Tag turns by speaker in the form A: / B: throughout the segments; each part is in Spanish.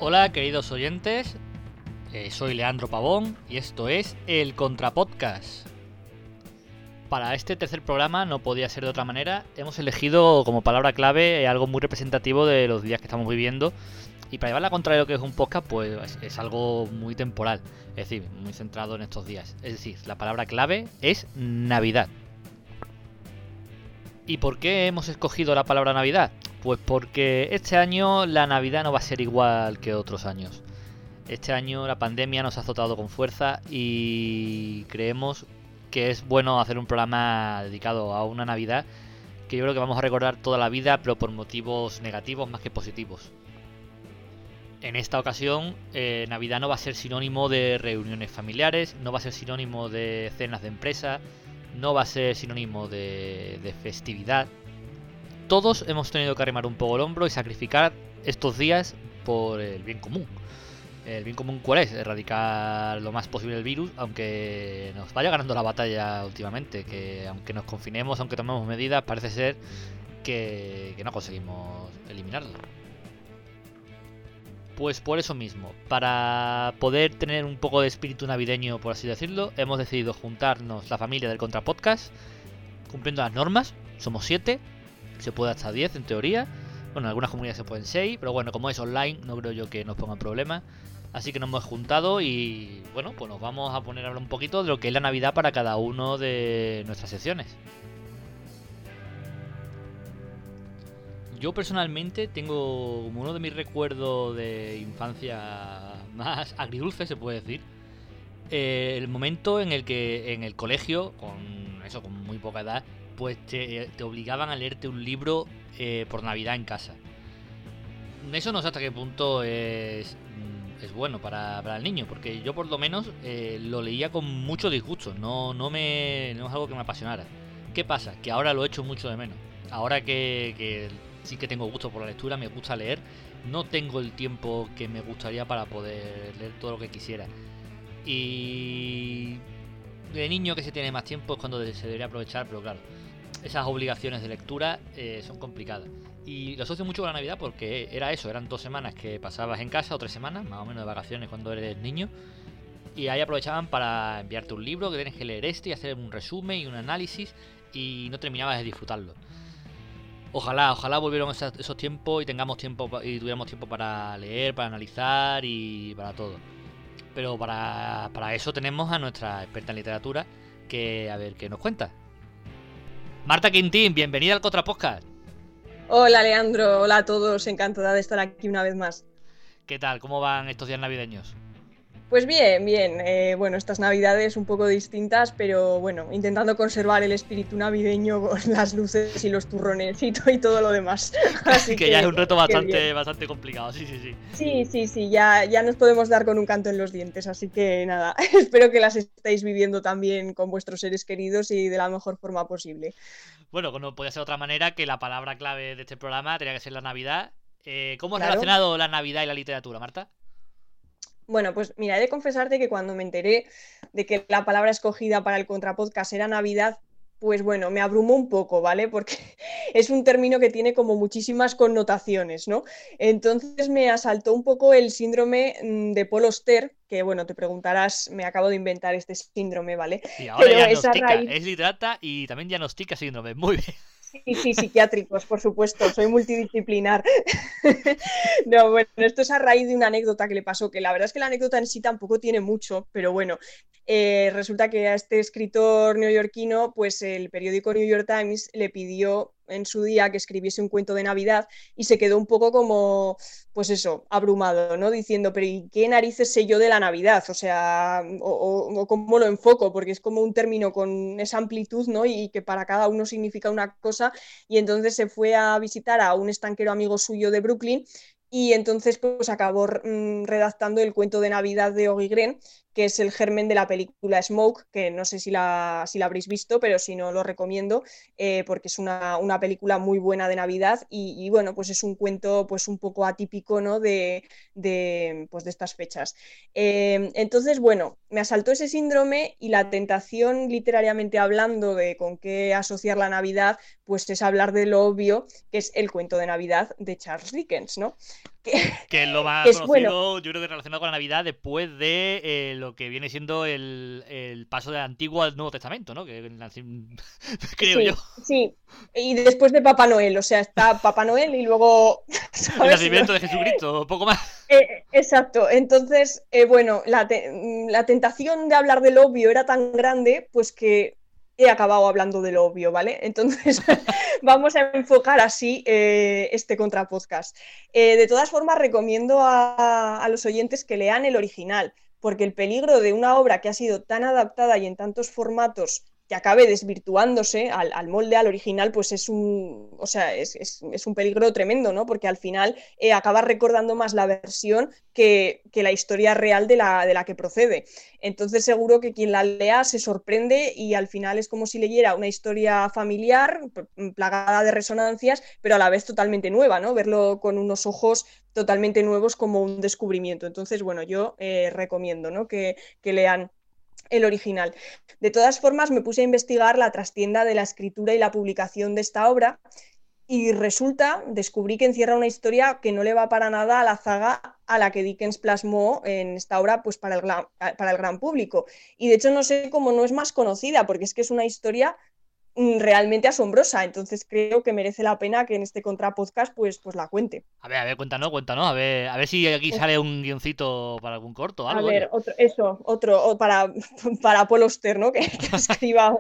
A: Hola queridos oyentes, soy Leandro Pavón y esto es el Contrapodcast. Para este tercer programa no podía ser de otra manera, hemos elegido como palabra clave algo muy representativo de los días que estamos viviendo. Y para llevar la contraria de lo que es un podcast, pues es algo muy temporal, es decir, muy centrado en estos días. Es decir, la palabra clave es Navidad. ¿Y por qué hemos escogido la palabra Navidad? Pues porque este año la Navidad no va a ser igual que otros años. Este año la pandemia nos ha azotado con fuerza y creemos que es bueno hacer un programa dedicado a una Navidad que yo creo que vamos a recordar toda la vida, pero por motivos negativos más que positivos. En esta ocasión, Navidad no va a ser sinónimo de reuniones familiares, no va a ser sinónimo de cenas de empresa, no va a ser sinónimo de festividad. Todos hemos tenido que arrimar un poco el hombro y sacrificar estos días por el bien común. ¿El bien común cuál es? Erradicar lo más posible el virus, aunque nos vaya ganando la batalla últimamente, que aunque nos confinemos, aunque tomemos medidas, parece ser que no conseguimos eliminarlo. Pues por eso mismo, para poder tener un poco de espíritu navideño, por así decirlo, hemos decidido juntarnos la familia del Contrapodcast, cumpliendo las normas. Somos 7, se puede hasta 10 en teoría. Bueno, en algunas comunidades se pueden 6, pero bueno, como es online, no creo yo que nos pongan problemas. Así que nos hemos juntado y bueno, pues nos vamos a poner a hablar un poquito de lo que es la Navidad para cada uno de nuestras secciones. Yo personalmente tengo como uno de mis recuerdos de infancia más agridulce, se puede decir, el momento en el que en el colegio, con muy poca edad, pues te obligaban a leerte un libro por Navidad en casa. Eso no sé hasta qué punto es bueno para el niño, porque yo por lo menos lo leía con mucho disgusto, no es algo que me apasionara. ¿Qué pasa? Que ahora lo echo mucho de menos. Ahora que sí que tengo gusto por la lectura, me gusta leer, no tengo el tiempo que me gustaría para poder leer todo lo que quisiera. Y de niño que se tiene más tiempo es cuando se debería aprovechar, pero claro, esas obligaciones de lectura son complicadas. Y lo asocio mucho con la Navidad porque era eso, eran 2 semanas que pasabas en casa, o 3 semanas, más o menos de vacaciones cuando eres niño. Y ahí aprovechaban para enviarte un libro que tienes que leer y hacer un resumen y un análisis y no terminabas de disfrutarlo. Ojalá volvieran esos tiempos y tengamos tiempo y tuviéramos tiempo para leer, para analizar y para todo. Pero para eso tenemos a nuestra experta en literatura que a ver qué nos cuenta. Marta Quintín, bienvenida al Contrapodcast.
B: Hola Leandro, hola a todos, encantada de estar aquí una vez más.
A: ¿Qué tal? ¿Cómo van estos días navideños?
B: Pues bien. Bueno, estas navidades un poco distintas, pero bueno, intentando conservar el espíritu navideño con las luces y los turrones y todo lo demás. Así
A: que ya es un reto bastante complicado, sí.
B: Sí, ya nos podemos dar con un canto en los dientes, así que nada, espero que las estéis viviendo también con vuestros seres queridos y de la mejor forma posible.
A: Bueno, no podía ser de otra manera que la palabra clave de este programa tenía que ser la Navidad. ¿Cómo has
B: Claro.
A: relacionado la Navidad y la literatura, Marta?
B: Bueno, pues mira, he de confesarte que cuando me enteré de que la palabra escogida para el Contrapodcast era Navidad, pues bueno, me abrumó un poco, ¿vale? Porque es un término que tiene como muchísimas connotaciones, ¿no? Entonces me asaltó un poco el síndrome de Paul Auster, que bueno, te preguntarás, me acabo de inventar este síndrome, ¿vale?
A: Sí, ahora
B: Pero
A: diagnostica, es literata y también diagnostica síndrome, muy bien.
B: Sí, psiquiátricos, por supuesto, soy multidisciplinar. No, bueno, esto es a raíz de una anécdota que le pasó, que la verdad es que la anécdota en sí tampoco tiene mucho, pero bueno, resulta que a este escritor neoyorquino, pues el periódico New York Times le pidió en su día que escribiese un cuento de Navidad y se quedó un poco como, pues eso, abrumado, ¿no? Diciendo, pero ¿y qué narices sé yo de la Navidad? O sea, o cómo lo enfoco, porque es como un término con esa amplitud, ¿no? Y que para cada uno significa una cosa, y entonces se fue a visitar a un estanquero amigo suyo de Brooklyn y entonces pues acabó redactando el cuento de Navidad de Oggy, que es el germen de la película Smoke, que no sé si la habréis visto, pero si no lo recomiendo, porque es una película muy buena de Navidad y bueno, pues es un cuento pues un poco atípico, ¿no? Pues de estas fechas. Entonces, bueno, me asaltó ese síndrome y la tentación, literariamente hablando, de con qué asociar la Navidad, pues es hablar de lo obvio, que es el cuento de Navidad de Charles Dickens, ¿no?
A: Que es lo más
B: que es bueno.
A: conocido, yo creo que relacionado con la Navidad, después de lo que viene siendo el paso del Antiguo al Nuevo Testamento, ¿no? Creo yo.
B: Sí, sí. Y después de Papá Noel, o sea, está Papá Noel y luego,
A: El
B: ¿sabes?
A: nacimiento de Jesucristo, poco más.
B: Exacto. Entonces, bueno, la tentación de hablar de lo obvio era tan grande, pues que he acabado hablando de lo obvio, ¿vale? Entonces, vamos a enfocar así este contrapodcast. De todas formas, recomiendo a los oyentes que lean el original, porque el peligro de una obra que ha sido tan adaptada y en tantos formatos que acabe desvirtuándose al molde, al original, pues es un, o sea, es un peligro tremendo, ¿no? Porque al final acabas recordando más la versión que la historia real de la que procede. Entonces seguro que quien la lea se sorprende y al final es como si leyera una historia familiar plagada de resonancias, pero a la vez totalmente nueva, ¿no? Verlo con unos ojos totalmente nuevos como un descubrimiento. Entonces, bueno, yo recomiendo, ¿no? Que lean el original. De todas formas, me puse a investigar la trastienda de la escritura y la publicación de esta obra y descubrí que encierra una historia que no le va para nada a la saga a la que Dickens plasmó en esta obra pues para el gran público. Y de hecho no sé cómo no es más conocida, porque es que es una historia realmente asombrosa, entonces creo que merece la pena que en este contrapodcast pues la cuente.
A: A ver, cuéntanos, a ver si aquí sale un guioncito para algún corto o
B: A
A: algo,
B: ver,
A: oye.
B: otro para Paul Auster, ¿no? Que escriba.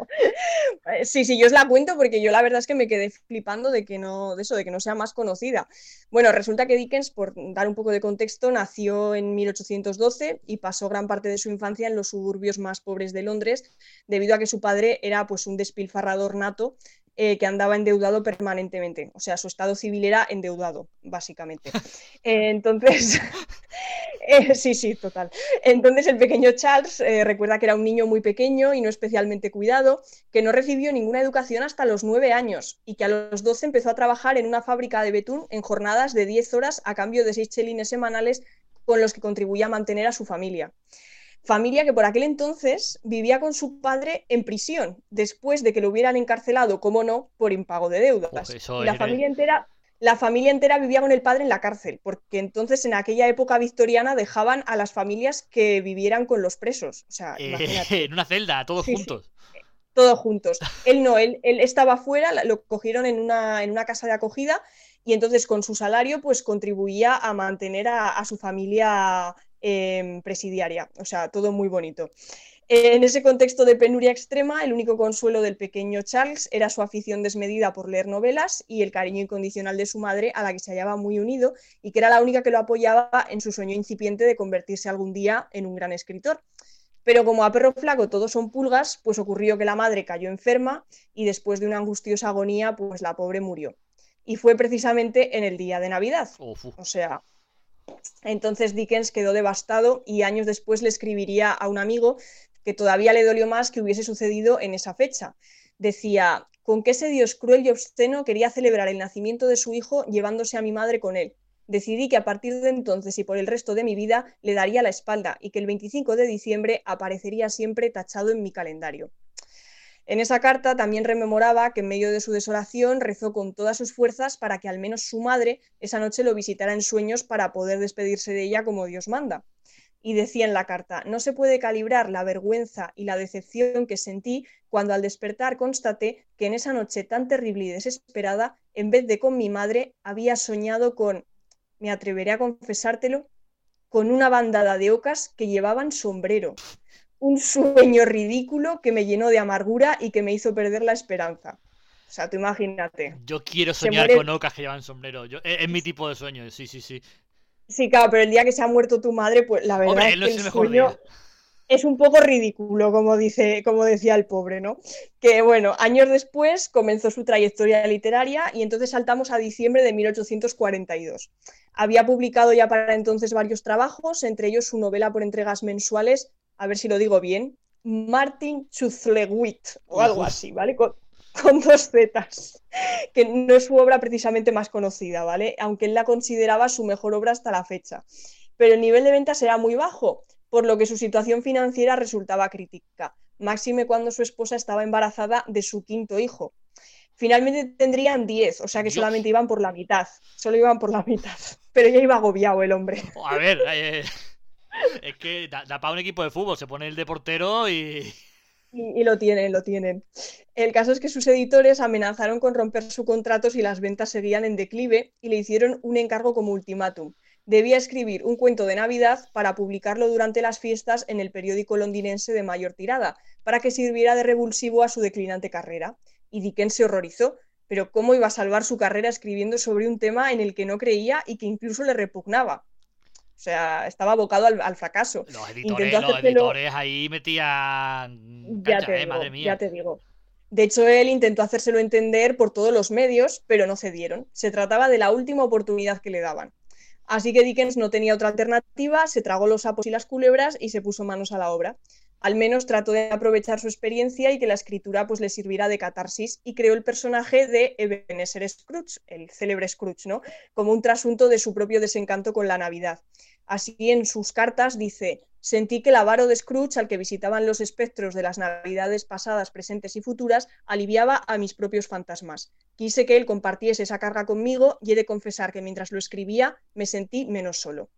B: Sí, sí, yo os la cuento porque yo la verdad es que me quedé flipando de que no, de eso, de que no sea más conocida. Bueno, resulta que Dickens, por dar un poco de contexto, nació en 1812 y pasó gran parte de su infancia en los suburbios más pobres de Londres, debido a que su padre era pues un despilfarrador nato que andaba endeudado permanentemente. O sea, su estado civil era endeudado, básicamente. Entonces, sí, sí, total. Entonces el pequeño Charles recuerda que era un niño muy pequeño y no especialmente cuidado, que no recibió ninguna educación hasta los 9 años y que a los 12 empezó a trabajar en una fábrica de betún en jornadas de 10 horas a cambio de 6 chelines semanales con los que contribuía a mantener a su familia. Familia que por aquel entonces vivía con su padre en prisión, después de que lo hubieran encarcelado, como no, por impago de
A: Uf,
B: deudas.
A: eso
B: Y
A: es.
B: la familia entera vivía con el padre en la cárcel, porque entonces en aquella época victoriana dejaban a las familias que vivieran con los presos. O sea, imagínate.
A: En una celda, todos
B: Sí, sí,
A: juntos.
B: todos juntos. Él no, él estaba fuera, lo cogieron en una casa de acogida y entonces con su salario pues contribuía a mantener a su familia presidiaria. O sea, todo muy bonito. En ese contexto de penuria extrema, el único consuelo del pequeño Charles era su afición desmedida por leer novelas y el cariño incondicional de su madre, a la que se hallaba muy unido y que era la única que lo apoyaba en su sueño incipiente de convertirse algún día en un gran escritor. Pero como a perro flaco todos son pulgas, pues ocurrió que la madre cayó enferma y después de una angustiosa agonía, pues la pobre murió. Y fue precisamente en el día de Navidad.
A: Uf,
B: O sea, entonces Dickens quedó devastado y años después le escribiría a un amigo que todavía le dolió más que hubiese sucedido en esa fecha. Decía, ¿con qué ese Dios cruel y obsceno quería celebrar el nacimiento de su hijo llevándose a mi madre con él? Decidí que a partir de entonces y por el resto de mi vida le daría la espalda y que el 25 de diciembre aparecería siempre tachado en mi calendario. En esa carta también rememoraba que en medio de su desolación rezó con todas sus fuerzas para que al menos su madre esa noche lo visitara en sueños para poder despedirse de ella como Dios manda. Y decía en la carta, no se puede calibrar la vergüenza y la decepción que sentí cuando al despertar constaté que en esa noche tan terrible y desesperada, en vez de con mi madre, había soñado con, me atreveré a confesártelo, con una bandada de ocas que llevaban sombrero, un sueño ridículo que me llenó de amargura y que me hizo perder la esperanza. O sea, tú imagínate.
A: yo quiero
B: Se
A: soñar
B: muere.
A: con ocas que llevan sombrero. Es mi tipo de sueño, sí, sí, sí.
B: Sí, claro, pero el día que se ha muerto tu madre, pues la verdad
A: Hombre,
B: es
A: él no
B: que
A: es
B: el
A: el mejor
B: sueño
A: día.
B: es un poco ridículo, como decía el pobre, ¿no? Que bueno, años después comenzó su trayectoria literaria y entonces saltamos a diciembre de 1842. Había publicado ya para entonces varios trabajos, entre ellos su novela por entregas mensuales, a ver si lo digo bien, Martin Chuzzlewit o
A: Uf,
B: algo
A: uf.
B: así, ¿vale? Con dos zetas, que no es su obra precisamente más conocida, ¿vale? Aunque él la consideraba su mejor obra hasta la fecha. Pero el nivel de ventas era muy bajo, por lo que su situación financiera resultaba crítica, máxime cuando su esposa estaba embarazada de su quinto hijo. Finalmente tendrían 10, o sea que
A: Dios.
B: solamente iban por la mitad. Solo iban por la mitad. Pero ya iba agobiado el hombre.
A: A ver, es que da para un equipo de fútbol, se pone el de portero y...
B: Y lo tienen, lo tienen. El caso es que sus editores amenazaron con romper su contrato si las ventas seguían en declive y le hicieron un encargo como ultimátum. Debía escribir un cuento de Navidad para publicarlo durante las fiestas en el periódico londinense de mayor tirada, para que sirviera de revulsivo a su declinante carrera. Y Dickens se horrorizó. Pero ¿cómo iba a salvar su carrera escribiendo sobre un tema en el que no creía y que incluso le repugnaba? O sea, estaba abocado al fracaso. Intentó
A: Los
B: hacérselo.
A: editores ahí metían
B: Ya
A: caña,
B: te
A: madre
B: digo, ya
A: mía.
B: te digo. De hecho, él intentó hacérselo entender por todos los medios, pero no cedieron. Se trataba de la última oportunidad que le daban. Así que Dickens no tenía otra alternativa, se tragó los sapos y las culebras y se puso manos a la obra. Al menos trató de aprovechar su experiencia y que la escritura pues, le sirviera de catarsis y creó el personaje de Ebenezer Scrooge, el célebre Scrooge, ¿no? Como un trasunto de su propio desencanto con la Navidad. Así en sus cartas dice: sentí que el avaro de Scrooge, al que visitaban los espectros de las Navidades pasadas, presentes y futuras, aliviaba a mis propios fantasmas. Quise que él compartiese esa carga conmigo y he de confesar que mientras lo escribía me sentí menos solo.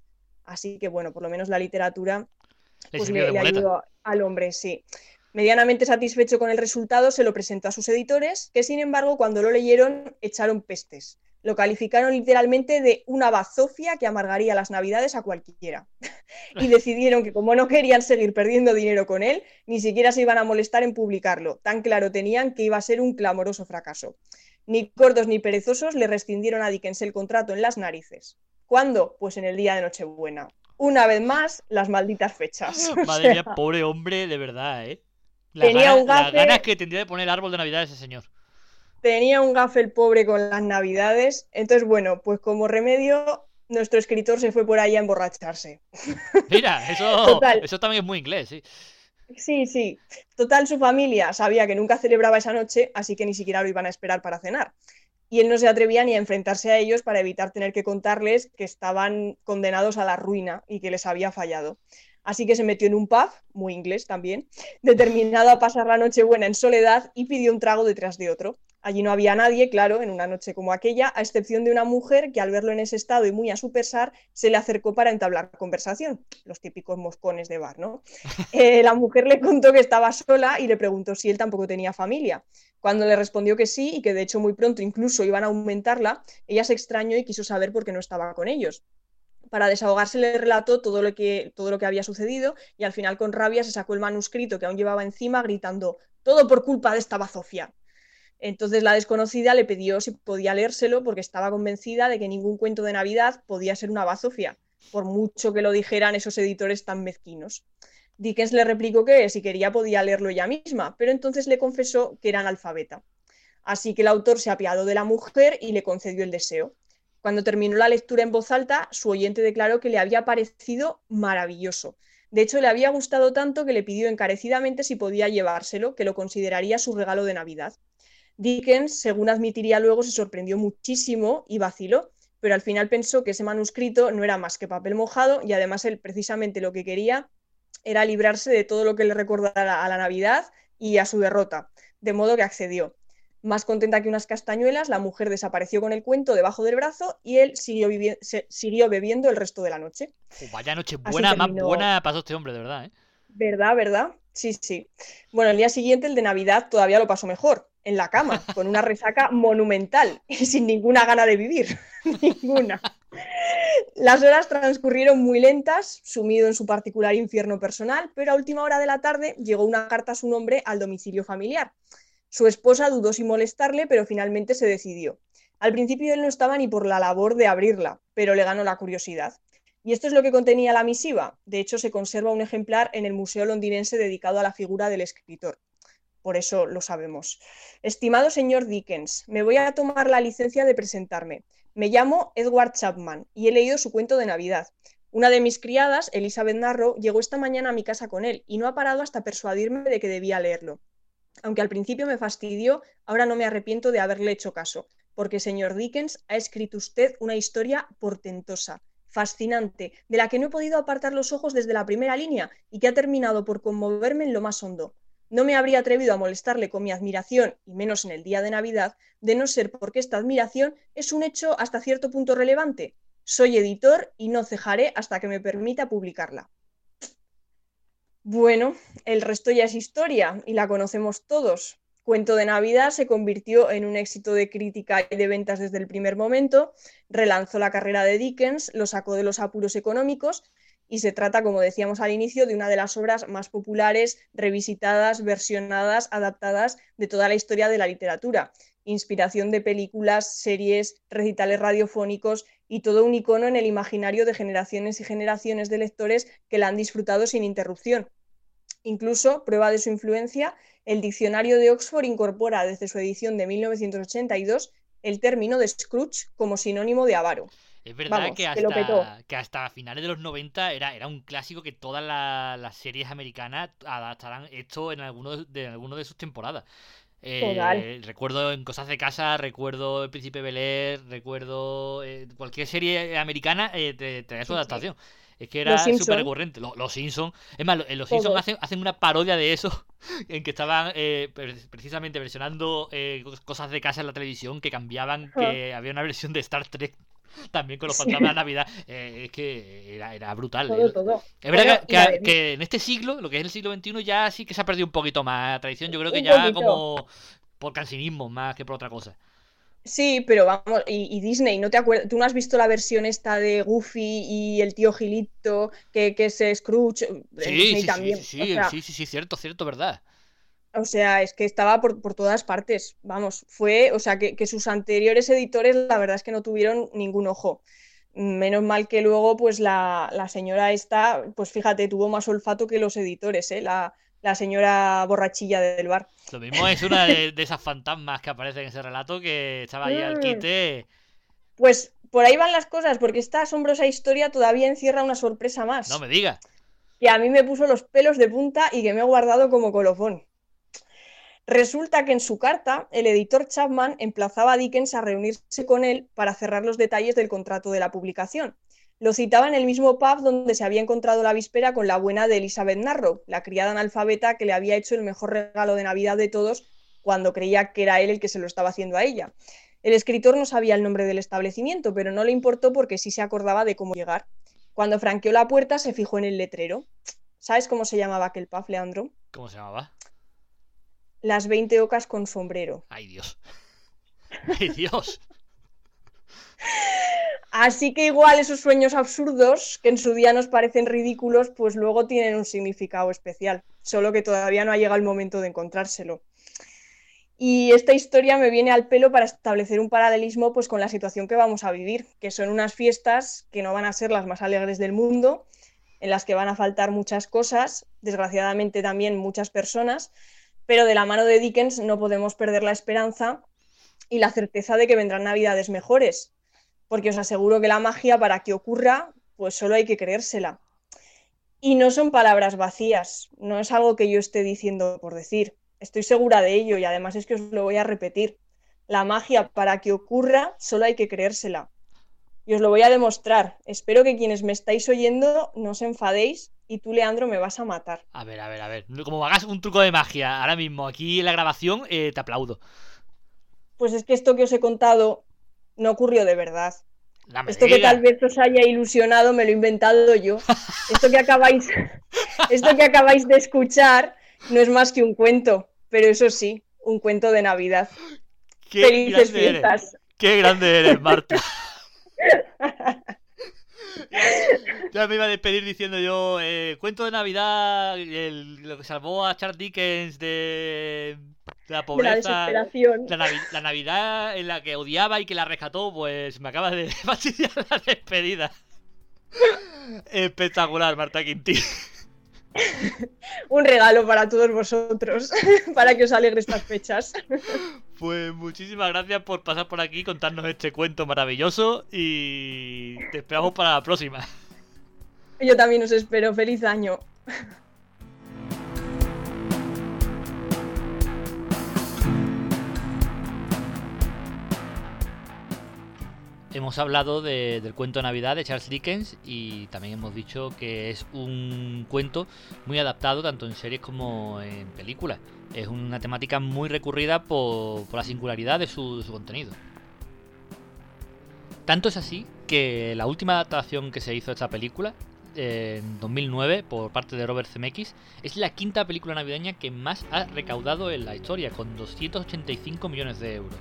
B: Así que bueno, por lo menos la literatura
A: Le
B: pues
A: sirvió de
B: le
A: muleta.
B: ayudó al hombre, sí. Medianamente satisfecho con el resultado, se lo presentó a sus editores, que sin embargo cuando lo leyeron echaron pestes. Lo calificaron literalmente de una bazofia que amargaría las Navidades a cualquiera. Y decidieron que como no querían seguir perdiendo dinero con él, ni siquiera se iban a molestar en publicarlo. Tan claro tenían que iba a ser un clamoroso fracaso. Ni gordos ni perezosos le rescindieron a Dickens el contrato en las narices. ¿Cuándo? Pues en el día de Nochebuena. Una vez más, las malditas fechas. O
A: Madre mía,
B: sea,
A: pobre hombre, de verdad, ¿eh?
B: tenía un
A: Las ganas
B: gafe,
A: que tendría de poner el árbol de Navidad ese señor.
B: tenía un gafe el pobre con las Navidades. Entonces, bueno, pues como remedio, nuestro escritor se fue por ahí a emborracharse.
A: Mira,
B: Total,
A: eso también es muy inglés, sí.
B: sí, sí. Total, su familia sabía que nunca celebraba esa noche, así que ni siquiera lo iban a esperar para cenar. Y él no se atrevía ni a enfrentarse a ellos para evitar tener que contarles que estaban condenados a la ruina y que les había fallado. Así que se metió en un pub, muy inglés también, determinado a pasar la noche buena en soledad y pidió un trago detrás de otro. Allí no había nadie, claro, en una noche como aquella, a excepción de una mujer que al verlo en ese estado y muy a su pesar, se le acercó para entablar conversación, los típicos moscones de bar, ¿no? La mujer le contó que estaba sola y le preguntó si él tampoco tenía familia. Cuando le respondió que sí y que de hecho muy pronto incluso iban a aumentarla, ella se extrañó y quiso saber por qué no estaba con ellos. Para desahogarse le relató todo lo que había sucedido y al final con rabia se sacó el manuscrito que aún llevaba encima gritando: todo por culpa de esta bazofia. Entonces la desconocida le pidió si podía leérselo porque estaba convencida de que ningún cuento de Navidad podía ser una bazofia, por mucho que lo dijeran esos editores tan mezquinos. Dickens le replicó que si quería podía leerlo ella misma, pero entonces le confesó que era analfabeta. Así que el autor se apiadó de la mujer y le concedió el deseo. Cuando terminó la lectura en voz alta, su oyente declaró que le había parecido maravilloso. De hecho, le había gustado tanto que le pidió encarecidamente si podía llevárselo, que lo consideraría su regalo de Navidad. Dickens, según admitiría luego, se sorprendió muchísimo y vaciló, pero al final pensó que ese manuscrito no era más que papel mojado y además él precisamente lo que quería era librarse de todo lo que le recordara a la Navidad y a su derrota, de modo que accedió. Más contenta que unas castañuelas, la mujer desapareció con el cuento debajo del brazo y él siguió bebiendo el resto de la noche.
A: Vaya noche
B: Así
A: buena, más
B: terminó.
A: buena pasó este hombre, de verdad, ¿eh?
B: ¿Verdad, verdad? Sí, sí. Bueno, el día siguiente, el de Navidad, todavía lo pasó mejor, en la cama, con una resaca monumental y sin ninguna gana de vivir. Ninguna. Las horas transcurrieron muy lentas, sumido en su particular infierno personal, pero a última hora de la tarde llegó una carta a su nombre al domicilio familiar. Su esposa dudó sin molestarle, pero finalmente se decidió. Al principio él no estaba ni por la labor de abrirla, pero le ganó la curiosidad. Y esto es lo que contenía la misiva. De hecho, se conserva un ejemplar en el Museo Londinense dedicado a la figura del escritor. Por eso lo sabemos. Estimado señor Dickens, me voy a tomar la licencia de presentarme. Me llamo Edward Chapman y he leído su cuento de Navidad. Una de mis criadas, Elizabeth Narrow, llegó esta mañana a mi casa con él y no ha parado hasta persuadirme de que debía leerlo. Aunque al principio me fastidió, ahora no me arrepiento de haberle hecho caso, porque, señor Dickens, ha escrito usted una historia portentosa, fascinante, de la que no he podido apartar los ojos desde la primera línea y que ha terminado por conmoverme en lo más hondo. No me habría atrevido a molestarle con mi admiración, y menos en el día de Navidad, de no ser porque esta admiración es un hecho hasta cierto punto relevante. Soy editor y no cejaré hasta que me permita publicarla. Bueno, el resto ya es historia y la conocemos todos. Cuento de Navidad se convirtió en un éxito de crítica y de ventas desde el primer momento, relanzó la carrera de Dickens, lo sacó de los apuros económicos y se trata, como decíamos al inicio, de una de las obras más populares, revisitadas, versionadas, adaptadas de toda la historia de la literatura. Inspiración de películas, series, recitales radiofónicos y todo un icono en el imaginario de generaciones y generaciones de lectores que la han disfrutado sin interrupción. Incluso, prueba de su influencia, el diccionario de Oxford incorpora desde su edición de 1982 el término de Scrooge como sinónimo de avaro.
A: Es verdad.
B: Vamos,
A: que
B: que lo petó.
A: hasta finales de los 90 era un clásico que todas las series americanas adaptaran esto en alguno de sus temporadas.
B: Total.
A: Recuerdo en Cosas de Casa, recuerdo El Príncipe Bel-Air, recuerdo cualquier serie americana traía su
B: Sí, sí.
A: adaptación. Es que
B: Los
A: era
B: Simpson.
A: súper recurrente. Los Simpsons. Es más, los
B: Todo.
A: Simpsons hacen una parodia de eso. En que estaban precisamente versionando cosas de casa en la televisión. Que cambiaban. Que había una versión de Star Trek también con los
B: Sí.
A: fantasmas de Navidad. Es que era brutal.
B: Todo.
A: Es verdad
B: Bueno,
A: que en este siglo, lo que es el siglo XXI, ya sí que se ha perdido un poquito más la tradición. Yo creo que
B: un
A: ya
B: poquito.
A: como por cansinismo más que por otra cosa.
B: Sí, pero vamos, y Disney, ¿no te acuerdas? ¿Tú no has visto la versión esta de Goofy y el tío Gilito, que es Scrooge? En
A: Sí,
B: Disney
A: sí, sí,
B: también.
A: sí, cierto, verdad.
B: O sea, es que estaba por todas partes. Vamos, o sea, que sus anteriores editores, la verdad es que no tuvieron ningún ojo. Menos mal que luego, pues la señora esta, pues fíjate, tuvo más olfato que los editores, ¿eh? La señora borrachilla del bar.
A: Lo mismo es una de esas fantasmas que aparecen en ese relato que estaba ahí al
B: Mm,
A: quite.
B: Pues por ahí van las cosas, porque esta asombrosa historia todavía encierra una sorpresa
A: No
B: más,
A: me digas.
B: que a mí me puso los pelos de punta y que me he guardado como colofón. Resulta que en su carta, el editor Chapman emplazaba a Dickens a reunirse con él para cerrar los detalles del contrato de la publicación. Lo citaba en el mismo pub donde se había encontrado la víspera con la buena de Elizabeth Narrow, la criada analfabeta que le había hecho el mejor regalo de Navidad de todos cuando creía que era él el que se lo estaba haciendo a ella. El escritor no sabía el nombre del establecimiento, pero no le importó porque sí se acordaba de cómo llegar. Cuando franqueó la puerta se fijó en el letrero. ¿Sabes cómo se llamaba aquel pub, Leandro?
A: ¿Cómo se llamaba?
B: Las 20 ocas con sombrero.
A: Ay, Dios. Ay, Dios.
B: Así que igual esos sueños absurdos, que en su día nos parecen ridículos, pues luego tienen un significado especial, solo que todavía no ha llegado el momento de encontrárselo. Y esta historia me viene al pelo para establecer un paralelismo pues, con la situación que vamos a vivir, que son unas fiestas que no van a ser las más alegres del mundo, en las que van a faltar muchas cosas, desgraciadamente también muchas personas, pero de la mano de Dickens no podemos perder la esperanza y la certeza de que vendrán navidades mejores, porque os aseguro que la magia para que ocurra, pues solo hay que creérsela. Y no son palabras vacías, no es algo que yo esté diciendo por decir, estoy segura de ello y además es que os lo voy a repetir. La magia para que ocurra solo hay que creérsela. Y os lo voy a demostrar. Espero que quienes me estáis oyendo no os enfadéis y tú, Leandro, me vas a matar.
A: A ver. Como hagas un truco de magia ahora mismo aquí en la grabación, te aplaudo.
B: Pues es que esto que os he contado no ocurrió de verdad.
A: No me
B: Esto que tal
A: digas.
B: vez os haya ilusionado me lo he inventado yo. Esto que acabáis de escuchar no es más que un cuento, pero eso sí, un cuento de Navidad.
A: Qué
B: Felices
A: grande eres.
B: fiestas.
A: Qué grande eres, Marta. Ya me iba a despedir diciendo yo, cuento de Navidad, lo que salvó a Charles Dickens de la
B: De la
A: pobreza,
B: desesperación.
A: la Navidad en la que odiaba y que la rescató, pues me acaba de fastidiar la despedida. Espectacular, Marta Quintín.
B: Un regalo para todos vosotros, para que os alegre estas fechas.
A: Pues muchísimas gracias por pasar por aquí y contarnos este cuento maravilloso y te esperamos para la próxima.
B: Yo también os espero. Feliz año.
A: Hemos hablado del cuento de Navidad de Charles Dickens y también hemos dicho que es un cuento muy adaptado tanto en series como en películas. Es una temática muy recurrida por la singularidad de su contenido. Tanto es así que la última adaptación que se hizo de esta película, en 2009, por parte de Robert Zemeckis, es la quinta película navideña que más ha recaudado en la historia, con 285 millones de euros.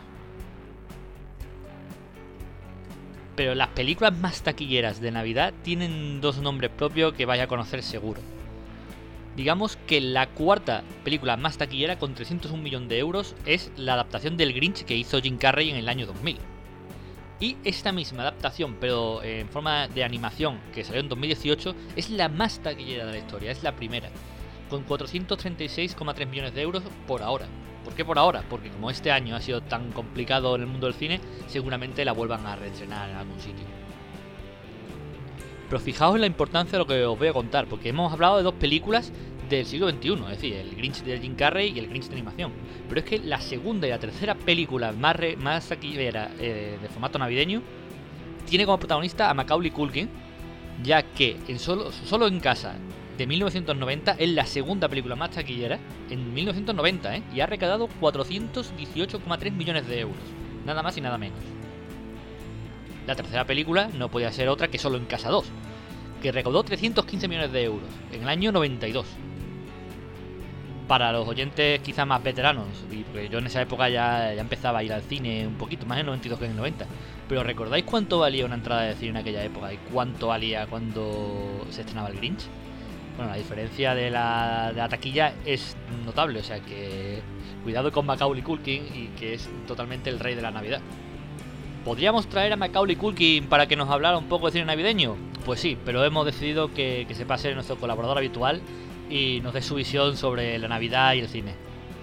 A: Pero las películas más taquilleras de Navidad tienen dos nombres propios que vais a conocer seguro. Digamos que la cuarta película más taquillera, con 301 millones de euros, es la adaptación del Grinch que hizo Jim Carrey en el año 2000. Y esta misma adaptación, pero en forma de animación, que salió en 2018, es la más taquillera de la historia, es la primera, con 436,3 millones de euros por ahora. ¿Por qué por ahora? Porque como este año ha sido tan complicado en el mundo del cine, seguramente la vuelvan a reestrenar en algún sitio. Pero fijaos en la importancia de lo que os voy a contar, porque hemos hablado de dos películas del siglo XXI, es decir, el Grinch de Jim Carrey y el Grinch de animación. Pero es que la segunda y la tercera película más taquillera de formato navideño tiene como protagonista a Macaulay Culkin, ya que solo en casa de 1990 es la segunda película más taquillera en 1990, y ha recaudado 418,3 millones de euros, nada más y nada menos. La tercera película no podía ser otra que Solo en Casa 2, que recaudó 315 millones de euros en el año 92. Para los oyentes quizás más veteranos, y porque yo en esa época ya empezaba a ir al cine un poquito, más en el 92 que en el 90, pero ¿recordáis cuánto valía una entrada de cine en aquella época y cuánto valía cuando se estrenaba el Grinch? Bueno, la diferencia de la taquilla es notable, o sea que cuidado con Macaulay Culkin, y que es totalmente el rey de la Navidad. ¿Podríamos traer a Macaulay Culkin para que nos hablara un poco de cine navideño? Pues sí, pero hemos decidido que se pase nuestro colaborador habitual y nos dé su visión sobre la Navidad y el cine.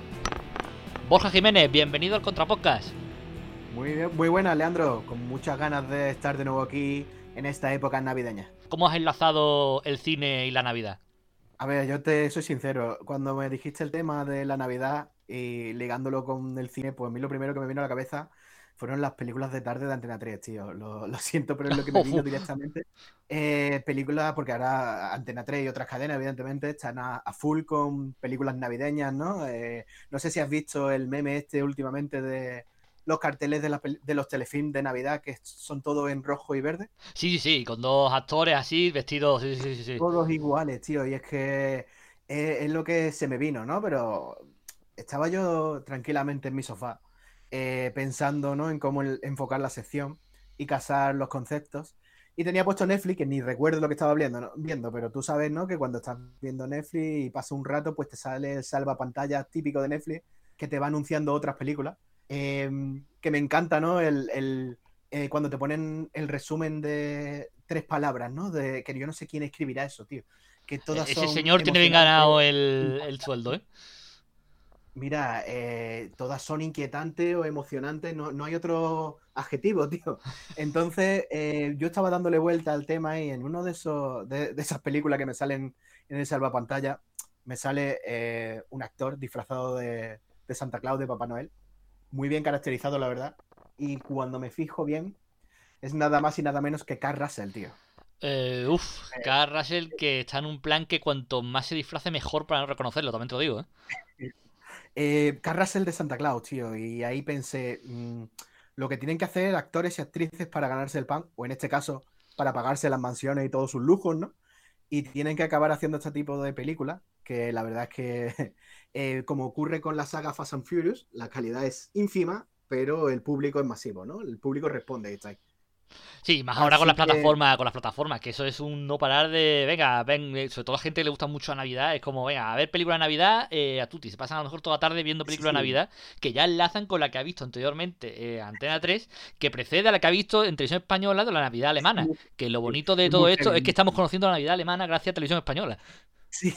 A: Borja Jiménez, bienvenido al Contrapodcast.
C: Muy bien, muy buena, Leandro, con muchas ganas de estar de nuevo aquí en esta época navideña.
A: ¿Cómo has enlazado el cine y la Navidad?
C: A ver, yo te soy sincero, cuando me dijiste el tema de la Navidad y ligándolo con el cine, pues a mí lo primero que me vino a la cabeza fueron las películas de tarde de Antena 3, tío. Lo siento, pero es lo que me vino directamente. Películas, porque ahora Antena 3 y otras cadenas, evidentemente, están a full con películas navideñas, ¿no? No sé si has visto el meme este últimamente de los carteles de los telefilms de Navidad, que son todos en rojo y verde.
A: Sí, con dos actores así, vestidos, sí.
C: Todos iguales, tío, y es que es lo que se me vino, ¿no? Pero estaba yo tranquilamente en mi sofá, pensando, ¿no?, en cómo enfocar la sección y casar los conceptos. Y tenía puesto Netflix, que ni recuerdo lo que estaba viendo, pero tú sabes, ¿no?, que cuando estás viendo Netflix y pasa un rato, pues te sale el salvapantallas típico de Netflix, que te va anunciando otras películas. Que me encanta, ¿no? Cuando te ponen el resumen de 3 palabras, ¿no? Que yo no sé quién escribirá eso, tío. Que todas
A: Ese
C: son
A: señor tiene bien ganado el sueldo, ¿eh?
C: Mira, todas son inquietantes o emocionantes, no hay otro adjetivo, tío. Entonces, yo estaba dándole vuelta al tema y en uno de esas películas que me salen en el salvapantalla, me sale un actor disfrazado de Santa Claus, de Papá Noel, muy bien caracterizado, la verdad. Y cuando me fijo bien, es nada más y nada menos que Kurt Russell, tío.
A: Kurt Russell, que está en un plan que cuanto más se disfrace mejor para no reconocerlo, también te lo digo,
C: Kurt Russell de Santa Claus, tío. Y ahí pensé, lo que tienen que hacer actores y actrices para ganarse el pan, o en este caso, para pagarse las mansiones y todos sus lujos, ¿no? Y tienen que acabar haciendo este tipo de películas, que la verdad es que, como ocurre con la saga Fast and Furious, la calidad es ínfima, pero el público es masivo, ¿no? El público responde, está ahí.
A: Sí, más ahora con las plataformas, que eso es un no parar de, venga, ven, sobre todo a la gente que le gusta mucho a Navidad, es como, venga, a ver película de Navidad, a tutti, se pasan a lo mejor toda la tarde viendo película de Navidad, que ya enlazan con la que ha visto anteriormente Antena 3, que precede a la que ha visto en Televisión Española de la Navidad Alemana, que lo bonito de todo esto es que estamos conociendo la Navidad Alemana gracias a Televisión Española.
C: Sí,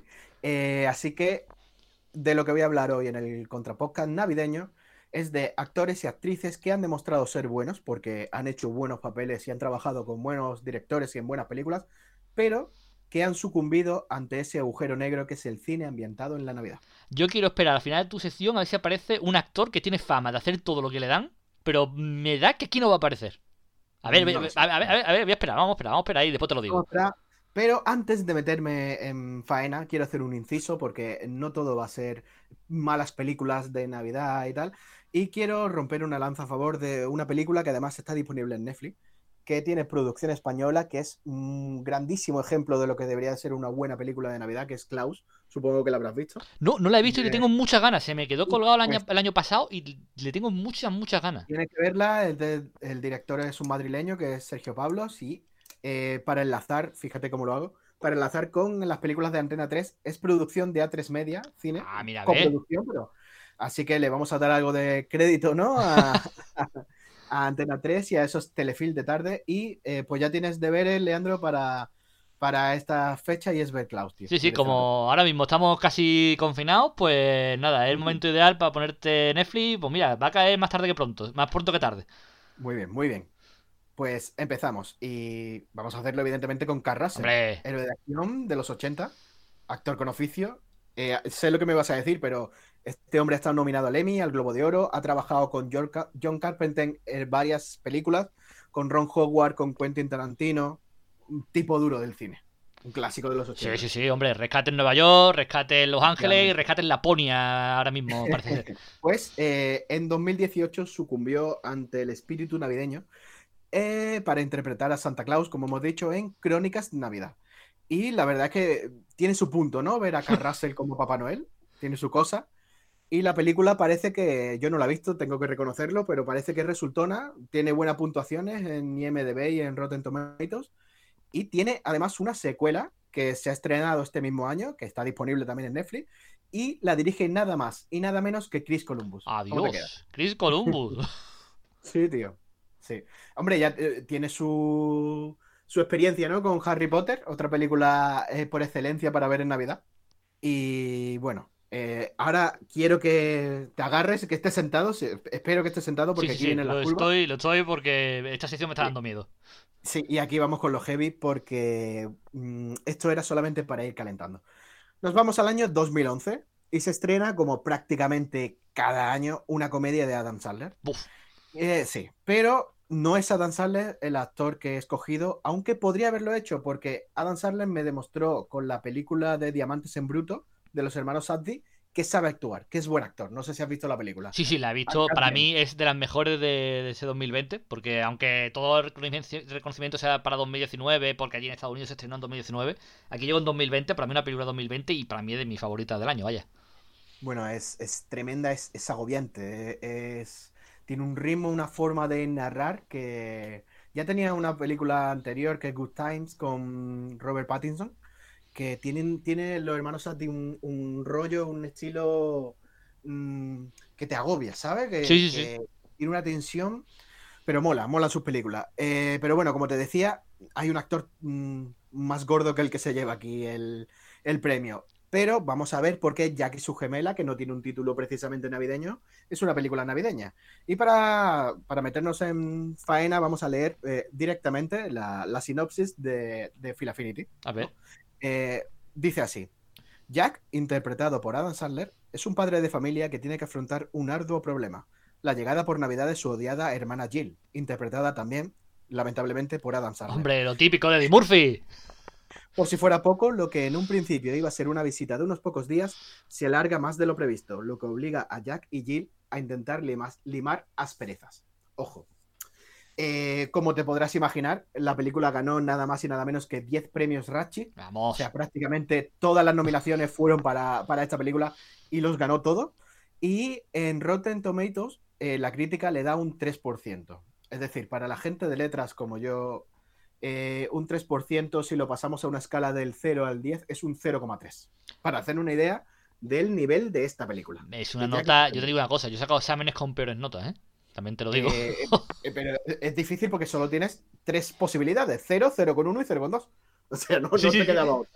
C: así que de lo que voy a hablar hoy en el Contrapodcast navideño es de actores y actrices que han demostrado ser buenos porque han hecho buenos papeles y han trabajado con buenos directores y en buenas películas, pero que han sucumbido ante ese agujero negro que es el cine ambientado en la Navidad.
A: Yo quiero esperar al final de tu sección a ver si aparece un actor que tiene fama de hacer todo lo que le dan, pero me da que aquí no va a aparecer. A ver,
C: No lo sé.
A: voy a esperar, vamos a esperar y después te lo digo.
C: Otra. Pero antes de meterme en faena, quiero hacer un inciso porque no todo va a ser malas películas de Navidad y tal. Y quiero romper una lanza a favor de una película que además está disponible en Netflix, que tiene producción española, que es un grandísimo ejemplo de lo que debería ser una buena película de Navidad, que es Klaus. Supongo que la habrás visto.
A: No, no la he visto y le tengo muchas ganas. Se me quedó colgado
C: Pues
A: el año pasado y le tengo muchas ganas.
C: tienes que verla. El director es un madrileño, que es Sergio Pablos, y para enlazar, fíjate cómo lo hago, para enlazar con las películas de Antena 3, es producción de A3 Media, cine,
A: Ah, mira, a ver.
C: coproducción, pero así que le vamos a dar algo de crédito, ¿no? A Antena 3 y a esos telefilms de tarde. Y pues ya tienes deberes, Leandro, para esta fecha, y es ver Klaus, tío.
A: Sí, sí,
C: Merece la pena.
A: como ahora mismo estamos casi confinados, pues nada, es el
C: Ujú.
A: momento ideal para ponerte Netflix. Pues mira, va a caer más tarde que pronto, más pronto que tarde.
C: Muy bien, muy bien. Pues empezamos y vamos a hacerlo evidentemente con Kurt Russell,
A: Hombre,
C: héroe de acción de los 80, actor con oficio. Sé lo que me vas a decir, pero este hombre ha estado nominado al Emmy, al Globo de Oro, ha trabajado con John Carpenter en varias películas, con Ron Howard, con Quentin Tarantino, un tipo duro del cine, un clásico de los
A: sí,
C: 80.
A: sí, sí, hombre, rescate en Nueva York, rescate en Los Ángeles y
C: Efectivamente.
A: rescate en Laponia ahora mismo, parece ser.
C: Pues en 2018 sucumbió ante el espíritu navideño para interpretar a Santa Claus, como hemos dicho, en Crónicas de Navidad. Y la verdad es que tiene su punto, ¿no? Ver a Kurt Russell como Papá Noel, tiene su cosa. Y la película parece que, yo no la he visto, tengo que reconocerlo, pero parece que es resultona, tiene buenas puntuaciones en IMDb y en Rotten Tomatoes. Y tiene además una secuela que se ha estrenado este mismo año, que está disponible también en Netflix, y la dirige nada más y nada menos que Chris Columbus. ¿Cómo te queda?
A: Adiós, Chris Columbus.
C: Sí, tío. Sí. Hombre, ya tiene su experiencia, ¿no? Con Harry Potter, otra película por excelencia para ver en Navidad. Y bueno, ahora quiero que te agarres, que estés sentado. Sí, espero que estés sentado
A: Sí,
C: porque
A: sí,
C: aquí
A: sí,
C: vienen las curvas.
A: lo estoy porque esta sección me está
C: Sí,
A: dando miedo.
C: sí, y aquí vamos con los heavy porque esto era solamente para ir calentando. Nos vamos al año 2011 y se estrena, como prácticamente cada año, una comedia de Adam Sandler.
A: Buf.
C: Sí, pero no es Adam Sandler el actor que he escogido, aunque podría haberlo hecho, porque Adam Sandler me demostró con la película de Diamantes en Bruto de los hermanos Safdie que sabe actuar, que es buen actor. No sé si has visto la película.
A: Sí, sí, la he visto.
C: Actúa
A: Para
C: bien.
A: mí es de las mejores de ese 2020, porque aunque todo el reconocimiento sea para 2019, porque allí en Estados Unidos se estrenó en 2019, aquí llegó en 2020, para mí una película de 2020 y para mí es de mis favoritas del año, vaya.
C: Bueno, es tremenda, es agobiante, tiene un ritmo, una forma de narrar que ya tenía una película anterior, que es Good Times, con Robert Pattinson, que tiene los hermanos Safdie un rollo, un estilo que te agobia, ¿sabes?
A: Sí,
C: Que,
A: sí, sí.
C: que tiene una tensión, pero mola sus películas. Pero bueno, como te decía, hay un actor más gordo que el que se lleva aquí el premio. Pero vamos a ver por qué Jack y su gemela, que no tiene un título precisamente navideño, es una película navideña. Y para meternos en faena, vamos a leer directamente la sinopsis de Phil Affinity,
A: A ver.
C: ¿no? Dice así: Jack, interpretado por Adam Sandler, es un padre de familia que tiene que afrontar un arduo problema: la llegada por Navidad de su odiada hermana Jill, interpretada también, lamentablemente, por Adam Sandler.
A: Hombre, lo típico de Eddie Murphy.
C: Por si fuera poco, lo que en un principio iba a ser una visita de unos pocos días se alarga más de lo previsto, lo que obliga a Jack y Jill a intentar limar asperezas. Ojo. Como te podrás imaginar, la película ganó nada más y nada menos que 10 premios Razzie. O
A: Vamos.
C: sea, prácticamente todas las nominaciones fueron para esta película y los ganó todo. Y en Rotten Tomatoes, la crítica le da un 3%. Es decir, para la gente de letras como yo, un 3%, si lo pasamos a una escala del 0 al 10, es un 0,3. Para hacer una idea del nivel de esta película.
A: Es una
C: De Jack
A: nota. Yo te digo una cosa, yo he sacado exámenes con peores notas, ¿eh? También te lo digo.
C: pero es difícil porque solo tienes tres posibilidades: 0, 0,1 y 0,2. O sea, no,
A: Sí,
C: no
A: sí,
C: te
A: sí.
C: quedaba otra.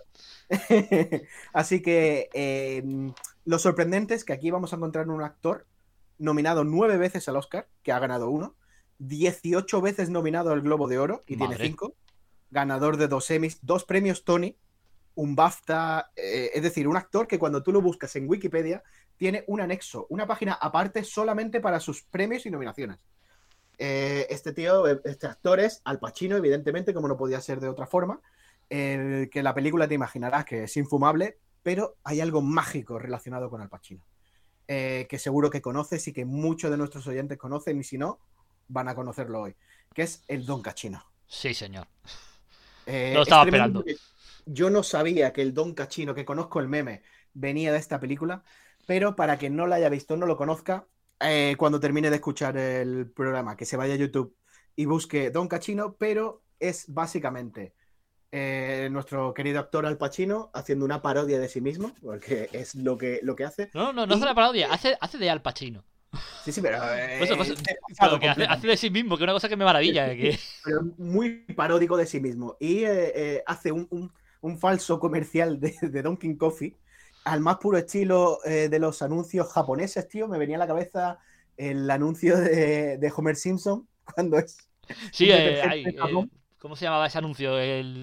C: Así que lo sorprendente es que aquí vamos a encontrar un actor nominado 9 veces al Oscar, que ha ganado uno, 18 veces nominado al Globo de Oro, y tiene
A: Madre.
C: 5, ganador de 2 Emmys, 2 premios Tony, un BAFTA, es decir, un actor que cuando tú lo buscas en Wikipedia tiene un anexo, una página aparte solamente para sus premios y nominaciones. Este tío, este actor es Al Pacino, evidentemente, como no podía ser de otra forma. Que la película te imaginarás que es infumable, pero hay algo mágico relacionado con Al Pacino. Que seguro que conoces y que muchos de nuestros oyentes conocen, y si no, van a conocerlo hoy, que es el Don Cachino.
A: Sí, señor. Lo
C: Es
A: estaba
C: tremendo
A: esperando.
C: porque yo no sabía que el Don Cachino, que conozco el meme, venía de esta película, pero para quien no la haya visto, no lo conozca, cuando termine de escuchar el programa, que se vaya a YouTube y busque Don Cachino, pero es básicamente nuestro querido actor Al Pacino haciendo una parodia de sí mismo, porque es lo que hace.
A: No hace
C: Y,
A: la parodia, hace de Al Pacino.
C: sí, sí, pero
A: Pero que hace de sí mismo, que es una cosa que me maravilla. Que...
C: pero muy paródico de sí mismo. Y hace un falso comercial de Dunkin' Coffee al más puro estilo de los anuncios japoneses, tío. Me venía a la cabeza el anuncio de Homer Simpson cuando es
A: Sí,
C: un detergente de jabón.
A: ¿cómo se llamaba ese anuncio?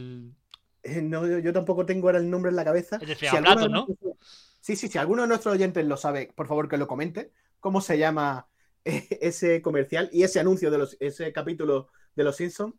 C: No, yo tampoco tengo ahora el nombre en la cabeza.
A: El de
C: Si alguno
A: fregaplatos,
C: de
A: ¿no?
C: nuestros, si alguno de nuestros oyentes lo sabe, por favor que lo comente. ¿Cómo se llama ese comercial y ese anuncio ese capítulo de Los Simpsons?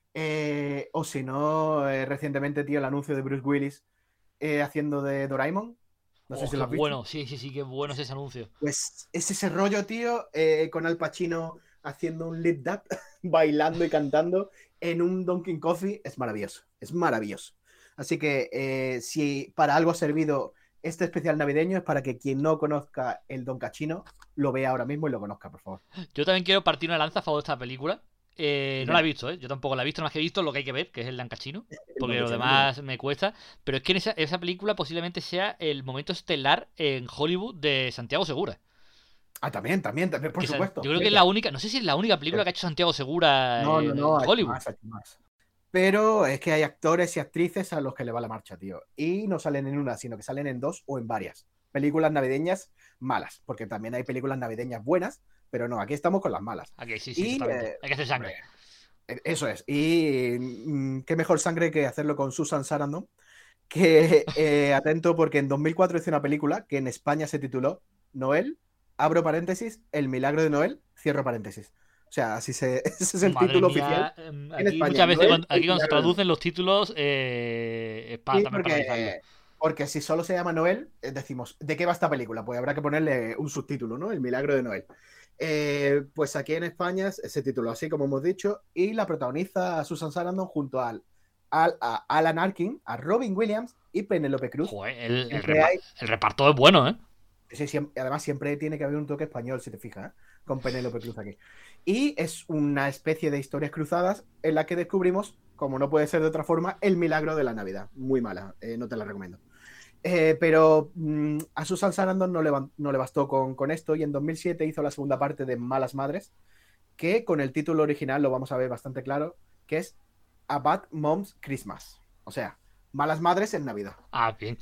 C: O si no, recientemente, tío, el anuncio de Bruce Willis haciendo de Doraemon. No sé
A: Oh,
C: si
A: qué
C: lo has visto.
A: bueno, sí, qué bueno es ese anuncio.
C: Pues es ese rollo, tío, con Al Pacino haciendo un lip dub, bailando y cantando en un Dunkin' Coffee. Es maravilloso, es maravilloso. Así que si para algo ha servido este especial navideño es para que quien no conozca el Don Cachino lo vea ahora mismo y lo conozca, por favor.
A: Yo también quiero partir una lanza a favor de esta película. No la he
C: Dime,
A: visto, ¿eh? Yo tampoco la he visto, nada más que he visto lo que hay que ver, que es el Lancachino,
C: el Don
A: porque lo
C: Cachino, dime.
A: demás me cuesta. Pero es que en esa película posiblemente sea el momento estelar en Hollywood de Santiago Segura.
C: Ah, también, por
A: Yo
C: supuesto,
A: creo que es la
C: cierto.
A: única, no sé si es la única película que ha hecho Santiago Segura
C: No, no,
A: en
C: no, ha hecho
A: Hollywood.
C: más, ha hecho más. Pero es que hay actores y actrices a los que le va la marcha, tío. Y no salen en una, sino que salen en dos o en varias. Películas navideñas malas, porque también hay películas navideñas buenas, pero no, aquí estamos con las malas.
A: Aquí, sí,
C: Y,
A: exactamente. Hay que hacer
C: hombre,
A: sangre.
C: eso es. Y qué mejor sangre que hacerlo con Susan Sarandon, que atento porque en 2004 hizo una película que en España se tituló Noel, abro paréntesis, El milagro de Noel, cierro paréntesis. O sea, ese es el
A: Madre
C: título oficial
A: mía,
C: en
A: aquí
C: España,
A: muchas veces
C: Noel, El
A: aquí cuando se
C: milagro de Noel.
A: traducen los títulos es para,
C: Sí,
A: también para analizarlo.
C: porque si solo se llama Noel, decimos, ¿de qué va esta película? Pues habrá que ponerle un subtítulo, ¿no? El milagro de Noel. Pues aquí en España se tituló así, como hemos dicho, y la protagoniza Susan Sarandon junto a Alan Arkin, a Robin Williams y Penélope Cruz.
A: Joder,
C: Siempre hay,
A: el reparto es bueno, ¿eh?
C: además siempre tiene que haber un toque español, si te fijas, ¿eh? Con Penélope Cruz aquí. Y es una especie de historias cruzadas en la que descubrimos, como no puede ser de otra forma, el milagro de la Navidad. Muy mala, no te la recomiendo. Pero a Susan Sarandon no le bastó con esto y en 2007 hizo la segunda parte de Malas Madres, que con el título original lo vamos a ver bastante claro, que es A Bad Mom's Christmas. O sea, Malas Madres en Navidad.
A: Ah, bien.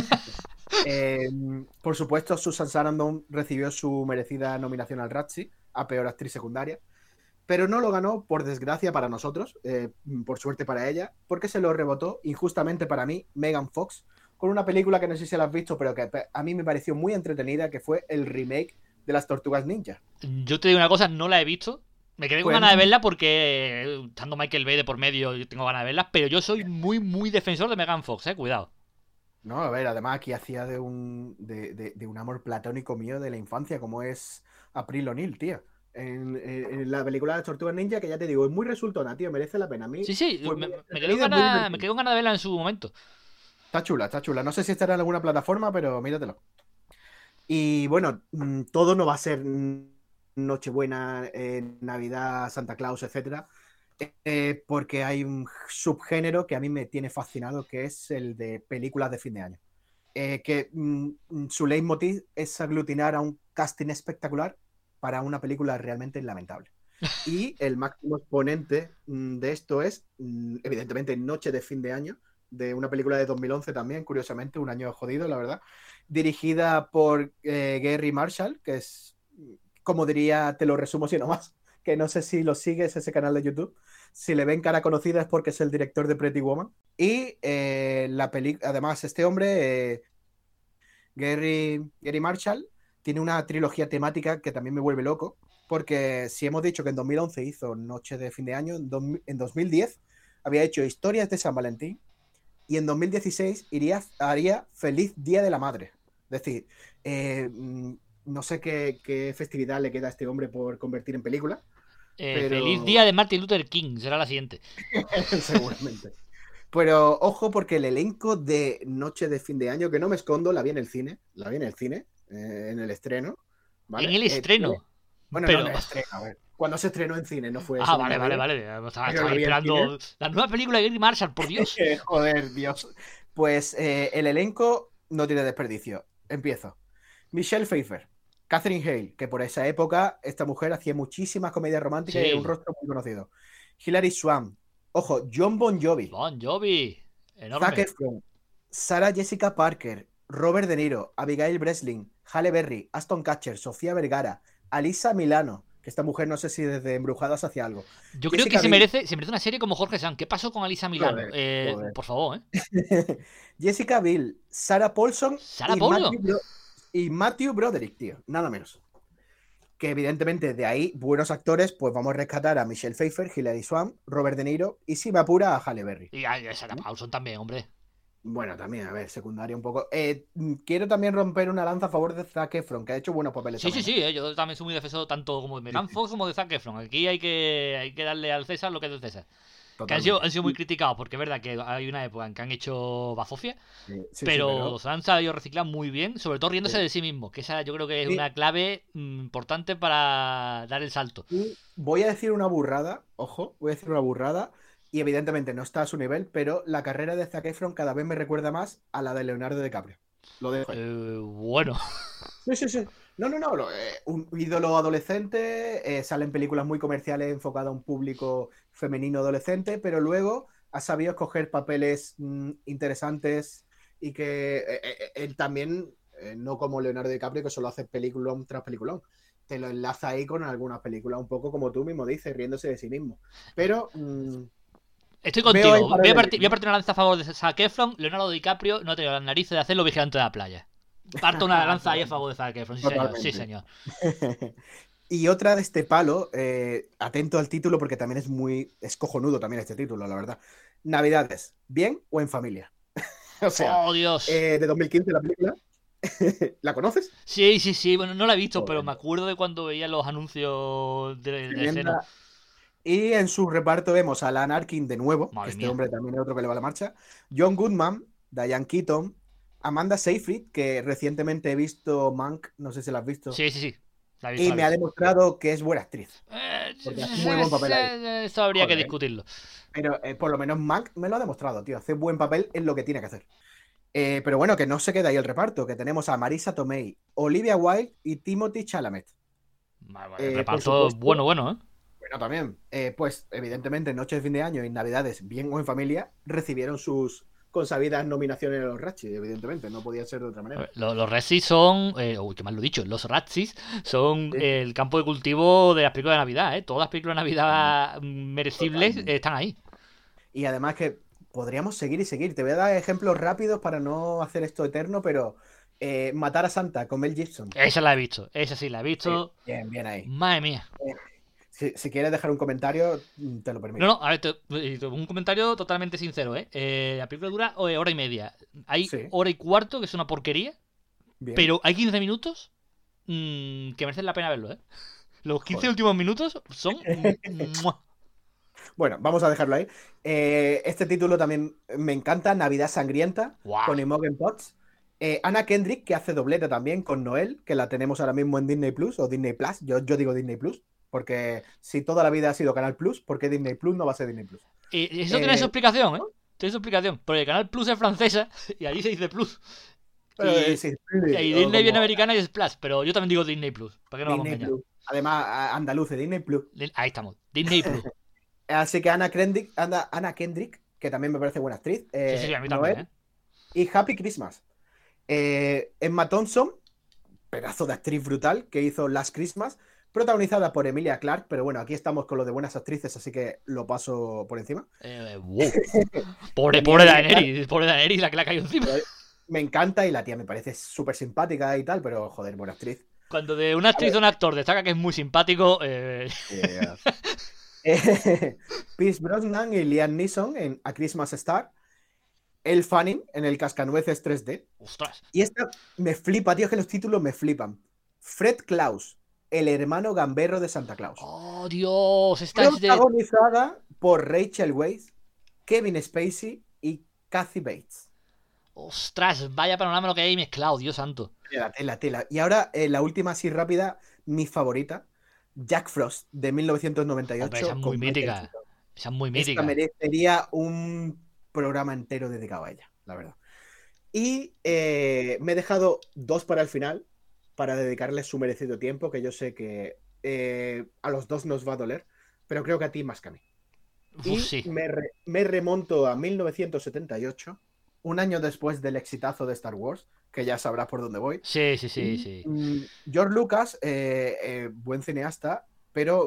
C: Eh, por supuesto, Susan Sarandon recibió su merecida nominación al Razzie a peor actriz secundaria, pero no lo ganó, por desgracia para nosotros, por suerte para ella, porque se lo rebotó injustamente para mí Megan Fox con una película que no sé si la has visto, pero que a mí me pareció muy entretenida, que fue el remake de Las Tortugas Ninja.
A: Yo te digo una cosa, no la he visto. Me quedé con
C: Pues
A: ganas de verla porque, estando Michael Bay de por medio, yo tengo ganas de verla. Pero yo soy muy defensor de Megan Fox, cuidado.
C: no, a ver, además aquí hacía de un amor platónico mío de la infancia, como es April O'Neil, tío. En la película de las Tortugas Ninja, que ya te digo, es muy resultona, tío, merece la pena. A mí
A: Sí,
C: fue
A: me,
C: muy
A: me quedé con
C: entretenida, muy
A: ganas, me
C: divertida.
A: quedé con ganas de verla en su momento.
C: Está chula, está chula. No sé si estará en alguna plataforma, pero míratelo. Y bueno, todo no va a ser Nochebuena, Navidad, Santa Claus, etcétera, porque hay un subgénero que a mí me tiene fascinado, que es el de películas de fin de año. Que su leitmotiv es aglutinar a un casting espectacular para una película realmente lamentable. Y el máximo exponente de esto es, evidentemente, Noche de fin de año, de una película de 2011 también, curiosamente, un año jodido, la verdad, dirigida por Gary Marshall, que es, como diría, te lo resumo si no más, que no sé si lo sigues ese canal de YouTube. Si le ven cara conocida es porque es el director de Pretty Woman. Y además, este hombre, Gary Marshall, tiene una trilogía temática que también me vuelve loco, porque si hemos dicho que en 2011 hizo Noche de fin de año, en 2010 había hecho Historias de San Valentín y en 2016 haría Feliz Día de la Madre. Es decir, no sé qué festividad le queda a este hombre por convertir en película. Pero...
A: Feliz Día de Martin Luther King, será la siguiente.
C: Seguramente. Pero ojo, porque el elenco de Noche de fin de año, que no me escondo, la vi en el cine, en el estreno. ¿Vale?
A: En el estreno.
C: Bueno,
A: pero...
C: no en el estreno, a ver. Cuando se estrenó en cine, no fue.
A: Vale. Estaba esperando la nueva película de Gary Marshall, por Dios.
C: Joder, Dios. Pues el elenco no tiene desperdicio. Empiezo. Michelle Pfeiffer, Catherine Hale, que por esa época esta mujer hacía muchísimas comedias románticas y un rostro muy conocido. Hilary Swank, ojo, John Bon Jovi.
A: Bon Jovi, enorme.
C: Zac Efron, Sarah Jessica Parker, Robert De Niro, Abigail Breslin, Halle Berry, Aston Kutcher, Sofía Vergara, Alyssa Milano, que esta mujer no sé si desde Embrujadas hacía algo.
A: Yo creo que se merece una serie como Jorge Sanz. ¿Qué pasó con Alyssa Milano? Joder. Por favor,
C: Jessica Biel, Sarah Paulson y Matthew Broderick, tío, nada menos. Que evidentemente de ahí, buenos actores, pues vamos a rescatar a Michelle Pfeiffer, Hilary Swank, Robert De Niro y si me apura a Halle Berry.
A: Y a Sarah Paulson también, hombre.
C: Bueno, también, a ver, secundaria un poco. Quiero también romper una lanza a favor de Zac Efron, que ha hecho buenos papeles.
A: Sí, yo también soy muy defensor tanto como de Megan Fox como de Zac Efron. Aquí hay que darle al César lo que es del César. Totalmente. Que han sido muy criticados, porque es verdad que hay una época en que han hecho bazofia, pero se han sabido reciclar muy bien, sobre todo riéndose de sí mismos, que esa yo creo que es una clave importante para dar el salto.
C: Voy a decir una burrada, y evidentemente no está a su nivel, pero la carrera de Zac Efron cada vez me recuerda más a la de Leonardo DiCaprio. Lo dejo ahí.
A: Bueno.
C: Sí. No. Un ídolo adolescente, sale en películas muy comerciales enfocadas a un público femenino adolescente, pero luego ha sabido escoger papeles interesantes y que él también, no como Leonardo DiCaprio, que solo hace peliculón tras peliculón. Te lo enlaza ahí con algunas películas, un poco como tú mismo dices, riéndose de sí mismo. Pero...
A: estoy contigo. Voy a partir una lanza a favor de Zac Efron. Leonardo DiCaprio no ha tenido las narices de hacerlo vigilante de la playa. Parto una lanza ahí a favor de Zac Efron. Sí, señor.
C: Y otra de este palo, atento al título porque también es cojonudo también este título, la verdad. Navidades, ¿bien o en familia? O sea,
A: ¡oh, Dios!
C: De 2015 la película. ¿La conoces?
A: Sí. Bueno, no la he visto, pero me acuerdo de cuando veía los anuncios de escena.
C: Y en su reparto vemos a Alan Arkin de nuevo,
A: Madre
C: que este
A: mía.
C: hombre también es otro que le va a la marcha. John Goodman, Diane Keaton, Amanda Seyfried, que recientemente he visto Mank, no sé si la has visto.
A: Sí.
C: Y me ha demostrado que es buena actriz. Porque hace muy buen papel ahí.
A: Eso habría que discutirlo.
C: Pero por lo menos Mank me lo ha demostrado, tío. Hace buen papel en lo que tiene que hacer. Pero bueno, que no se queda ahí el reparto, que tenemos a Marisa Tomei, Olivia Wilde y Timothée Chalamet.
A: El reparto bueno, ¿eh?
C: Bueno, también. Pues evidentemente Noche de fin de año y Navidades, bien o en familia, recibieron sus consabidas nominaciones a los Razzies, evidentemente, no podía ser de otra manera.
A: Los Razzies son, qué mal lo he dicho, los Razzies son el campo de cultivo de las películas de Navidad, ¿eh? Todas las películas de Navidad merecibles están ahí.
C: Y además que podríamos seguir y seguir. Te voy a dar ejemplos rápidos para no hacer esto eterno, pero Matar a Santa con Mel Gibson.
A: Esa la he visto, esa sí la he visto.
C: Bien ahí.
A: Madre mía.
C: Si quieres dejar un comentario, te lo permito.
A: No, a ver, un comentario totalmente sincero, ¿eh? La película dura hora y media. Hay hora y cuarto, que es una porquería. Bien. Pero hay 15 minutos que merecen la pena verlo, ¿eh? Los 15 últimos minutos son...
C: Bueno, vamos a dejarlo ahí. Este título también me encanta, Navidad Sangrienta, con Imogen Poots. Anna Kendrick, que hace doblete también con Noel, que la tenemos ahora mismo en Disney Plus o Disney Plus. Yo digo Disney Plus, porque si toda la vida ha sido Canal Plus, ¿por qué Disney Plus no va a ser Disney Plus?
A: Y eso tiene su explicación, ¿eh? Tiene su explicación. Porque Canal Plus es francesa y allí se dice Plus. Y Disney viene americana y es Plus, pero yo también digo Disney Plus. ¿Para qué no vamos a engañar?
C: Además, andaluce, Disney Plus.
A: Ahí estamos, Disney Plus.
C: Así que Anna Kendrick, que también me parece buena actriz.
A: Sí, a mí también, ¿eh?
C: Y Happy Christmas. Emma Thompson, pedazo de actriz brutal, que hizo Last Christmas, protagonizada por Emilia Clarke, pero bueno, aquí estamos con lo de buenas actrices, así que lo paso por encima.
A: Wow. Pobre Daenerys, la que le ha caído encima.
C: Me encanta y la tía me parece súper simpática y tal, pero joder, buena actriz.
A: Cuando de una actriz o un actor destaca que es muy simpático...
C: Yeah. Pierce Brosnan y Liam Neeson en A Christmas Star. Elle Fanning en El Cascanueces 3D.
A: ¡Ostras!
C: Y esta me flipa, tío, es que los títulos me flipan. Fred Claus, el hermano gamberro de Santa Claus.
A: ¡Oh, Dios! Esta es de...
C: Protagonizada por Rachel Weisz, Kevin Spacey y Kathy Bates.
A: ¡Ostras! Vaya panorama lo que hay mezclado, Dios santo.
C: Tela. Y ahora, la última así rápida, mi favorita, Jack Frost, de 1998.
A: Hombre, esa es muy mítica. Esa es muy mítica.
C: Esta merecería un programa entero dedicado a ella, la verdad. Y me he dejado 2 para el final, para dedicarles su merecido tiempo, que yo sé que a los 2 nos va a doler, pero creo que a ti más que a mí. Y
A: sí.
C: me remonto a 1978, un año después del exitazo de Star Wars, que ya sabrás por dónde voy.
A: Sí.
C: George Lucas, buen cineasta, pero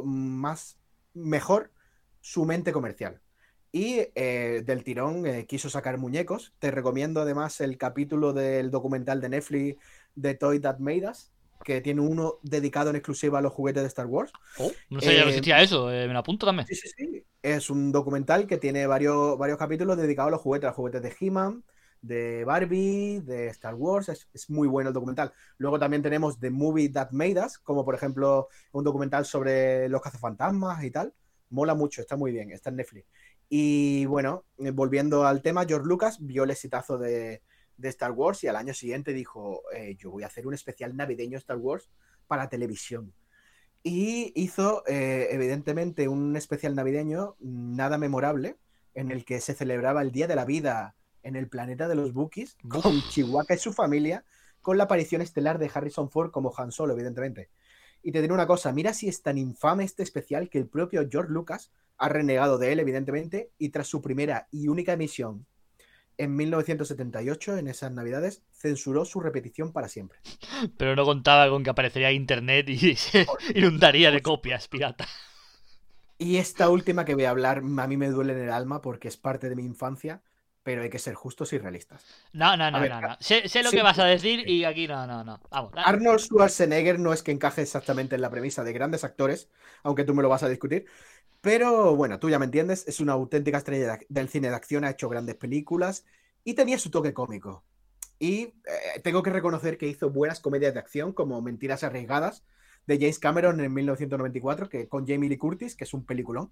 C: mejor su mente comercial. Y del tirón quiso sacar muñecos. Te recomiendo además el capítulo del documental de Netflix The Toy That Made Us, que tiene uno dedicado en exclusiva a los juguetes de Star Wars.
A: Oh, no sabía que existía eso, me lo apunto también.
C: Sí. Es un documental que tiene varios capítulos dedicados a los juguetes de He-Man, de Barbie, de Star Wars. Es muy bueno el documental. Luego también tenemos The Movie That Made Us, como por ejemplo un documental sobre los cazafantasmas y tal. Mola mucho, está muy bien, está en Netflix. Y bueno, volviendo al tema, George Lucas vio el exitazo de Star Wars y al año siguiente dijo, yo voy a hacer un especial navideño Star Wars para televisión. Y hizo, evidentemente, un especial navideño nada memorable, en el que se celebraba el Día de la Vida en el planeta de los Wookiees, con Chewbacca y su familia, con la aparición estelar de Harrison Ford como Han Solo, evidentemente. Y te diré una cosa, mira si es tan infame este especial que el propio George Lucas ha renegado de él, evidentemente, y tras su primera y única emisión en 1978, en esas navidades, censuró su repetición para siempre.
A: Pero no contaba con que aparecería internet y se inundaría de copias pirata.
C: Y esta última que voy a hablar, a mí me duele en el alma porque es parte de mi infancia, pero hay que ser justos y realistas.
A: No. Sé lo que vas a decir y aquí no. Vamos.
C: Arnold Schwarzenegger no es que encaje exactamente en la premisa de grandes actores, aunque tú me lo vas a discutir. Pero bueno, tú ya me entiendes, es una auténtica estrella del cine de acción, ha hecho grandes películas y tenía su toque cómico. Y tengo que reconocer que hizo buenas comedias de acción como Mentiras Arriesgadas de James Cameron en 1994, con Jamie Lee Curtis, que es un peliculón.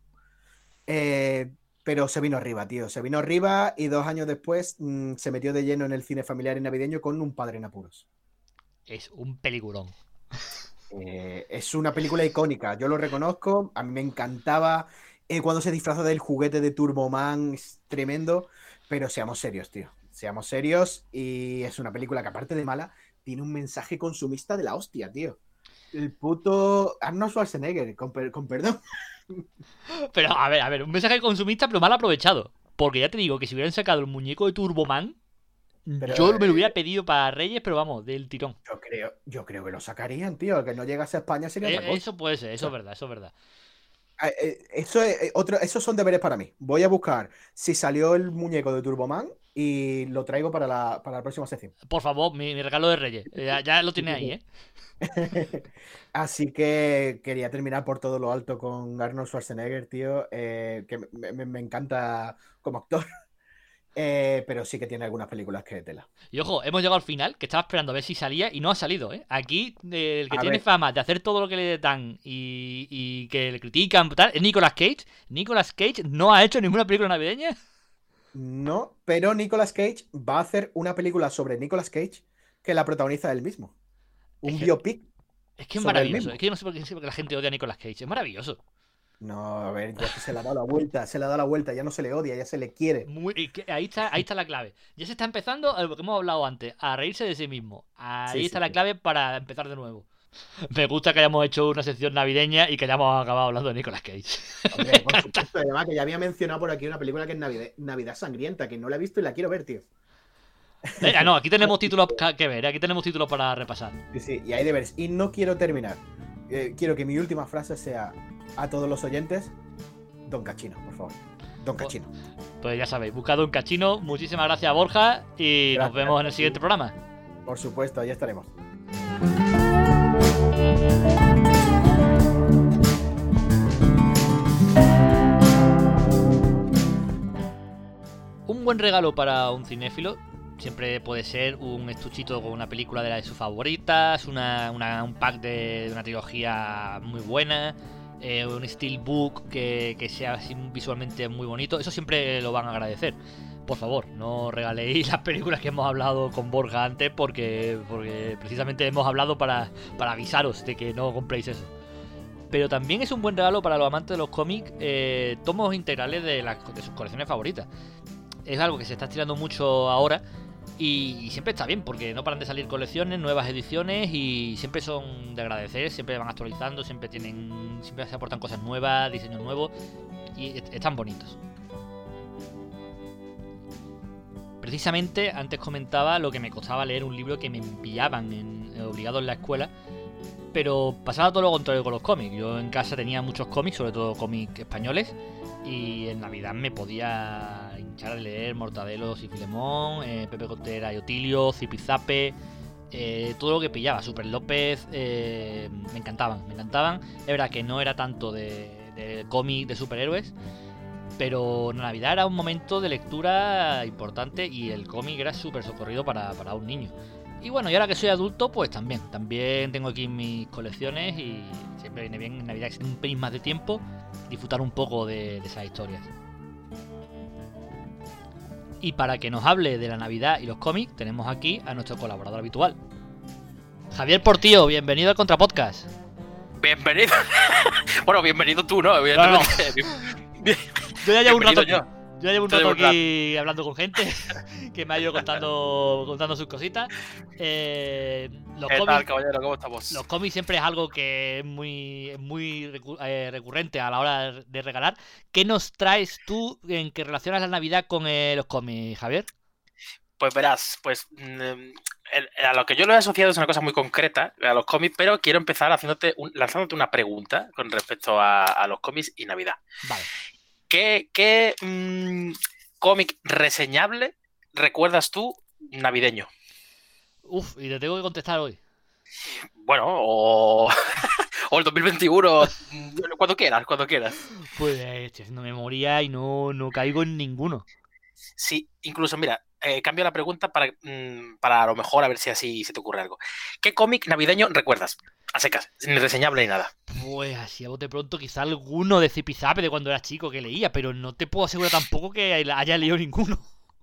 C: Pero se vino arriba, tío, y 2 años después se metió de lleno en el cine familiar y navideño con Un padre en apuros.
A: Es un peliculón.
C: Es una película icónica, yo lo reconozco, a mí me encantaba cuando se disfrazó del juguete de Turboman, es tremendo, pero seamos serios, tío, seamos serios, y es una película que aparte de mala, tiene un mensaje consumista de la hostia, tío. El puto Arnold Schwarzenegger, con perdón.
A: Pero, a ver, un mensaje consumista pero mal aprovechado, porque ya te digo que si hubieran sacado el muñeco de Turboman, pero, yo me lo hubiera pedido para Reyes, pero vamos, del tirón.
C: Yo creo que lo sacarían, tío. Que no llegase a España sería otra cosa.
A: Eso puede ser, eso es verdad.
C: Esos son deberes para mí. Voy a buscar si salió el muñeco de Turboman y lo traigo para la próxima sección.
A: Por favor, mi regalo de Reyes. Ya lo tiene ahí,
C: Así que quería terminar por todo lo alto con Arnold Schwarzenegger, tío. Que me encanta como actor. Pero sí que tiene algunas películas que tela.
A: Y ojo, hemos llegado al final, que estaba esperando a ver si salía y no ha salido, ¿eh? Aquí el que tiene fama de hacer todo lo que le dan y que le critican tal, es Nicolas Cage. Nicolas Cage no ha hecho ninguna película navideña.
C: No, pero Nicolas Cage va a hacer una película sobre Nicolas Cage que la protagoniza él mismo. Un biopic.
A: Es que es maravilloso. Es que yo no sé por qué la gente odia a Nicolas Cage. Es maravilloso.
C: No, a ver, ya se le ha dado la vuelta, ya no se le odia, ya se le quiere.
A: Ahí está la clave. Ya se está empezando, lo que hemos hablado antes, a reírse de sí mismo. Ahí está la clave para empezar de nuevo. Me gusta que hayamos hecho una sección navideña y que hayamos acabado hablando de Nicolas Cage.
C: Hombre, por supuesto, además que ya había mencionado por aquí una película que es Navidad Sangrienta, que no la he visto y la quiero ver, tío.
A: No, aquí tenemos títulos que ver, aquí tenemos títulos para repasar.
C: Sí, y hay deberes. Y no quiero terminar. Quiero que mi última frase sea a todos los oyentes, Don Cachino, por favor. Don Cachino.
A: Pues ya sabéis, buscad Don Cachino. Muchísimas gracias, Borja, y gracias. Nos vemos en el siguiente programa.
C: Por supuesto, ahí estaremos.
A: un buen regalo para un cinéfilo. Siempre puede ser un estuchito con una película de sus favoritas, un pack de una trilogía muy buena, un steelbook que sea así visualmente muy bonito. Eso siempre lo van a agradecer. Por favor, no regaléis las películas que hemos hablado con Borja antes porque precisamente hemos hablado para avisaros de que no compréis eso. Pero también es un buen regalo para los amantes de los cómics, tomos integrales de sus colecciones favoritas. Es algo que se está estirando mucho ahora y siempre está bien porque no paran de salir colecciones, nuevas ediciones y siempre son de agradecer, siempre van actualizando, siempre se aportan cosas nuevas, diseños nuevos y están bonitos. Precisamente antes comentaba lo que me costaba leer un libro que me enviaban obligado en la escuela, pero pasaba todo lo contrario con los cómics. Yo en casa tenía muchos cómics, sobre todo cómics españoles, y en Navidad me podía hinchar a leer Mortadelo y Filemón, Pepe Cotera y Otilio, Zipizape, todo lo que pillaba, Super López, me encantaban. Es verdad que no era tanto de cómic de superhéroes, pero Navidad era un momento de lectura importante y el cómic era súper socorrido para un niño. Y bueno, y ahora que soy adulto, pues también tengo aquí mis colecciones y siempre viene bien en Navidad que tenga un pelín más de tiempo disfrutar un poco de esas historias. Y para que nos hable de la Navidad y los cómics, tenemos aquí a nuestro colaborador habitual, Javier Portillo. Bienvenido al Contrapodcast.
D: Bienvenido. Bueno, bienvenido tú, ¿no?
A: No. Yo ya llevo un rato aquí. Yo llevo un rato
D: Llevo un
A: aquí hablando con gente que me ha ido contando sus cositas. Los
D: ¿Qué
A: cómics,
D: tal, caballero? ¿Cómo estamos?
A: los cómics siempre es algo que es muy recurrente a la hora de regalar. ¿Qué nos traes tú en que relacionas la Navidad con los cómics, Javier?
D: Pues verás, a lo que yo lo he asociado es una cosa muy concreta, a los cómics, pero quiero empezar lanzándote una pregunta con respecto a los cómics y Navidad.
A: Vale.
D: ¿Qué cómic reseñable recuerdas tú navideño?
A: Uf, y te tengo que contestar hoy.
D: Bueno, o el 2021, cuando quieras.
A: Pues estoy haciendo memoria y no caigo en ninguno.
D: Sí, incluso, mira, cambio la pregunta para a lo mejor a ver si así se te ocurre algo. ¿Qué cómic navideño recuerdas? A secas, ni reseñable ni nada.
A: Pues así a bote pronto quizá alguno de Zipizape de cuando era chico que leía, pero no te puedo asegurar tampoco que haya leído ninguno.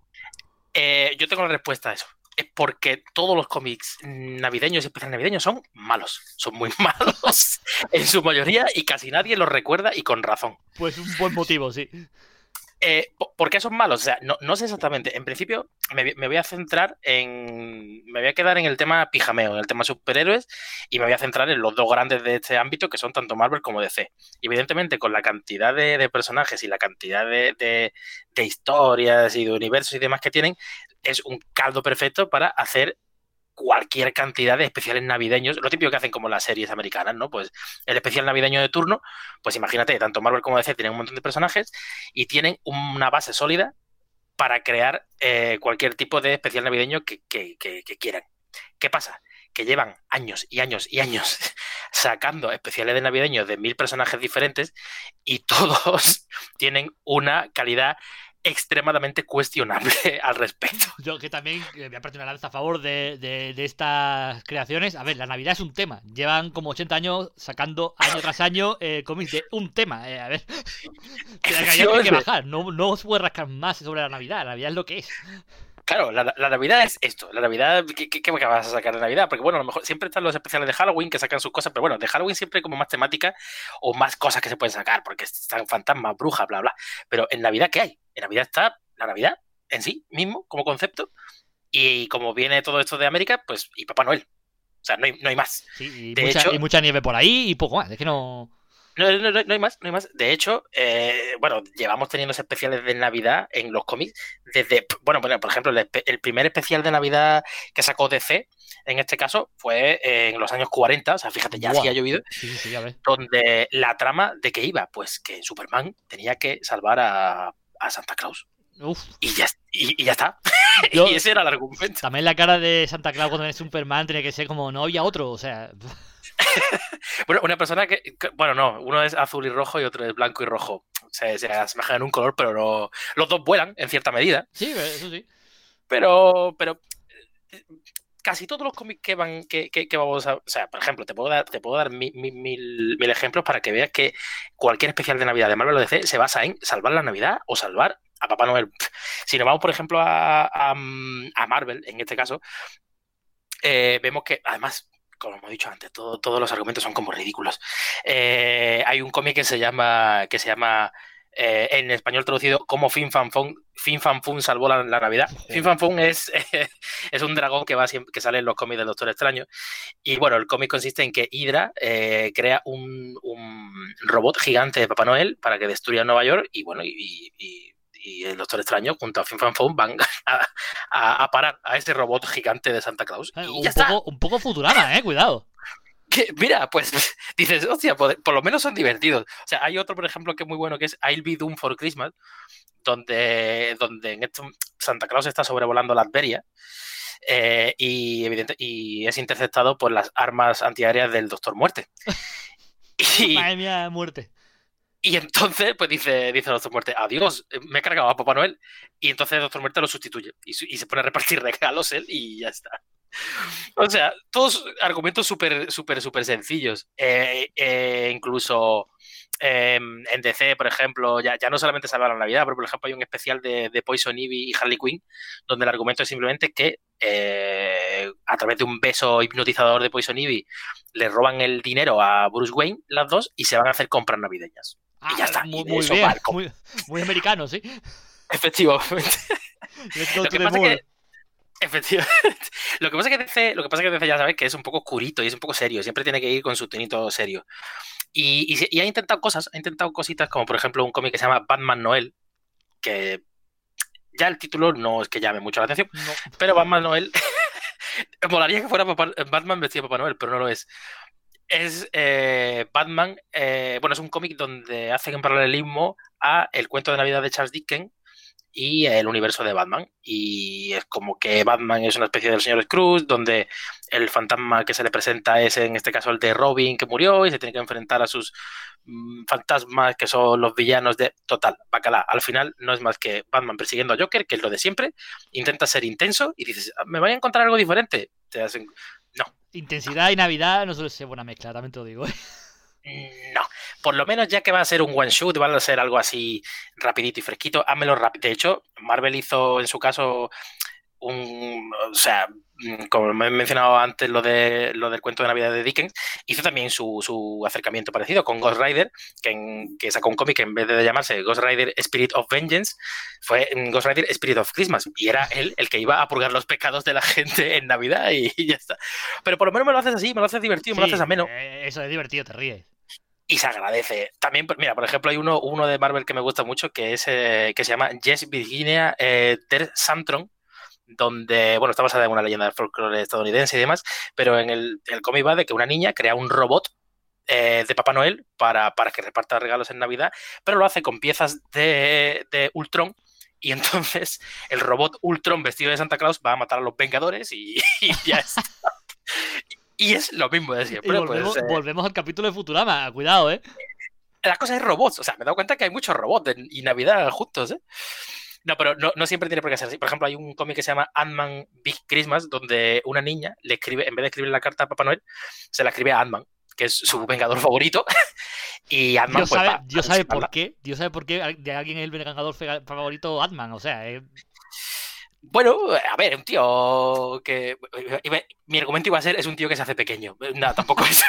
D: Yo tengo la respuesta a eso. Es porque todos los cómics navideños y especiales navideños son malos. Son muy malos en su mayoría y casi nadie los recuerda y con razón.
A: Pues un buen motivo, sí.
D: ¿Por qué son malos? O sea, no sé exactamente. En principio, me voy a centrar me voy a quedar en el tema pijameo, en el tema superhéroes, y me voy a centrar en los dos grandes de este ámbito, que son tanto Marvel como DC. Y evidentemente, con la cantidad de personajes y la cantidad de historias y de universos y demás que tienen, es un caldo perfecto para hacer cualquier cantidad de especiales navideños, lo típico que hacen como las series americanas, ¿no? Pues el especial navideño de turno, pues imagínate, tanto Marvel como DC tienen un montón de personajes y tienen una base sólida para crear cualquier tipo de especial navideño que quieran. ¿Qué pasa? Que llevan años y años y años sacando especiales de navideños de 1000 personajes diferentes y todos tienen una calidad extremadamente cuestionable al respecto.
A: Yo que también voy a partir una lanza a favor de estas creaciones. A ver, la Navidad es un tema. Llevan como 80 años sacando año tras año cómics de un tema. A ver, hay que bajar. No os puede rascar más sobre la Navidad. La Navidad es lo que es.
D: Claro, la Navidad es esto. La Navidad, ¿qué vas a sacar de Navidad? Porque bueno, a lo mejor siempre están los especiales de Halloween que sacan sus cosas, pero bueno, de Halloween siempre hay como más temática o más cosas que se pueden sacar, porque están fantasmas, brujas, bla, bla. Pero en Navidad, ¿qué hay? En Navidad está la Navidad en sí mismo, como concepto, y como viene todo esto de América, pues, y Papá Noel. O sea, no hay más.
A: Sí, y mucha nieve por ahí y poco más. Es que no...
D: No hay más. De hecho, bueno, llevamos teniendo especiales de Navidad en los cómics desde, bueno, por ejemplo, el primer especial de Navidad que sacó DC, en este caso, fue en los años 40, o sea, fíjate, ya sí ha llovido,
A: sí, ya ves.
D: Donde la trama de qué iba, pues que Superman tenía que salvar a Santa Claus.
A: Uf.
D: Y ya está. Y ese era el argumento.
A: También la cara de Santa Claus cuando es Superman tiene que ser como no había otro, o sea...
D: Una persona bueno, no, uno es azul y rojo y otro es blanco y rojo. Se asemejan en un color, pero no, los dos vuelan en cierta medida.
A: Sí, eso sí.
D: Pero casi todos los cómics que vamos a... O sea, por ejemplo, te puedo dar mil ejemplos para que veas que cualquier especial de Navidad de Marvel o DC se basa en salvar la Navidad o salvar a Papá Noel. Si nos vamos, por ejemplo, a Marvel, en este caso, vemos que, además, como hemos dicho antes, todos los argumentos son como ridículos. Hay un cómic que se llama en español traducido como Fin Fan Fum salvó la Navidad. Fin Fan Fum es un dragón que sale en los cómics del Doctor Extraño. Y bueno, el cómic consiste en que Hydra crea un robot gigante de Papá Noel para que destruya Nueva York. Y bueno, y el Doctor Extraño junto a Fin Fan Fum van a parar a ese robot gigante de Santa Claus. Y
A: un poco Futurama, cuidado.
D: Mira, pues dices, hostia, por lo menos son divertidos. O sea, hay otro, por ejemplo, que es muy bueno, que es I'll Be Doom for Christmas, donde en esto Santa Claus está sobrevolando Latveria y es interceptado por las armas antiaéreas del Doctor Muerte.
A: Madre mía, muerte.
D: Y entonces, pues dice el Doctor Muerte, adiós, me he cargado a Papá Noel. Y entonces el Doctor Muerte lo sustituye y se pone a repartir regalos él y ya está. O sea, todos argumentos súper sencillos. Incluso en DC, por ejemplo, ya no solamente salva la Navidad, pero por ejemplo hay un especial de Poison Ivy y Harley Quinn, donde el argumento es simplemente que a través de un beso hipnotizador de Poison Ivy le roban el dinero a Bruce Wayne, las dos, y se van a hacer compras navideñas. Y ya está.
A: Muy bien, muy americano, sí.
D: Efectivamente. Lo que pasa es que efectivamente. Lo que pasa es que DC ya sabes que es un poco oscurito y es un poco serio. Siempre tiene que ir con su tonito serio. Y ha intentado cositas como por ejemplo un cómic que se llama Batman Noel, que ya el título no es que llame mucho la atención, no. Pero Batman Noel molaría que fuera Batman vestido de Papá Noel, pero no lo es. Es Batman, bueno, es un cómic donde hacen un paralelismo a el cuento de Navidad de Charles Dickens y el universo de Batman. Y es como que Batman es una especie del señor Scrooge, donde el fantasma que se le presenta es en este caso el de Robin, que murió y se tiene que enfrentar a sus fantasmas, que son los villanos de... Total, bacalá. Al final no es más que Batman persiguiendo a Joker, que es lo de siempre. Intenta ser intenso y dices, ¿me voy a encontrar algo diferente? Te hacen... No.
A: Intensidad y Navidad no suele ser buena mezcla, también te lo digo.
D: No, por lo menos ya que va a ser un one shoot, va a ser algo así rapidito y fresquito, házmelo rápido. De hecho, Marvel hizo en su caso o sea, como me he mencionado antes lo del cuento de Navidad de Dickens, hizo también su acercamiento parecido con Ghost Rider, que sacó un cómic que en vez de llamarse Ghost Rider Spirit of Vengeance, fue Ghost Rider Spirit of Christmas, y era él el que iba a purgar los pecados de la gente en Navidad y ya está. Pero por lo menos me lo haces así, me lo haces divertido, sí, me lo haces ameno.
A: Eso es divertido, te ríes.
D: Y se agradece. También, mira, por ejemplo, hay uno de Marvel que me gusta mucho, que es que se llama Jess Virginia Der Santron, donde, bueno, está basada en una leyenda del folclore estadounidense y demás, pero en el cómic va de que una niña crea un robot de Papá Noel para que reparta regalos en Navidad, pero lo hace con piezas de Ultron, y entonces el robot Ultron vestido de Santa Claus va a matar a los Vengadores y ya está. Y es lo mismo de siempre.
A: Y volvemos al capítulo de Futurama, cuidado,
D: La cosa es robots, o sea, me he dado cuenta que hay muchos robots y Navidad juntos, No, pero no siempre tiene por qué ser así. Por ejemplo, hay un cómic que se llama Ant-Man Big Christmas, donde una niña le escribe, en vez de escribir la carta a Papá Noel, se la escribe a Ant-Man, que es su vengador favorito. Y Ant-Man,
A: Dios sabe por qué. Dios sabe por qué de alguien es el vengador favorito Ant-Man, o sea,
D: Bueno, a ver, un tío que... Mi argumento iba a ser, es un tío que se hace pequeño. No, tampoco es...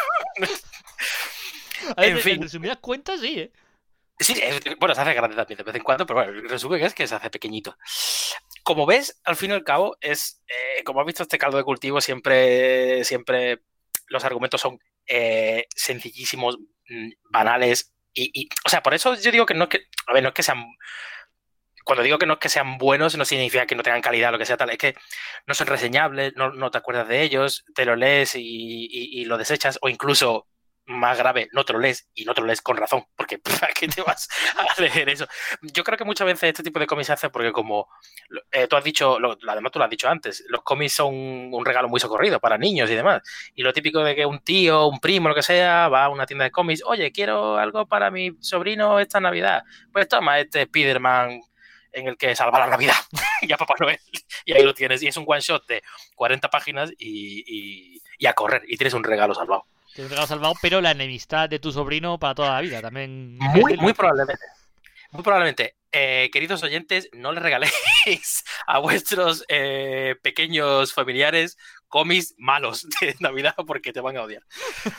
A: En fin. En resumidas cuentas, sí,
D: Sí, bueno, se hace grande también de vez en cuando, pero bueno, el resumen es que se hace pequeñito. Como ves, al fin y al cabo, es como has visto este caldo de cultivo, siempre los argumentos son sencillísimos, banales, y o sea, por eso yo digo que no es que, a ver, no es que sean... Cuando digo que no es que sean buenos, no significa que no tengan calidad o lo que sea tal, es que no son reseñables, no te acuerdas de ellos, te lo lees y lo desechas, o incluso más grave, no te lo lees y no te lo lees con razón, porque ¿para qué te vas a leer eso? Yo creo que muchas veces este tipo de cómics se hace porque como tú has dicho, además tú lo has dicho antes, los cómics son un regalo muy socorrido para niños y demás. Y lo típico de que un tío, un primo, lo que sea, va a una tienda de cómics, oye, quiero algo para mi sobrino esta Navidad. Pues toma este Spider-Man en el que salva la Navidad y a Papá Noel. Y ahí lo tienes. Y es un one shot de 40 páginas y a correr. Y tienes un regalo salvado.
A: Tienes un regalo salvado, pero la enemistad de tu sobrino para toda la vida también.
D: Muy probablemente. Muy probablemente. Queridos oyentes, no le regaléis a vuestros pequeños familiares cómics malos de Navidad porque te van a odiar.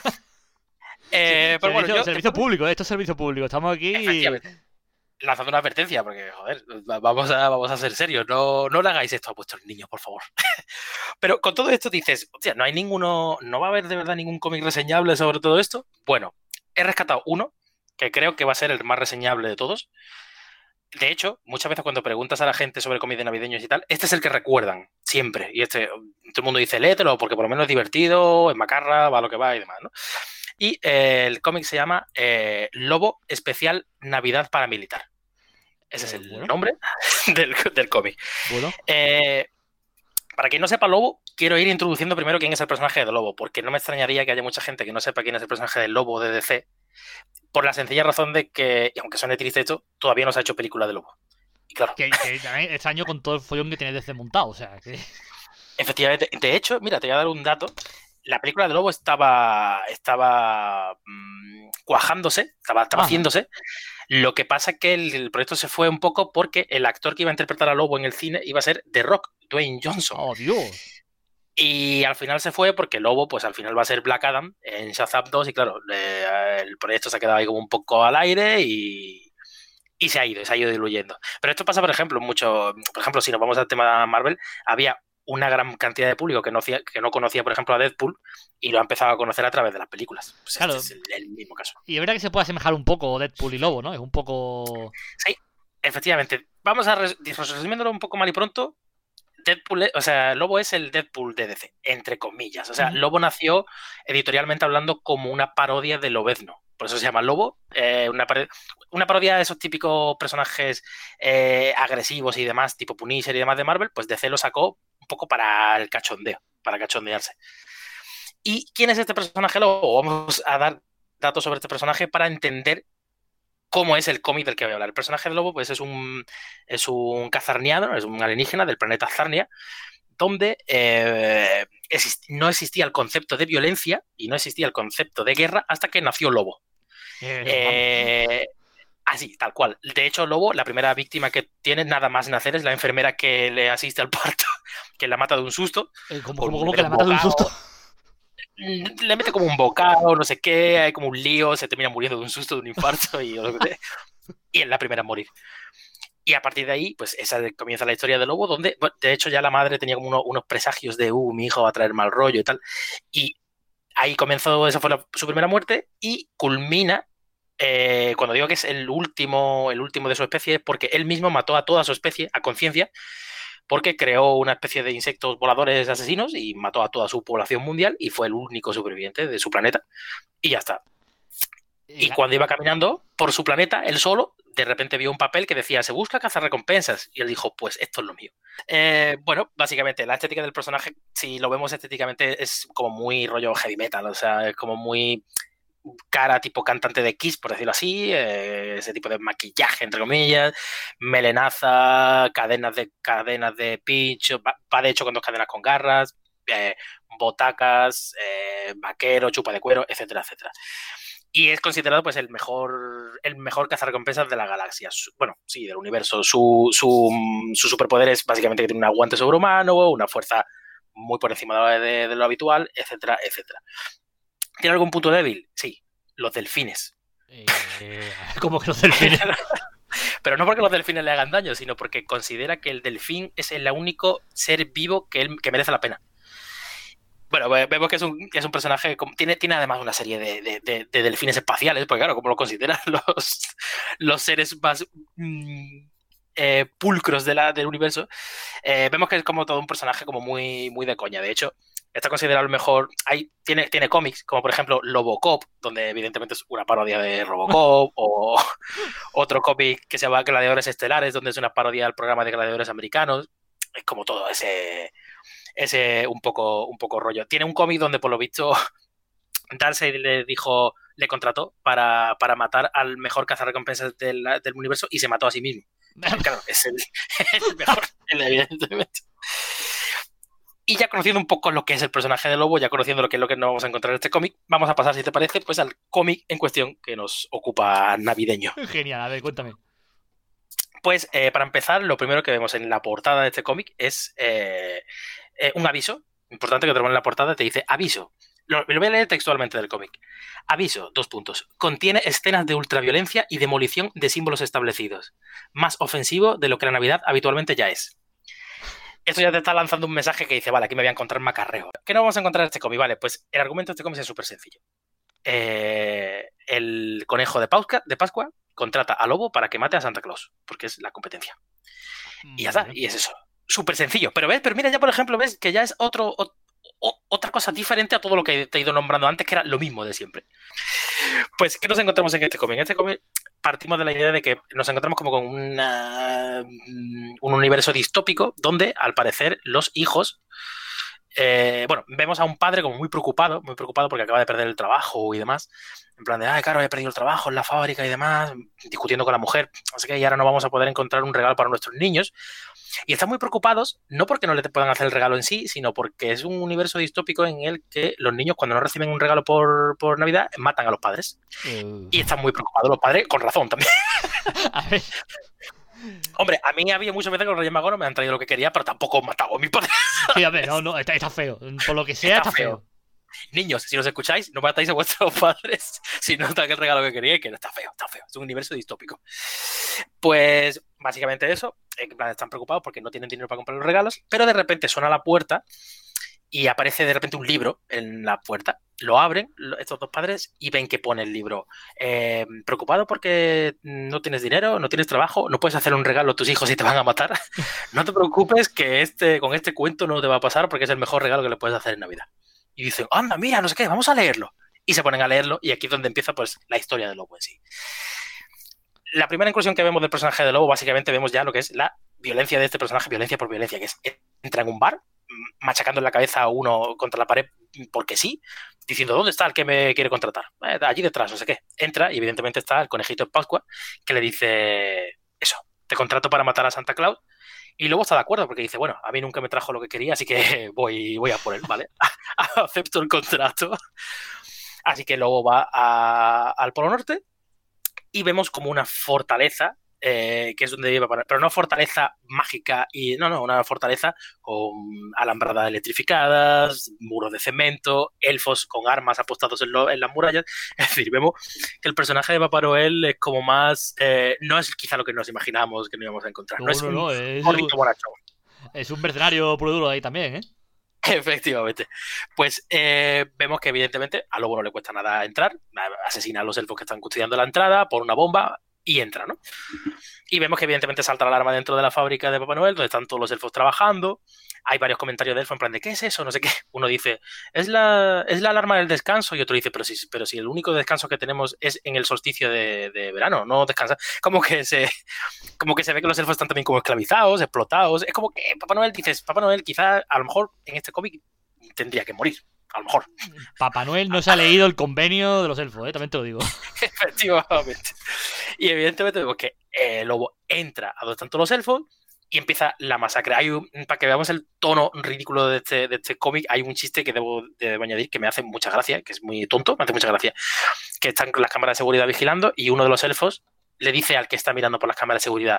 D: Pero bueno,
A: servicio público, esto es servicio público. Estamos aquí
D: lanzando una advertencia, porque, joder, vamos a ser serios. No le hagáis esto a vuestros niños, por favor. Pero con todo esto dices, hostia, no va a haber de verdad ningún cómic reseñable sobre todo esto. Bueno, he rescatado uno que creo que va a ser el más reseñable de todos. De hecho, muchas veces cuando preguntas a la gente sobre cómics de navideños y tal, este es el que recuerdan siempre. Y todo el mundo dice, léetelo, porque por lo menos es divertido, es macarra, va lo que va y demás, ¿no? Y el cómic se llama Lobo Especial Navidad Paramilitar. Ese es el nombre del cómic. Bueno. Para quien no sepa Lobo, quiero ir introduciendo primero quién es el personaje de Lobo, porque no me extrañaría que haya mucha gente que no sepa quién es el personaje del Lobo de DC, por la sencilla razón de que, y aunque suene triste esto, todavía no se ha hecho película de Lobo. Y claro.
A: Que este año con todo el follón que tiene DC montado, o sea, que...
D: Efectivamente. De hecho, mira, te voy a dar un dato. La película de Lobo estaba cuajándose, estaba haciéndose. Lo que pasa es que el proyecto se fue un poco porque el actor que iba a interpretar a Lobo en el cine iba a ser The Rock, Dwayne Johnson.
A: ¡Oh, Dios!
D: Y al final se fue porque Lobo, pues al final va a ser Black Adam en Shazam 2 y claro, el proyecto se ha quedado ahí como un poco al aire y se ha ido diluyendo. Pero esto pasa, por ejemplo, si nos vamos al tema de Marvel, había una gran cantidad de público que no conocía, por ejemplo, a Deadpool y lo ha empezado a conocer a través de las películas. Pues
A: claro.
D: Este es el mismo caso.
A: Y es verdad que se puede asemejar un poco Deadpool y Lobo, ¿no? Es un poco...
D: Sí, efectivamente. Vamos a resumiéndolo un poco mal y pronto. Lobo es el Deadpool de DC, entre comillas. O sea, Lobo nació editorialmente hablando como una parodia de Lobezno. Por eso se llama Lobo. Una parodia de esos típicos personajes agresivos y demás, tipo Punisher y demás de Marvel, pues DC lo sacó un poco para el cachondeo, para cachondearse. ¿Y quién es este personaje Lobo? Vamos a dar datos sobre este personaje para entender cómo es el cómic del que voy a hablar. El personaje de Lobo pues es un cazarniano, es un alienígena del planeta Zarnia, donde no existía el concepto de violencia y no existía el concepto de guerra hasta que nació Lobo. Así, tal cual. De hecho, Lobo, la primera víctima que tiene nada más nacer es la enfermera que le asiste al parto, que la mata de un susto.
A: ¿Cómo que la mata de un susto?
D: Le mete como un bocado, no sé qué, hay como un lío, se termina muriendo de un susto, de un infarto y es la primera en morir. Y a partir de ahí, pues esa comienza la historia de Lobo, donde, bueno, de hecho, ya la madre tenía como unos presagios de, mi hijo va a traer mal rollo y tal. Y ahí comenzó, esa fue su primera muerte y culmina, cuando digo que es el último de su especie, es porque él mismo mató a toda su especie a conciencia, porque creó una especie de insectos voladores asesinos y mató a toda su población mundial y fue el único superviviente de su planeta. Y ya está. Y cuando iba caminando por su planeta, él solo, de repente vio un papel que decía, se busca cazarrecompensas. Y él dijo, pues esto es lo mío. Bueno, básicamente, la estética del personaje, si lo vemos estéticamente, es como muy rollo heavy metal. O sea, es como muy cara tipo cantante de Kiss, por decirlo así. Ese tipo de maquillaje, entre comillas. Melenaza, cadenas de pincho. Va de hecho con 2 cadenas con garras. Botacas, vaquero, chupa de cuero, etcétera, etcétera. Y es considerado pues el mejor cazarrecompensas de la galaxia. Bueno, sí, del universo. Su superpoder es básicamente que tiene un aguante sobrehumano, una fuerza muy por encima de lo habitual, etcétera, etcétera. ¿Tiene algún punto débil? Sí, los delfines.
A: ¿Cómo que los delfines?
D: Pero no porque los delfines le hagan daño, sino porque considera que el delfín es el único ser vivo que merece la pena. Bueno, vemos que es un personaje, tiene además una serie de delfines espaciales, porque claro, como lo consideran los seres más pulcros del universo, vemos que es como todo un personaje como muy, muy de coña. De hecho, Está considerado el mejor. Tiene cómics, como por ejemplo Lobocop, donde evidentemente es una parodia de Robocop, o otro cómic que se llama Gladiadores Estelares, donde es una parodia del programa de gladiadores americanos. Es como todo ese un poco rollo. Tiene un cómic donde por lo visto Darkseid le contrató para matar al mejor cazarrecompensas del universo y se mató a sí mismo. Claro, es el mejor, evidentemente. Y ya conociendo un poco lo que es el personaje de Lobo, ya conociendo lo que nos vamos a encontrar en este cómic, vamos a pasar, si te parece, pues al cómic en cuestión que nos ocupa navideño.
A: Genial, a ver, cuéntame.
D: Pues para empezar, lo primero que vemos en la portada de este cómic es un aviso importante que tenemos en la portada. Te dice aviso. Lo voy a leer textualmente del cómic. Aviso, 2 puntos. Contiene escenas de ultraviolencia y demolición de símbolos establecidos. Más ofensivo de lo que la Navidad habitualmente ya es. Esto ya te está lanzando un mensaje que dice, vale, aquí me voy a encontrar macarreo. ¿Qué no vamos a encontrar en este cómic? Vale, pues el argumento de este cómic es súper sencillo. El conejo de Pascua contrata a Lobo para que mate a Santa Claus, porque es la competencia. Y ya está, y es eso. Súper sencillo. Pero mira, ya por ejemplo, ves que ya es otra cosa diferente a todo lo que te he ido nombrando antes, que era lo mismo de siempre. Pues, ¿qué nos encontramos en este cómic? En este cómic partimos de la idea de que nos encontramos como con un universo distópico donde, al parecer, los hijos... vemos a un padre como muy preocupado porque acaba de perder el trabajo y demás. En plan de, claro, he perdido el trabajo en la fábrica y demás, discutiendo con la mujer, así que ahora no vamos a poder encontrar un regalo para nuestros niños. Y están muy preocupados, no porque no le puedan hacer el regalo en sí, sino porque es un universo distópico en el que los niños, cuando no reciben un regalo por Navidad, matan a los padres. Y están muy preocupados los padres, con razón también.
A: A ver.
D: Hombre, a mí había muchas veces que los Reyes Magos no me han traído lo que quería, pero tampoco han matado a mi padre.
A: Sí, a ver, no, está feo. Por lo que sea, está feo.
D: Niños, si los escucháis, no matáis a vuestros padres si no os dan el regalo que queríais, que no está feo. Es un universo distópico. Pues, básicamente eso. Están preocupados porque no tienen dinero para comprar los regalos, pero de repente suena la puerta y aparece de repente un libro en la puerta. Lo abren estos 2 padres y ven que pone el libro. Preocupado porque no tienes dinero, no tienes trabajo, no puedes hacer un regalo a tus hijos y te van a matar. No te preocupes que con este cuento no te va a pasar porque es el mejor regalo que le puedes hacer en Navidad. Y dicen, anda, mira, no sé qué, vamos a leerlo. Y se ponen a leerlo y aquí es donde empieza pues la historia de Lobo en sí. La primera incursión que vemos del personaje de Lobo, básicamente vemos ya lo que es la violencia de este personaje, violencia por violencia, que es entra en un bar, machacando en la cabeza a uno contra la pared porque sí, diciendo, ¿dónde está el que me quiere contratar? Allí detrás, no sé qué. Entra y evidentemente está el conejito de Pascua que le dice, eso, te contrato para matar a Santa Claus. Y Lobo está de acuerdo porque dice, bueno, a mí nunca me trajo lo que quería, así que voy a por él, ¿vale? Acepto el contrato. Así que Lobo va al Polo Norte y vemos como una fortaleza, que es donde iba a parar, pero no fortaleza mágica, una fortaleza con alambradas electrificadas, muros de cemento, elfos con armas apostados en las murallas. Es decir, vemos que el personaje de Papá Noel es como más, no es quizá lo que nos imaginábamos que nos íbamos a encontrar. No es un gordito bonachón.
A: Es un mercenario puro y duro ahí también, ¿eh?
D: Efectivamente. Pues vemos que evidentemente a Lobo no le cuesta nada entrar, asesina a los elfos que están custodiando la entrada, pone una bomba y entra, ¿no? Y vemos que evidentemente salta la alarma dentro de la fábrica de Papá Noel, donde están todos los elfos trabajando. Hay varios comentarios de elfos en plan de ¿qué es eso? No sé qué. Uno dice, es la alarma del descanso, y otro dice, pero si el único descanso que tenemos es en el solsticio de verano, no descansa. Como que se ve que los elfos están también como esclavizados, explotados. Es como que Papá Noel quizá a lo mejor en este cómic tendría que morir. A lo mejor.
A: Papá Noel no se ha leído el convenio de los elfos, también te lo digo.
D: Efectivamente. Y evidentemente vemos que el Lobo entra a donde están todos los elfos y empieza la masacre. Para que veamos el tono ridículo de este cómic, hay un chiste que debo añadir que me hace mucha gracia, que es muy tonto, me hace mucha gracia, que están con las cámaras de seguridad vigilando y uno de los elfos le dice al que está mirando por las cámaras de seguridad,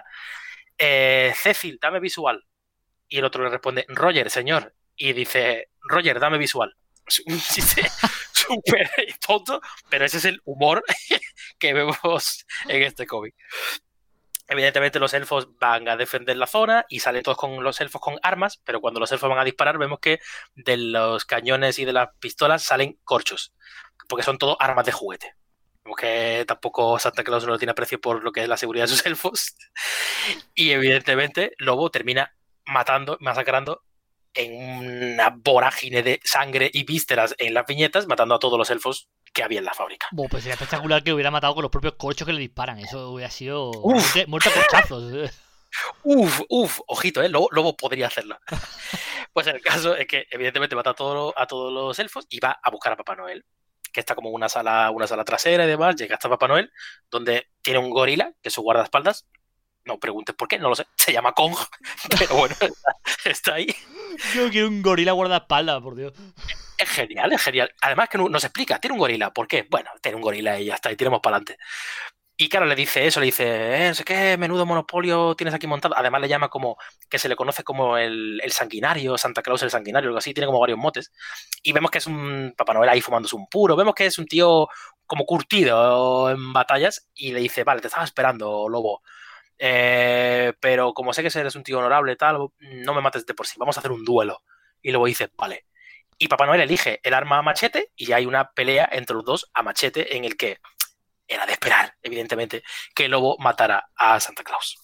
D: Cecil, dame visual. Y el otro le responde, Roger, señor. Y dice, Roger, dame visual. Es un chiste súper tonto, pero ese es el humor que vemos en este cómic. Evidentemente los elfos van a defender la zona y salen todos con los elfos con armas, pero cuando los elfos van a disparar vemos que de los cañones y de las pistolas salen corchos, porque son todo armas de juguete. Como que tampoco Santa Claus no tiene aprecio por lo que es la seguridad de sus elfos. Y evidentemente Lobo termina masacrando en una vorágine de sangre y vísceras en las viñetas, matando a todos los elfos que había en la fábrica.
A: Bueno, pues sería espectacular que hubiera matado con los propios corchos que le disparan. Eso hubiera sido muerte a corchazos.
D: Ojito, Lobo podría hacerlo. Pues el caso es que evidentemente mata a todos los elfos y va a buscar a Papá Noel, que está como una sala trasera y demás. Llega hasta Papá Noel, donde tiene un gorila, que es su guardaespaldas. No preguntes por qué, no lo sé. Se llama Kong, pero bueno, está ahí.
A: Yo quiero un gorila guardaespaldas, por Dios.
D: Es genial, es genial. Además que nos explica, tiene un gorila. ¿Por qué? Bueno, tiene un gorila y ya está, y tiremos para adelante. Y claro, le dice eso, le dice, no sé qué, menudo monopolio tienes aquí montado. Además le llama como, que se le conoce como el sanguinario, Santa Claus el sanguinario, algo así, tiene como varios motes. Y vemos que es un Papá Noel ahí fumándose un puro, vemos que es un tío como curtido en batallas y le dice, vale, te estaba esperando, Lobo. Pero como sé que eres un tío honorable y tal, no me mates de por sí, vamos a hacer un duelo. Y luego dice, vale. Y Papá Noel elige el arma a machete y hay una pelea entre los dos a machete en el que era de esperar, evidentemente, que el Lobo matara a Santa Claus.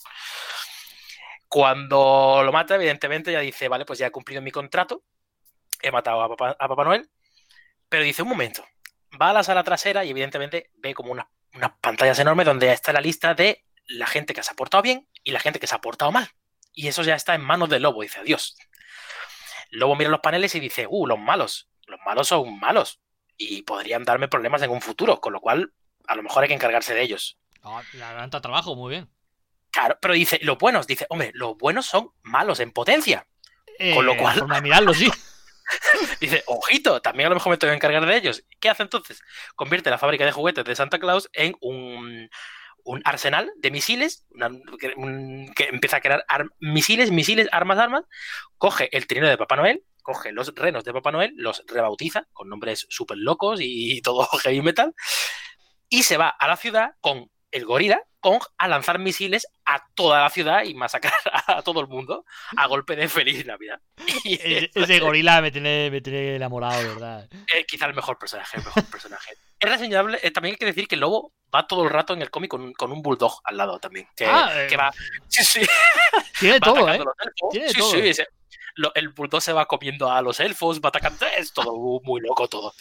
D: Cuando lo mata, evidentemente, ya dice, vale, pues ya he cumplido mi contrato, he matado a Papá Noel, pero dice, un momento, va a la sala trasera y evidentemente ve como unas pantallas enormes donde está la lista de la gente que se ha portado bien y la gente que se ha portado mal. Y eso ya está en manos del Lobo, dice, adiós. El Lobo mira los paneles y dice, los malos son malos y podrían darme problemas en un futuro, con lo cual a lo mejor hay que encargarse de ellos.
A: Le dan trabajo, muy bien.
D: Claro, pero dice, los buenos son malos en potencia. Con lo cual...
A: Forma de mirarlo, sí.
D: Dice, ojito, también a lo mejor me tengo que encargar de ellos. ¿Qué hace entonces? Convierte la fábrica de juguetes de Santa Claus en un arsenal de misiles, que empieza a crear misiles, armas, coge el trineo de Papá Noel, coge los renos de Papá Noel, los rebautiza con nombres súper locos y todo heavy metal, y se va a la ciudad con el gorila Kong a lanzar misiles a toda la ciudad y masacrar a todo el mundo a golpe de Feliz Navidad.
A: Ese gorila me tiene enamorado, ¿verdad?
D: Es quizá el mejor personaje. Es reseñable. También hay que decir que el Lobo va todo el rato en el cómic con un bulldog al lado también. Que va... Sí.
A: Tiene
D: va
A: todo, ¿eh?
D: Tiene todo. Sí. El bulldog se va comiendo a los elfos, va atacando. Es todo muy loco todo.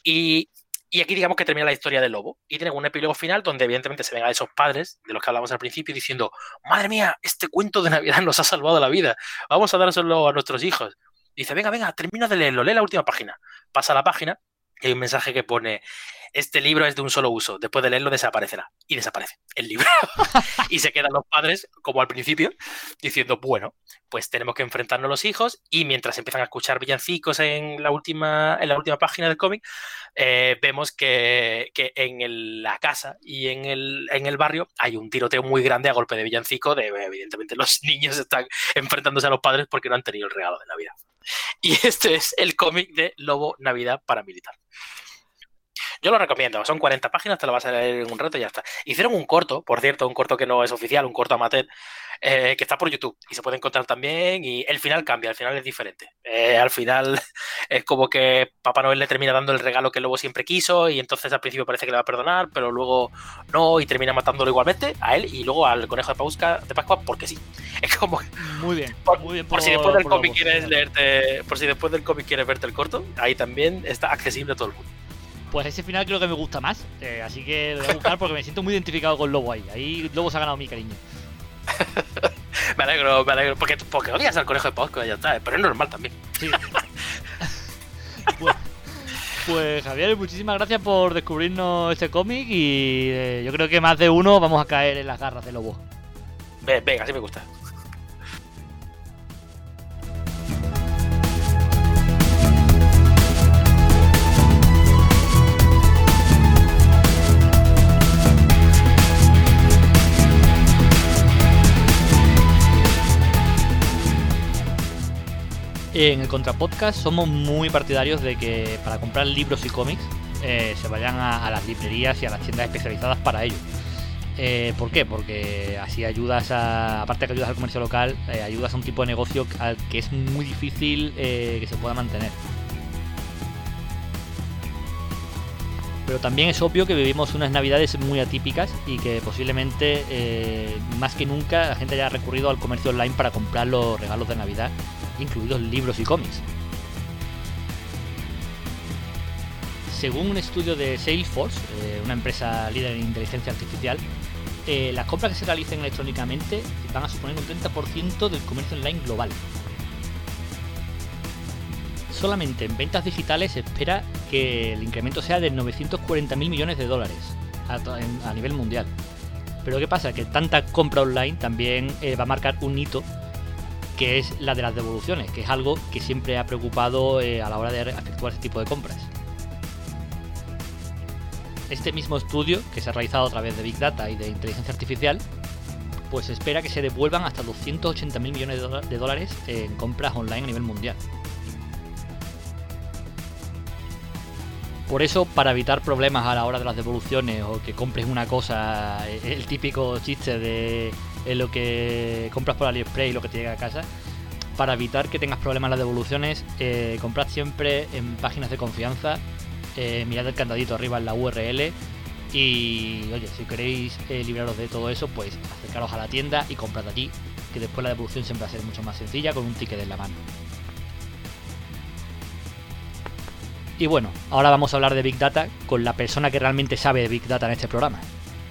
D: Y aquí digamos que termina la historia del Lobo. Y tiene un epílogo final donde evidentemente se ven a esos padres de los que hablamos al principio diciendo, madre mía, este cuento de Navidad nos ha salvado la vida. Vamos a dárselo a nuestros hijos. Dice, venga, termina de leerlo, lee la última página. Pasa la página y hay un mensaje que pone, este libro es de un solo uso, después de leerlo desaparecerá. Y desaparece el libro. Y se quedan los padres, como al principio, diciendo, bueno, pues tenemos que enfrentarnos los hijos. Y mientras empiezan a escuchar villancicos en la última página del cómic, vemos que en la casa y en el barrio hay un tiroteo muy grande a golpe de villancico. Evidentemente los niños están enfrentándose a los padres porque no han tenido el regalo de Navidad. Y este es el cómic de Lobo Navidad paramilitar. Yo lo recomiendo, son 40 páginas, te lo vas a leer en un rato y ya está. Hicieron un corto, por cierto, un corto que no es oficial, un corto amateur, que está por YouTube y se puede encontrar también, y el final cambia, el final es diferente. Al final es como que Papá Noel le termina dando el regalo que el Lobo siempre quiso y entonces al principio parece que le va a perdonar, pero luego no, y termina matándolo igualmente a él y luego al conejo de Pascua porque sí. Es como...
A: Muy bien.
D: Por si después del cómic quieres leerte, por si después del cómic quieres verte el corto, ahí también está accesible a todo el mundo.
A: Pues ese final creo que me gusta más, así que lo voy a buscar porque me siento muy identificado con Lobo ahí. Ahí Lobo se ha ganado mi cariño.
D: Me alegro, porque odias al conejo de Pascua, ya está, pero es normal también.
A: Sí. Pues Javier, muchísimas gracias por descubrirnos este cómic y yo creo que más de uno vamos a caer en las garras de Lobo.
D: Venga, así me gusta.
A: En el Contrapodcast somos muy partidarios de que para comprar libros y cómics se vayan a las librerías y a las tiendas especializadas para ello. ¿Por qué? Porque así ayudas aparte de que ayudas al comercio local, ayudas a un tipo de negocio al que es muy difícil que se pueda mantener. Pero también es obvio que vivimos unas navidades muy atípicas y que posiblemente más que nunca la gente haya recurrido al comercio online para comprar los regalos de Navidad incluidos libros y cómics. Según un estudio de Salesforce, una empresa líder en inteligencia artificial, las compras que se realicen electrónicamente van a suponer un 30% del comercio online global. Solamente en ventas digitales se espera que el incremento sea de 940.000 millones de dólares a nivel mundial. Pero ¿qué pasa? Que tanta compra online también va a marcar un hito, que es la de las devoluciones, que es algo que siempre ha preocupado a la hora de efectuar este tipo de compras. Este mismo estudio, que se ha realizado a través de Big Data y de inteligencia artificial, pues espera que se devuelvan hasta 280.000 millones de dólares en compras online a nivel mundial. Por eso, para evitar problemas a la hora de las devoluciones o que compres una cosa, el típico chiste de lo que compras por AliExpress y lo que te llega a casa, para evitar que tengas problemas en las devoluciones, comprad siempre en páginas de confianza, mirad el candadito arriba en la URL y, oye, si queréis libraros de todo eso, pues acercaros a la tienda y comprad allí, que después la devolución siempre va a ser mucho más sencilla con un ticket en la mano. Y bueno, ahora vamos a hablar de Big Data con la persona que realmente sabe de Big Data en este programa.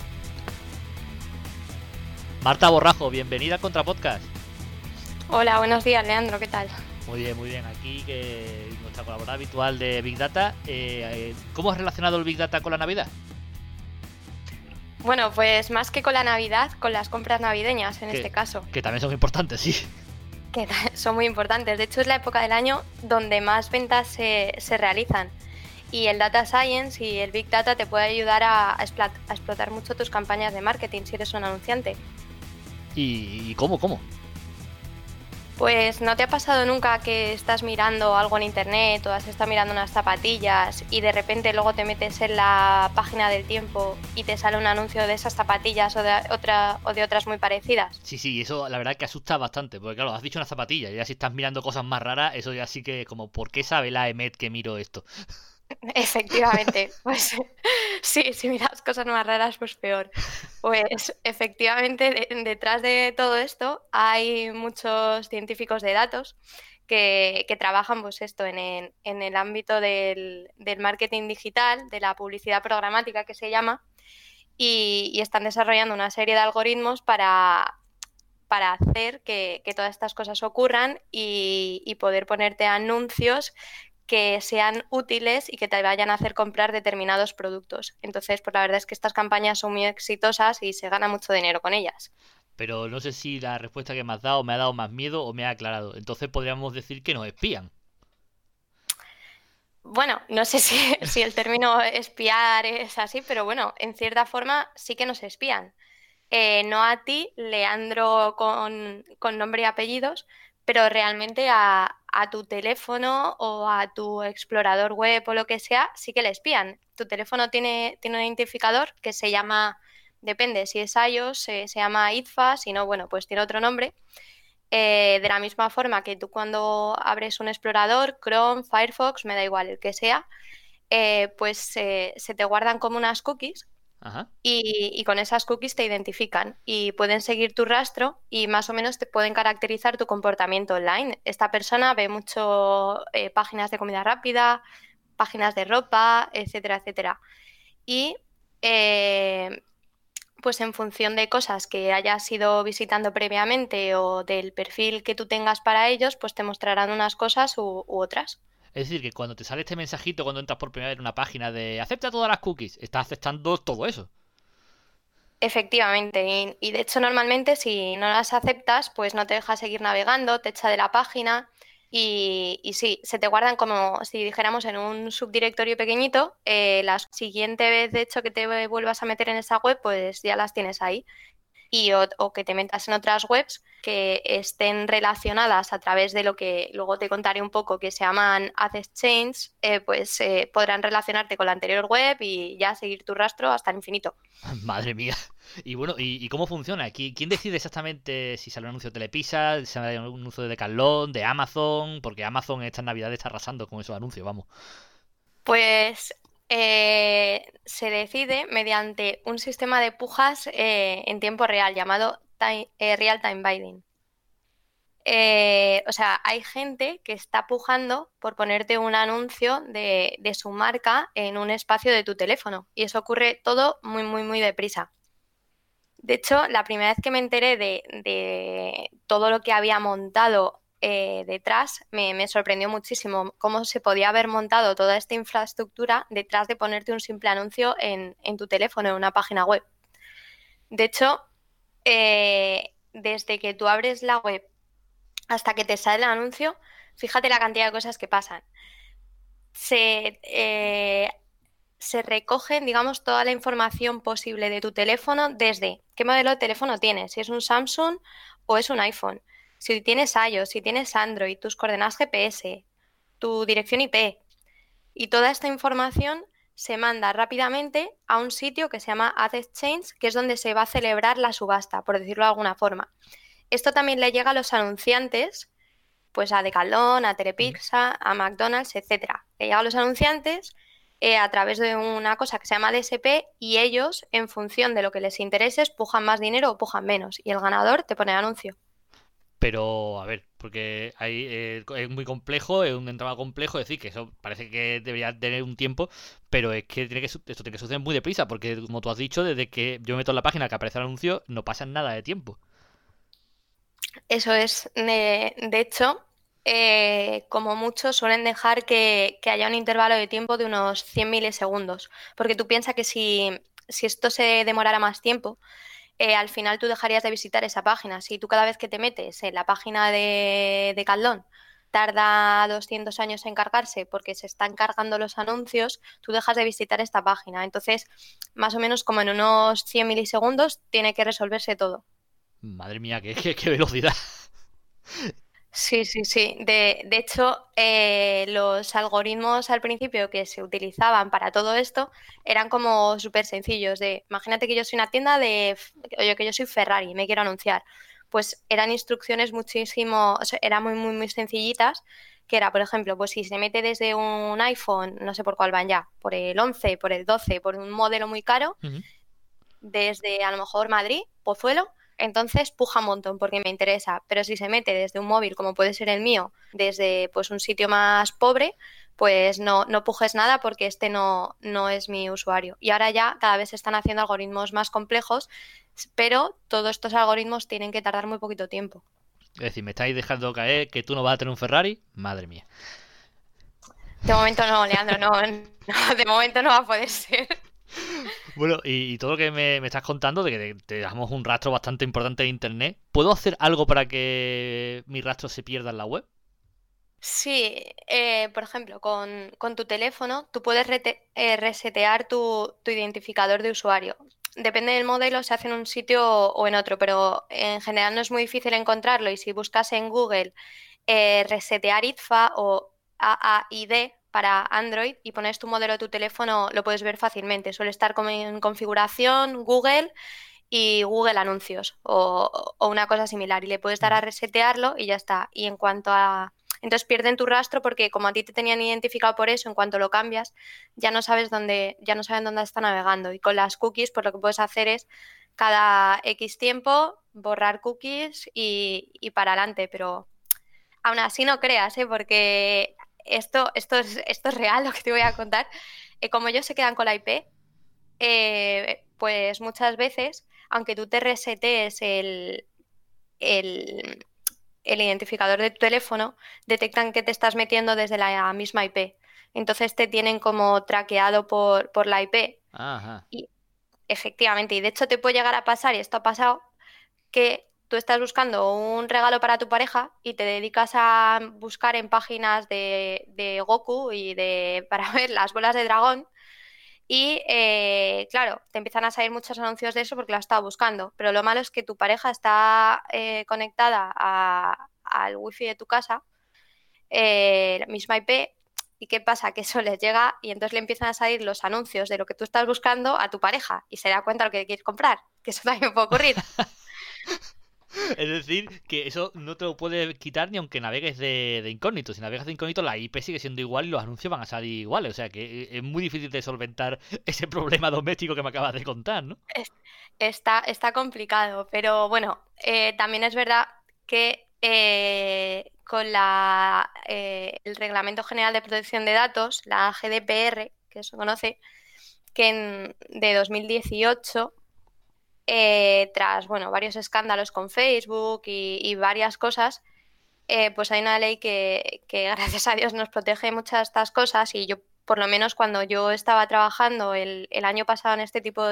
A: Marta Borrajo, bienvenida al Contrapodcast.
E: Hola, buenos días, Leandro, ¿qué tal?
A: Muy bien, aquí que nuestra colaboradora habitual de Big Data. ¿Cómo has relacionado el Big Data con la Navidad?
E: Bueno, pues más que con la Navidad, con las compras navideñas en este caso.
A: Que también son importantes, sí.
E: Que son muy importantes. De hecho, es la época del año donde más ventas se realizan. Y el Data Science y el Big Data te puede ayudar a explotar mucho tus campañas de marketing si eres un anunciante.
A: ¿Y cómo?
E: Pues ¿no te ha pasado nunca que estás mirando algo en internet o has estado mirando unas zapatillas y de repente luego te metes en la página del Tiempo y te sale un anuncio de esas zapatillas o de otras muy parecidas?
A: Sí, eso la verdad que asusta bastante, porque claro, has dicho una zapatilla y ya si estás mirando cosas más raras, eso ya sí que como, ¿por qué sabe la EMET que miro esto?
E: Efectivamente, pues sí, si miras cosas más raras, pues peor. Pues efectivamente, detrás de todo esto hay muchos científicos de datos que trabajan pues esto en el ámbito del marketing digital, de la publicidad programática que se llama, y están desarrollando una serie de algoritmos para hacer que todas estas cosas ocurran y poder ponerte anuncios que sean útiles y que te vayan a hacer comprar determinados productos. Entonces, pues la verdad es que estas campañas son muy exitosas y se gana mucho dinero con ellas.
A: Pero no sé si la respuesta que me has dado me ha dado más miedo o me ha aclarado. Entonces podríamos decir que nos espían.
E: Bueno, no sé si el término espiar es así, pero bueno, en cierta forma sí que nos espían. No a ti, Leandro con nombre y apellidos, pero realmente a tu teléfono o a tu explorador web o lo que sea, sí que le espían. Tu teléfono tiene un identificador que se llama, depende, si es iOS, se llama IDFA, si no, bueno, pues tiene otro nombre. De la misma forma que tú cuando abres un explorador, Chrome, Firefox, me da igual el que sea, pues se te guardan como unas cookies.
A: Ajá.
E: Y con esas cookies te identifican y pueden seguir tu rastro y más o menos te pueden caracterizar tu comportamiento online. Esta persona ve mucho páginas de comida rápida, páginas de ropa, etcétera, etcétera. Y pues en función de cosas que hayas ido visitando previamente o del perfil que tú tengas para ellos, pues te mostrarán unas cosas u otras.
A: Es decir, que cuando te sale este mensajito cuando entras por primera vez en una página de acepta todas las cookies, estás aceptando todo eso.
E: Efectivamente, y de hecho normalmente si no las aceptas, pues no te deja seguir navegando, te echa de la página y sí, se te guardan como si dijéramos en un subdirectorio pequeñito. La siguiente vez de hecho que te vuelvas a meter en esa web, pues ya las tienes ahí. O que te metas en otras webs que estén relacionadas a través de lo que luego te contaré un poco, que se llaman Ad Exchange, pues podrán relacionarte con la anterior web y ya seguir tu rastro hasta el infinito.
A: Madre mía. Y bueno, ¿y cómo funciona? ¿Quién decide exactamente si sale un anuncio de Telepisa, si sale un anuncio de Decathlon, de Amazon? Porque Amazon estas navidades está arrasando con esos anuncios, vamos.
E: Pues se decide mediante un sistema de pujas en tiempo real llamado Real Time Bidding. o sea, hay gente que está pujando por ponerte un anuncio de su marca en un espacio de tu teléfono y eso ocurre todo muy, muy, muy deprisa. De hecho, la primera vez que me enteré de todo lo que había montado detrás, me sorprendió muchísimo cómo se podía haber montado toda esta infraestructura detrás de ponerte un simple anuncio en tu teléfono, en una página web. De hecho, desde que tú abres la web hasta que te sale el anuncio, fíjate la cantidad de cosas que pasan. Se recogen, digamos, toda la información posible de tu teléfono desde qué modelo de teléfono tienes, si es un Samsung o es un iPhone, si tienes iOS, si tienes Android, tus coordenadas GPS, tu dirección IP. Y toda esta información se manda rápidamente a un sitio que se llama AdExchange, que es donde se va a celebrar la subasta, por decirlo de alguna forma. Esto también le llega a los anunciantes, pues a Decathlon, a Telepizza, a McDonald's, etcétera. Le llega a los anunciantes a través de una cosa que se llama DSP y ellos, en función de lo que les interese, pujan más dinero o pujan menos. Y el ganador te pone el anuncio.
A: Pero, a ver, porque ahí es muy complejo, es un entramado complejo, es decir, que eso parece que debería tener un tiempo, pero es que esto tiene que suceder muy deprisa, porque como tú has dicho, desde que yo me meto en la página que aparece el anuncio, no pasa nada de tiempo.
E: Eso es, de hecho, como mucho suelen dejar que haya un intervalo de tiempo de unos 100 milisegundos, porque tú piensas que si esto se demorara más tiempo, al final tú dejarías de visitar esa página. Si tú cada vez que te metes en la página de Decathlon tarda 200 años en cargarse porque se están cargando los anuncios, tú dejas de visitar esta página. Entonces, más o menos como en unos 100 milisegundos tiene que resolverse todo.
A: Madre mía, qué velocidad.
E: Sí, sí, sí. De hecho, los algoritmos al principio que se utilizaban para todo esto eran como súper sencillos. Imagínate que yo soy una tienda oye, que yo soy Ferrari y me quiero anunciar. Pues eran instrucciones muchísimo, o sea, eran muy, muy, muy sencillitas, que era, por ejemplo, pues si se mete desde un iPhone, no sé por cuál van ya, por el 11, por el 12, por un modelo muy caro, desde a lo mejor Madrid, Pozuelo, entonces puja un montón porque me interesa. Pero si se mete desde un móvil, como puede ser el mío, desde pues un sitio más pobre, pues no pujes nada porque este no es mi usuario. Y ahora ya cada vez se están haciendo algoritmos más complejos, pero todos estos algoritmos tienen que tardar muy poquito tiempo.
A: Es decir, me estáis dejando caer que tú no vas a tener un Ferrari. Madre mía.
E: De momento no, Leandro, no, de momento no va a poder ser.
A: Bueno, y todo lo que me estás contando, de que te dejamos un rastro bastante importante de internet, ¿puedo hacer algo para que mi rastro se pierda en la web?
E: Sí, por ejemplo, con tu teléfono tú puedes resetear tu identificador de usuario. Depende del modelo, se hace en un sitio o en otro, pero en general no es muy difícil encontrarlo y si buscas en Google resetear IDFA o AAID para Android y pones tu modelo de tu teléfono, lo puedes ver fácilmente. Suele estar como en configuración, Google y Google Anuncios o una cosa similar y le puedes dar a resetearlo y ya está. Y en cuanto a... Entonces pierden tu rastro porque como a ti te tenían identificado por eso, en cuanto lo cambias, ya no saben dónde está navegando. Y con las cookies, pues lo que puedes hacer es cada X tiempo borrar cookies y para adelante, pero aún así no creas, porque esto es real lo que te voy a contar. Como ellos se quedan con la IP, pues muchas veces, aunque tú te resetees el identificador de tu teléfono, detectan que te estás metiendo desde la misma IP. Entonces te tienen como traqueado por la IP.
A: Ajá.
E: Y efectivamente, y de hecho te puede llegar a pasar, y esto ha pasado, que tú estás buscando un regalo para tu pareja y te dedicas a buscar en páginas de Goku y para ver las bolas de dragón. Y claro, te empiezan a salir muchos anuncios de eso porque lo has estado buscando. Pero lo malo es que tu pareja está conectada al wifi de tu casa, la misma IP. ¿Y qué pasa? Que eso les llega y entonces le empiezan a salir los anuncios de lo que tú estás buscando a tu pareja y se da cuenta de lo que quieres comprar. Que eso también puede ocurrir.
A: Es decir, que eso no te lo puedes quitar ni aunque navegues de incógnito. Si navegas de incógnito, la IP sigue siendo igual y los anuncios van a salir iguales. O sea que es muy difícil de solventar ese problema doméstico que me acabas de contar, ¿no?
E: Está complicado, pero bueno, también es verdad que con el Reglamento General de Protección de Datos, la GDPR, que se conoce, que de 2018, tras varios escándalos con Facebook y varias cosas, pues hay una ley que gracias a Dios nos protege muchas de estas cosas, y yo, por lo menos cuando yo estaba trabajando el año pasado en este tipo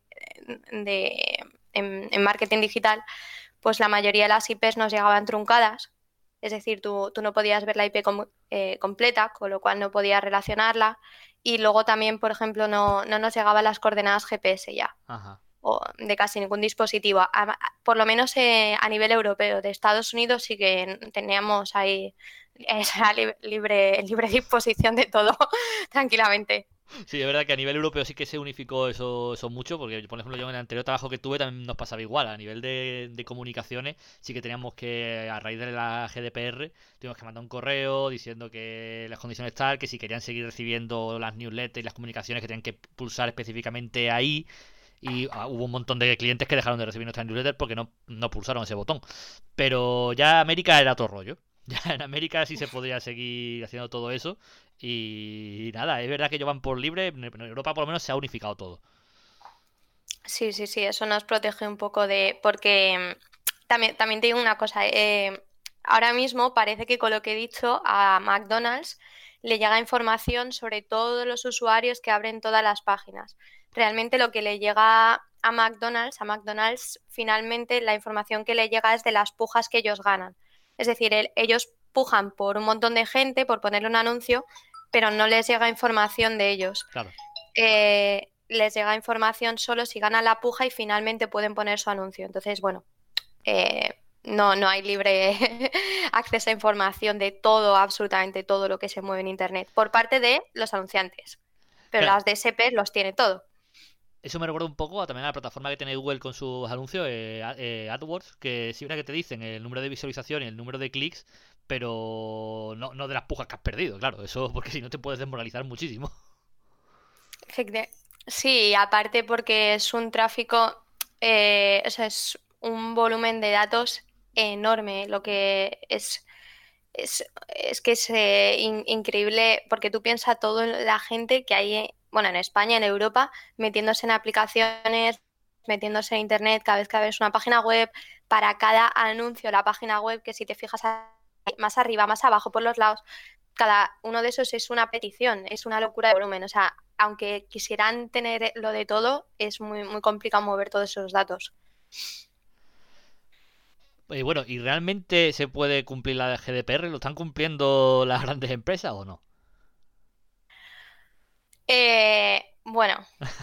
E: en marketing digital, pues la mayoría de las IPs nos llegaban truncadas, es decir, tú no podías ver la IP completa, con lo cual no podías relacionarla, y luego también, por ejemplo, no nos llegaban las coordenadas GPS ya.
A: Ajá.
E: O de casi ningún dispositivo, por lo menos a nivel europeo. De Estados Unidos sí que teníamos ahí esa libre disposición de todo, tranquilamente.
A: Sí, es verdad que a nivel europeo sí que se unificó eso mucho, porque por ejemplo yo en el anterior trabajo que tuve también nos pasaba igual. A nivel de comunicaciones sí que teníamos que, a raíz de la GDPR, tuvimos que mandar un correo diciendo que las condiciones tal, que si querían seguir recibiendo las newsletters y las comunicaciones que tenían que pulsar específicamente ahí. Y hubo un montón de clientes que dejaron de recibir nuestras newsletters porque no pulsaron ese botón. Pero ya América era otro rollo. Ya en América sí se podría seguir haciendo todo eso. Y nada, es verdad que ellos van por libre. En Europa por lo menos se ha unificado todo.
E: Sí, eso nos protege un poco porque también te digo una cosa. Ahora mismo parece que con lo que he dicho a McDonald's le llega información sobre todos los usuarios que abren todas las páginas. Realmente lo que le llega a McDonald's finalmente la información que le llega es de las pujas que ellos ganan. Es decir, ellos pujan por un montón de gente por ponerle un anuncio, pero no les llega información de ellos.
A: Claro.
E: Les llega información solo si ganan la puja y finalmente pueden poner su anuncio. Entonces, no hay libre acceso a información de todo, absolutamente todo lo que se mueve en Internet por parte de los anunciantes. Pero
A: Claro.
E: las DSP los tiene todo.
A: Eso me recuerda un poco también a la plataforma que tiene Google con sus anuncios, AdWords, que sí que te dicen el número de visualización y el número de clics, pero no de las pujas que has perdido, claro, eso porque si no te puedes desmoralizar muchísimo.
E: Sí, aparte porque es un tráfico, o sea, es un volumen de datos enorme, lo que es que es increíble, porque tú piensas toda la gente que hay, en España, en Europa, metiéndose en aplicaciones, metiéndose en Internet, cada vez que ves una página web, para cada anuncio, la página web, que si te fijas más arriba, más abajo, por los lados, cada uno de esos es una petición, es una locura de volumen. O sea, aunque quisieran tener lo de todo, es muy, muy complicado mover todos esos datos.
A: Bueno, ¿y realmente se puede cumplir la GDPR? ¿Lo están cumpliendo las grandes empresas o no?
E: Bueno,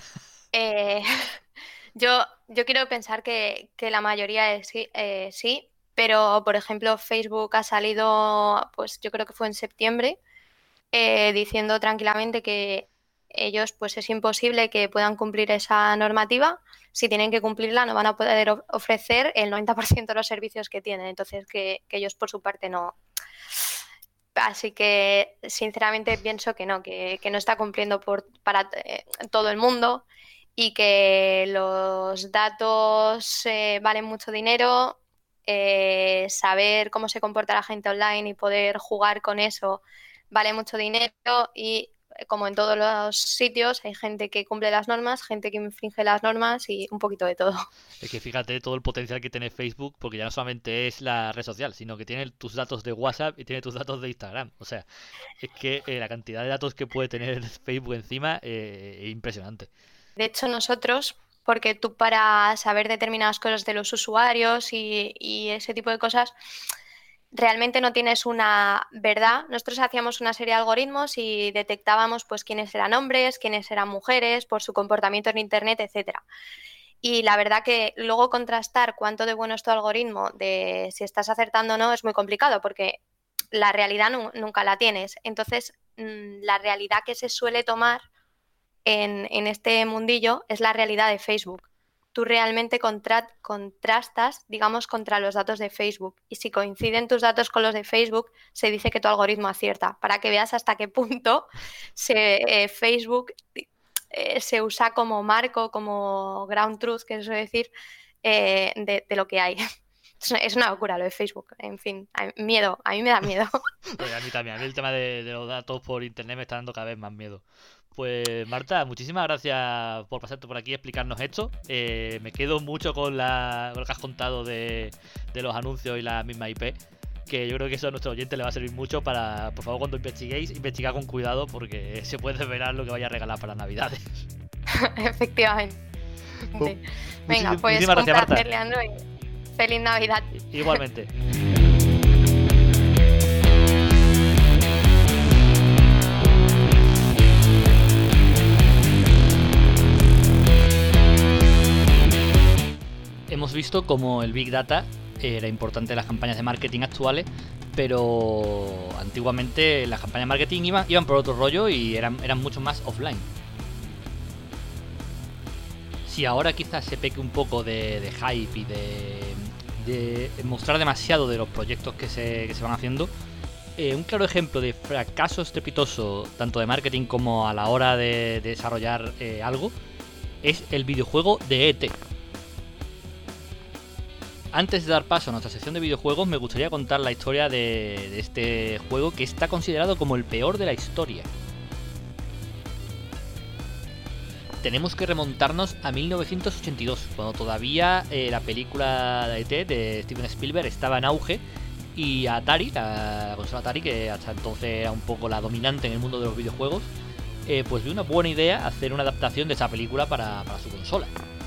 E: yo quiero pensar que la mayoría sí, pero por ejemplo Facebook ha salido, pues yo creo que fue en septiembre, diciendo tranquilamente que ellos pues es imposible que puedan cumplir esa normativa. Si tienen que cumplirla no van a poder ofrecer el 90% de los servicios que tienen, entonces que ellos por su parte no. Así que sinceramente pienso que no está cumpliendo para todo el mundo, y que los datos valen mucho dinero. Saber cómo se comporta la gente online y poder jugar con eso vale mucho dinero, y como en todos los sitios hay gente que cumple las normas, gente que infringe las normas y un poquito de todo.
A: Es que fíjate todo el potencial que tiene Facebook, porque ya no solamente es la red social, sino que tiene tus datos de WhatsApp y tiene tus datos de Instagram. O sea, es que la cantidad de datos que puede tener Facebook encima es impresionante.
E: De hecho, nosotros, porque tú para saber determinadas cosas de los usuarios y ese tipo de cosas, realmente no tienes una verdad. Nosotros hacíamos una serie de algoritmos y detectábamos pues quiénes eran hombres, quiénes eran mujeres, por su comportamiento en Internet, etcétera. Y la verdad que luego contrastar cuánto de bueno es tu algoritmo, de si estás acertando o no, es muy complicado, porque la realidad nunca la tienes. Entonces, la realidad que se suele tomar en este mundillo es la realidad de Facebook. Tú realmente contrastas, digamos, contra los datos de Facebook, y si coinciden tus datos con los de Facebook, se dice que tu algoritmo acierta, para que veas hasta qué punto Facebook se usa como marco, como ground truth, que es decir, de lo que hay. Es una locura lo de Facebook. En fin, miedo. A mí me da miedo.
A: Oye, a mí también. A mí el tema de los datos por internet me está dando cada vez más miedo. Pues Marta, muchísimas gracias por pasarte por aquí y explicarnos esto. Me quedo mucho con lo que has contado de los anuncios y la misma IP. Que yo creo que eso a nuestro oyente le va a servir mucho para, por favor, cuando investiguéis, investigar con cuidado porque se puede desvelar lo que vaya a regalar para Navidades.
E: Efectivamente.
A: Pues,
E: Venga, pues
A: muchísimas
E: un
A: gracias, Marta.
E: placer, Leandro, y feliz Navidad.
A: Igualmente. Hemos visto cómo el Big Data era importante en las campañas de marketing actuales, pero antiguamente las campañas de marketing iban por otro rollo y eran mucho más offline. Si ahora quizás se peque un poco de hype y de mostrar demasiado de los proyectos que se van haciendo, un claro ejemplo de fracaso estrepitoso tanto de marketing como a la hora de desarrollar algo es el videojuego de ET. Antes de dar paso a nuestra sección de videojuegos, me gustaría contar la historia de este juego que está considerado como el peor de la historia. Tenemos que remontarnos a 1982, cuando todavía la película de ET de Steven Spielberg estaba en auge y Atari, la consola Atari, que hasta entonces era un poco la dominante en el mundo de los videojuegos, pues vio una buena idea hacer una adaptación de esa película para su consola.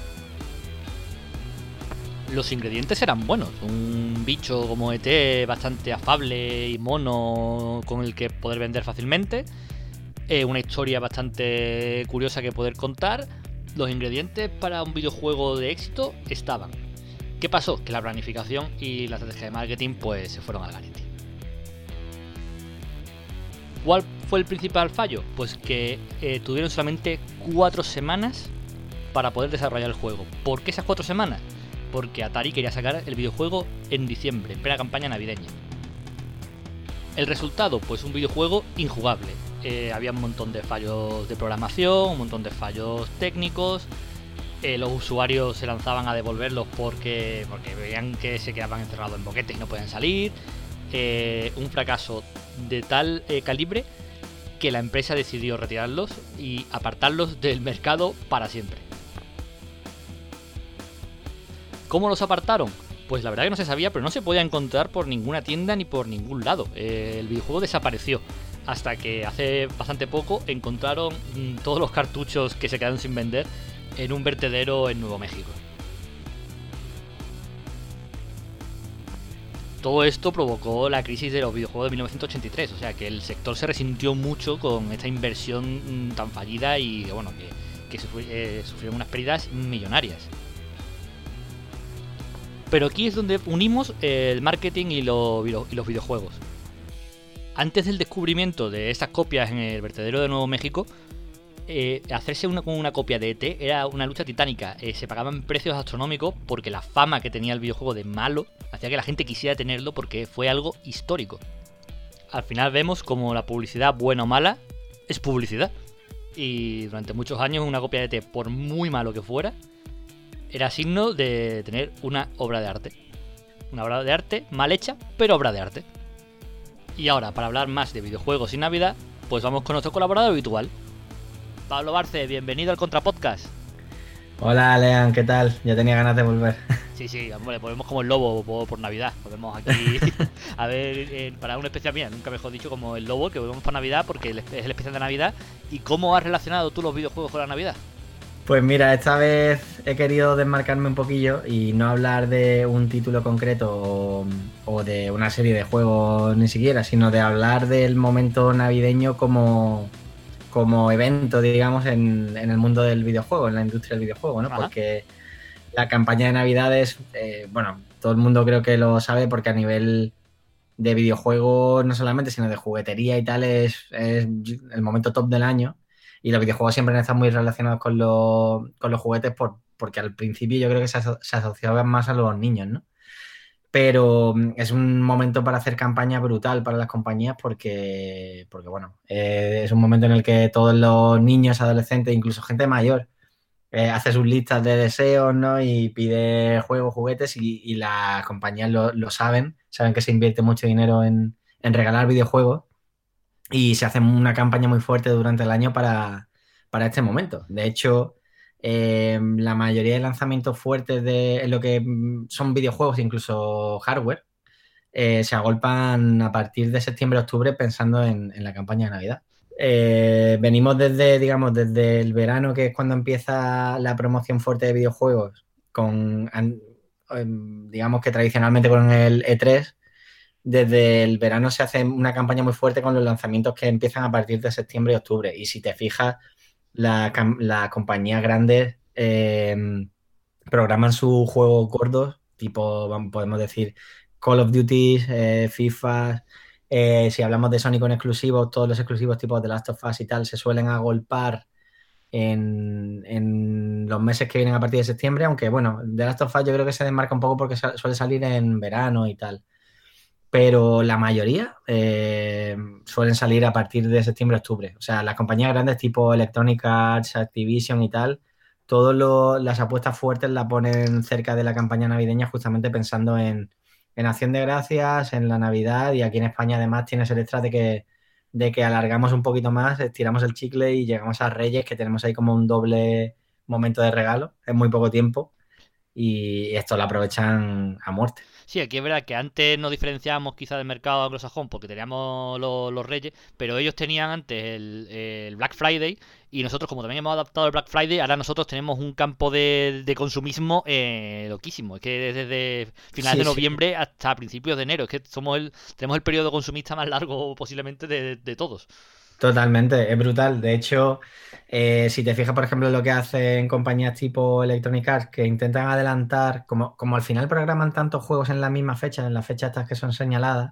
A: Los ingredientes eran buenos, un bicho como ET bastante afable y mono con el que poder vender fácilmente, una historia bastante curiosa que poder contar. Los ingredientes para un videojuego de éxito estaban. ¿Qué pasó? Que la planificación y la estrategia de marketing pues se fueron al garete. ¿Cuál fue el principal fallo? Pues que tuvieron solamente 4 semanas para poder desarrollar el juego. ¿Por qué esas 4 semanas? Porque Atari quería sacar el videojuego en diciembre, en plena campaña navideña. El resultado, pues un videojuego injugable. Había un montón de fallos de programación, un montón de fallos técnicos. Los usuarios se lanzaban a devolverlos porque veían que se quedaban encerrados en boquetes y no podían salir. Un fracaso de tal calibre que la empresa decidió retirarlos y apartarlos del mercado para siempre. ¿Cómo los apartaron? Pues la verdad que no se sabía, pero no se podía encontrar por ninguna tienda ni por ningún lado. El videojuego desapareció. Hasta que hace bastante poco encontraron todos los cartuchos que se quedaron sin vender en un vertedero en Nuevo México. Todo esto provocó la crisis de los videojuegos de 1983, o sea que el sector se resintió mucho con esta inversión tan fallida y bueno, que sufrieron unas pérdidas millonarias. Pero aquí es donde unimos el marketing y los videojuegos. Antes del descubrimiento de estas copias en el vertedero de Nuevo México, hacerse con una copia de ET era una lucha titánica. Se pagaban precios astronómicos porque la fama que tenía el videojuego de malo hacía que la gente quisiera tenerlo porque fue algo histórico. Al final vemos como la publicidad, buena o mala, es publicidad. Y durante muchos años una copia de ET, por muy malo que fuera, era signo de tener una obra de arte. Una obra de arte mal hecha, pero obra de arte. Y ahora, para hablar más de videojuegos y Navidad, pues vamos con nuestro colaborador habitual. Pablo Barce, bienvenido al Contrapodcast.
F: Hola, Lean, ¿qué tal? Ya tenía ganas de volver.
A: Sí, hombre, volvemos como el lobo por Navidad. Volvemos aquí a ver, para un especial, mira, nunca mejor dicho, como el lobo, que volvemos para Navidad porque es el especial de Navidad. ¿Y cómo has relacionado tú los videojuegos con la Navidad?
F: Pues mira, esta vez he querido desmarcarme un poquillo y no hablar de un título concreto o de una serie de juegos ni siquiera, sino de hablar del momento navideño como evento, digamos, en el mundo del videojuego, en la industria del videojuego, ¿no? Ajá. Porque la campaña de Navidades, bueno, todo el mundo creo que lo sabe porque a nivel de videojuegos, no solamente, sino de juguetería y tal, es el momento top del año. Y los videojuegos siempre han estado muy relacionados con los juguetes porque al principio yo creo que se asociaban más a los niños, ¿no? Pero es un momento para hacer campaña brutal para las compañías porque bueno, es un momento en el que todos los niños, adolescentes, incluso gente mayor, hace sus listas de deseos, ¿no? Y pide juegos, juguetes y las compañías lo saben que se invierte mucho dinero en regalar videojuegos y se hace una campaña muy fuerte durante el año para este momento. De hecho, la mayoría de lanzamientos fuertes en lo que son videojuegos, incluso hardware, se agolpan a partir de septiembre-octubre pensando en la campaña de Navidad. Venimos desde el verano, que es cuando empieza la promoción fuerte de videojuegos, digamos que tradicionalmente con el E3. Desde el verano se hace una campaña muy fuerte con los lanzamientos que empiezan a partir de septiembre y octubre. Y si te fijas, las compañías grandes programan sus juegos gordos, tipo, podemos decir, Call of Duty, FIFA. Si hablamos de Sony con exclusivos, todos los exclusivos tipo The Last of Us y tal se suelen agolpar en los meses que vienen a partir de septiembre, aunque bueno, The Last of Us yo creo que se desmarca un poco porque suele salir en verano y tal. Pero la mayoría suelen salir a partir de septiembre-octubre. O sea, las compañías grandes tipo Electronic Arts, Activision y tal, todas las apuestas fuertes las ponen cerca de la campaña navideña justamente pensando en Acción de Gracias, en la Navidad, y aquí en España además tienes el extra de que alargamos un poquito más, estiramos el chicle y llegamos a Reyes, que tenemos ahí como un doble momento de regalo en muy poco tiempo, y esto lo aprovechan a muerte.
A: Sí, aquí es verdad que antes nos diferenciábamos quizá del mercado anglosajón porque teníamos los Reyes, pero ellos tenían antes el Black Friday y nosotros, como también hemos adaptado el Black Friday, ahora nosotros tenemos un campo de consumismo loquísimo. Es que desde finales de noviembre hasta principios de enero, es que tenemos el periodo consumista más largo posiblemente de todos.
F: Totalmente, es brutal. De hecho, si te fijas, por ejemplo, lo que hacen compañías tipo Electronic Arts, que intentan adelantar, como al final programan tantos juegos en la misma fecha, en las fechas estas que son señaladas,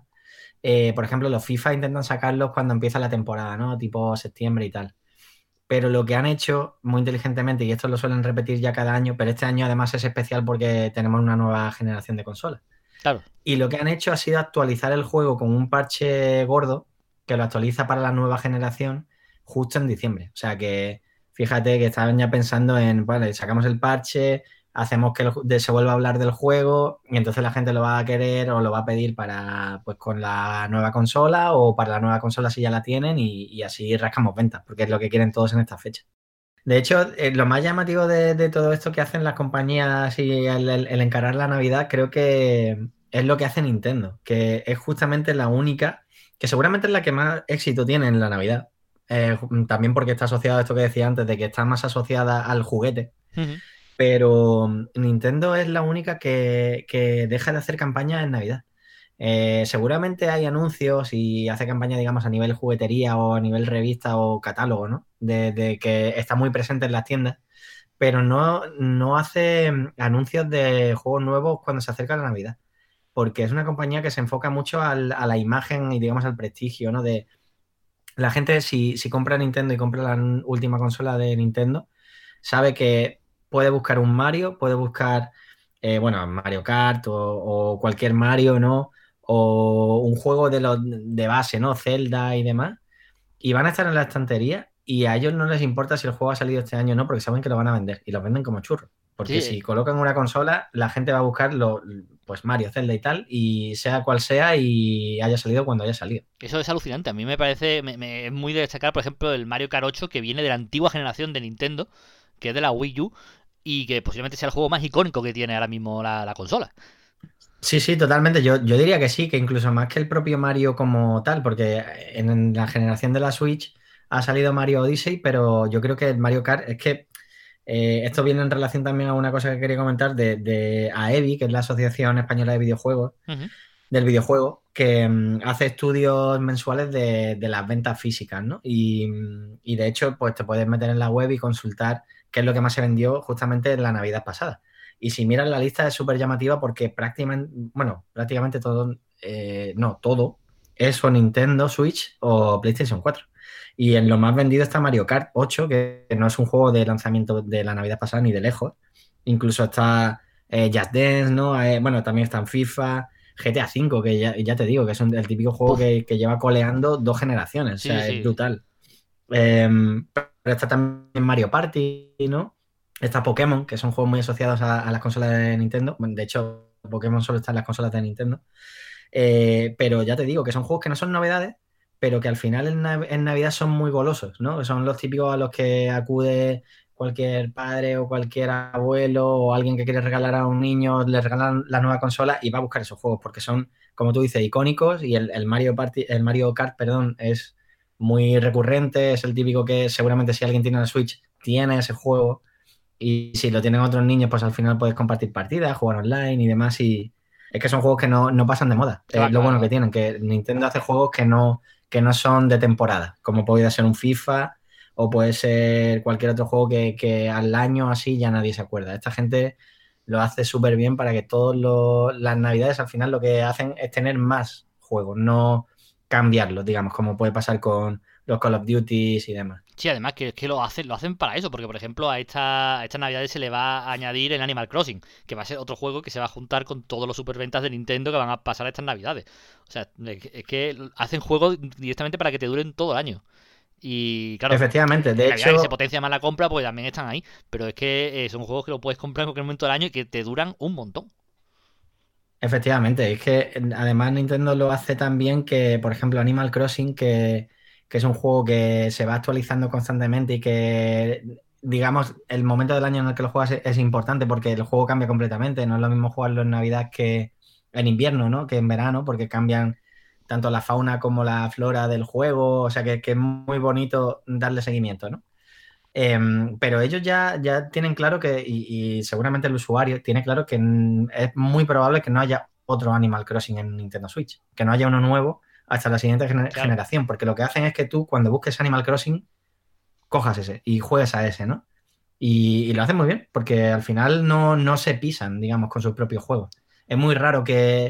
F: por ejemplo, los FIFA intentan sacarlos cuando empieza la temporada, ¿no? Tipo septiembre y tal. Pero lo que han hecho muy inteligentemente, y esto lo suelen repetir ya cada año, pero este año además es especial porque tenemos una nueva generación de consolas.
A: Claro.
F: Y lo que han hecho ha sido actualizar el juego con un parche gordo que lo actualiza para la nueva generación justo en diciembre. O sea que fíjate que estaban ya pensando en, vale, sacamos el parche, hacemos que se vuelva a hablar del juego y entonces la gente lo va a querer o lo va a pedir para, pues, con la nueva consola, o para la nueva consola si ya la tienen, y así rascamos ventas, porque es lo que quieren todos en esta fecha. De hecho, lo más llamativo de todo esto que hacen las compañías y el encarar la Navidad, creo que es lo que hace Nintendo, que es justamente la única, que seguramente es la que más éxito tiene en la Navidad. También porque está asociada a esto que decía antes, de que está más asociada al juguete.
A: Uh-huh.
F: Pero Nintendo es la única que deja de hacer campañas en Navidad. Seguramente hay anuncios y hace campaña, digamos, a nivel juguetería o a nivel revista o catálogo, ¿no? De que está muy presente en las tiendas, pero no hace anuncios de juegos nuevos cuando se acerca la Navidad, porque es una compañía que se enfoca mucho a la imagen y, digamos, al prestigio, ¿no? De la gente, si compra Nintendo y compra la última consola de Nintendo, sabe que puede buscar un Mario, puede buscar, Mario Kart o cualquier Mario, ¿no? O un juego de base, ¿no? Zelda y demás, y van a estar en la estantería y a ellos no les importa si el juego ha salido este año o no, porque saben que lo van a vender y los venden como churros. Porque si colocan una consola, la gente va a buscar pues Mario, Zelda y tal, y sea cual sea, y haya salido cuando haya salido.
A: Eso es alucinante. A mí me parece es muy de destacar, por ejemplo, el Mario Kart 8, que viene de la antigua generación de Nintendo, que es de la Wii U, y que posiblemente sea el juego más icónico que tiene ahora mismo la consola.
F: Sí, totalmente. Yo diría que sí, que incluso más que el propio Mario como tal, porque en la generación de la Switch ha salido Mario Odyssey, pero yo creo que el Mario Kart, es que esto viene en relación también a una cosa que quería comentar de AEVI, que es la Asociación Española de Videojuegos, del videojuego, que hace estudios mensuales de las ventas físicas, ¿no? Y de hecho, pues te puedes meter en la web y consultar qué es lo que más se vendió justamente en la Navidad pasada. Y si miras la lista es súper llamativa porque prácticamente todo, todo es o Nintendo Switch o PlayStation 4. Y en lo más vendido está Mario Kart 8, que no es un juego de lanzamiento de la Navidad pasada ni de lejos. Incluso está Just Dance, ¿no? También está en FIFA, GTA V, que ya te digo, que es el típico juego que lleva coleando 2 generaciones. Sí. Es brutal. Pero está también Mario Party, ¿no? Está Pokémon, que son juegos muy asociados a las consolas de Nintendo. Bueno, de hecho, Pokémon solo está en las consolas de Nintendo. Pero ya te digo que son juegos que no son novedades, pero que al final en Navidad son muy golosos, ¿no? Son los típicos a los que acude cualquier padre o cualquier abuelo o alguien que quiere regalar a un niño, le regalan la nueva consola y va a buscar esos juegos porque son, como tú dices, icónicos y el Mario Kart, perdón, es muy recurrente, es el típico que seguramente si alguien tiene la Switch tiene ese juego y si lo tienen otros niños, pues al final puedes compartir partidas, jugar online y demás y es que son juegos que no pasan de moda.
A: Claro,
F: Es lo bueno
A: claro.
F: que tienen, que Nintendo hace juegos que no son de temporada, como puede ser un FIFA o puede ser cualquier otro juego que al año así ya nadie se acuerda. Esta gente lo hace súper bien para que todas las navidades al final lo que hacen es tener más juegos, no cambiarlos, digamos, como puede pasar con los Call of Duty y demás.
A: Sí, además que es que lo hacen para eso, porque por ejemplo a estas navidades se le va a añadir el Animal Crossing, que va a ser otro juego que se va a juntar con todos los superventas de Nintendo que van a pasar a estas navidades. O sea, es que hacen juegos directamente para que te duren todo el año. Y claro,
F: Efectivamente,
A: en
F: de
A: navidades se
F: hecho,
A: potencia más la compra, pues también están ahí. Pero es que son juegos que lo puedes comprar en cualquier momento del año y que te duran un montón.
F: efectivamente, es que además Nintendo lo hace tan bien que, por ejemplo, Animal Crossing, que es un juego que se va actualizando constantemente y que, digamos, el momento del año en el que lo juegas es importante porque el juego cambia completamente. No es lo mismo jugarlo en Navidad que en invierno, ¿no? Que en verano, porque cambian tanto la fauna como la flora del juego. O sea que es muy bonito darle seguimiento, ¿no? Pero ellos ya tienen claro que, y seguramente el usuario tiene claro que es muy probable que no haya otro Animal Crossing en Nintendo Switch, que no haya uno nuevo hasta la siguiente
A: Claro.
F: generación, porque lo que hacen es que tú cuando busques Animal Crossing cojas ese y juegues a ese, ¿no? Y lo hacen muy bien, porque al final no se pisan, digamos, con sus propios juegos. Es muy raro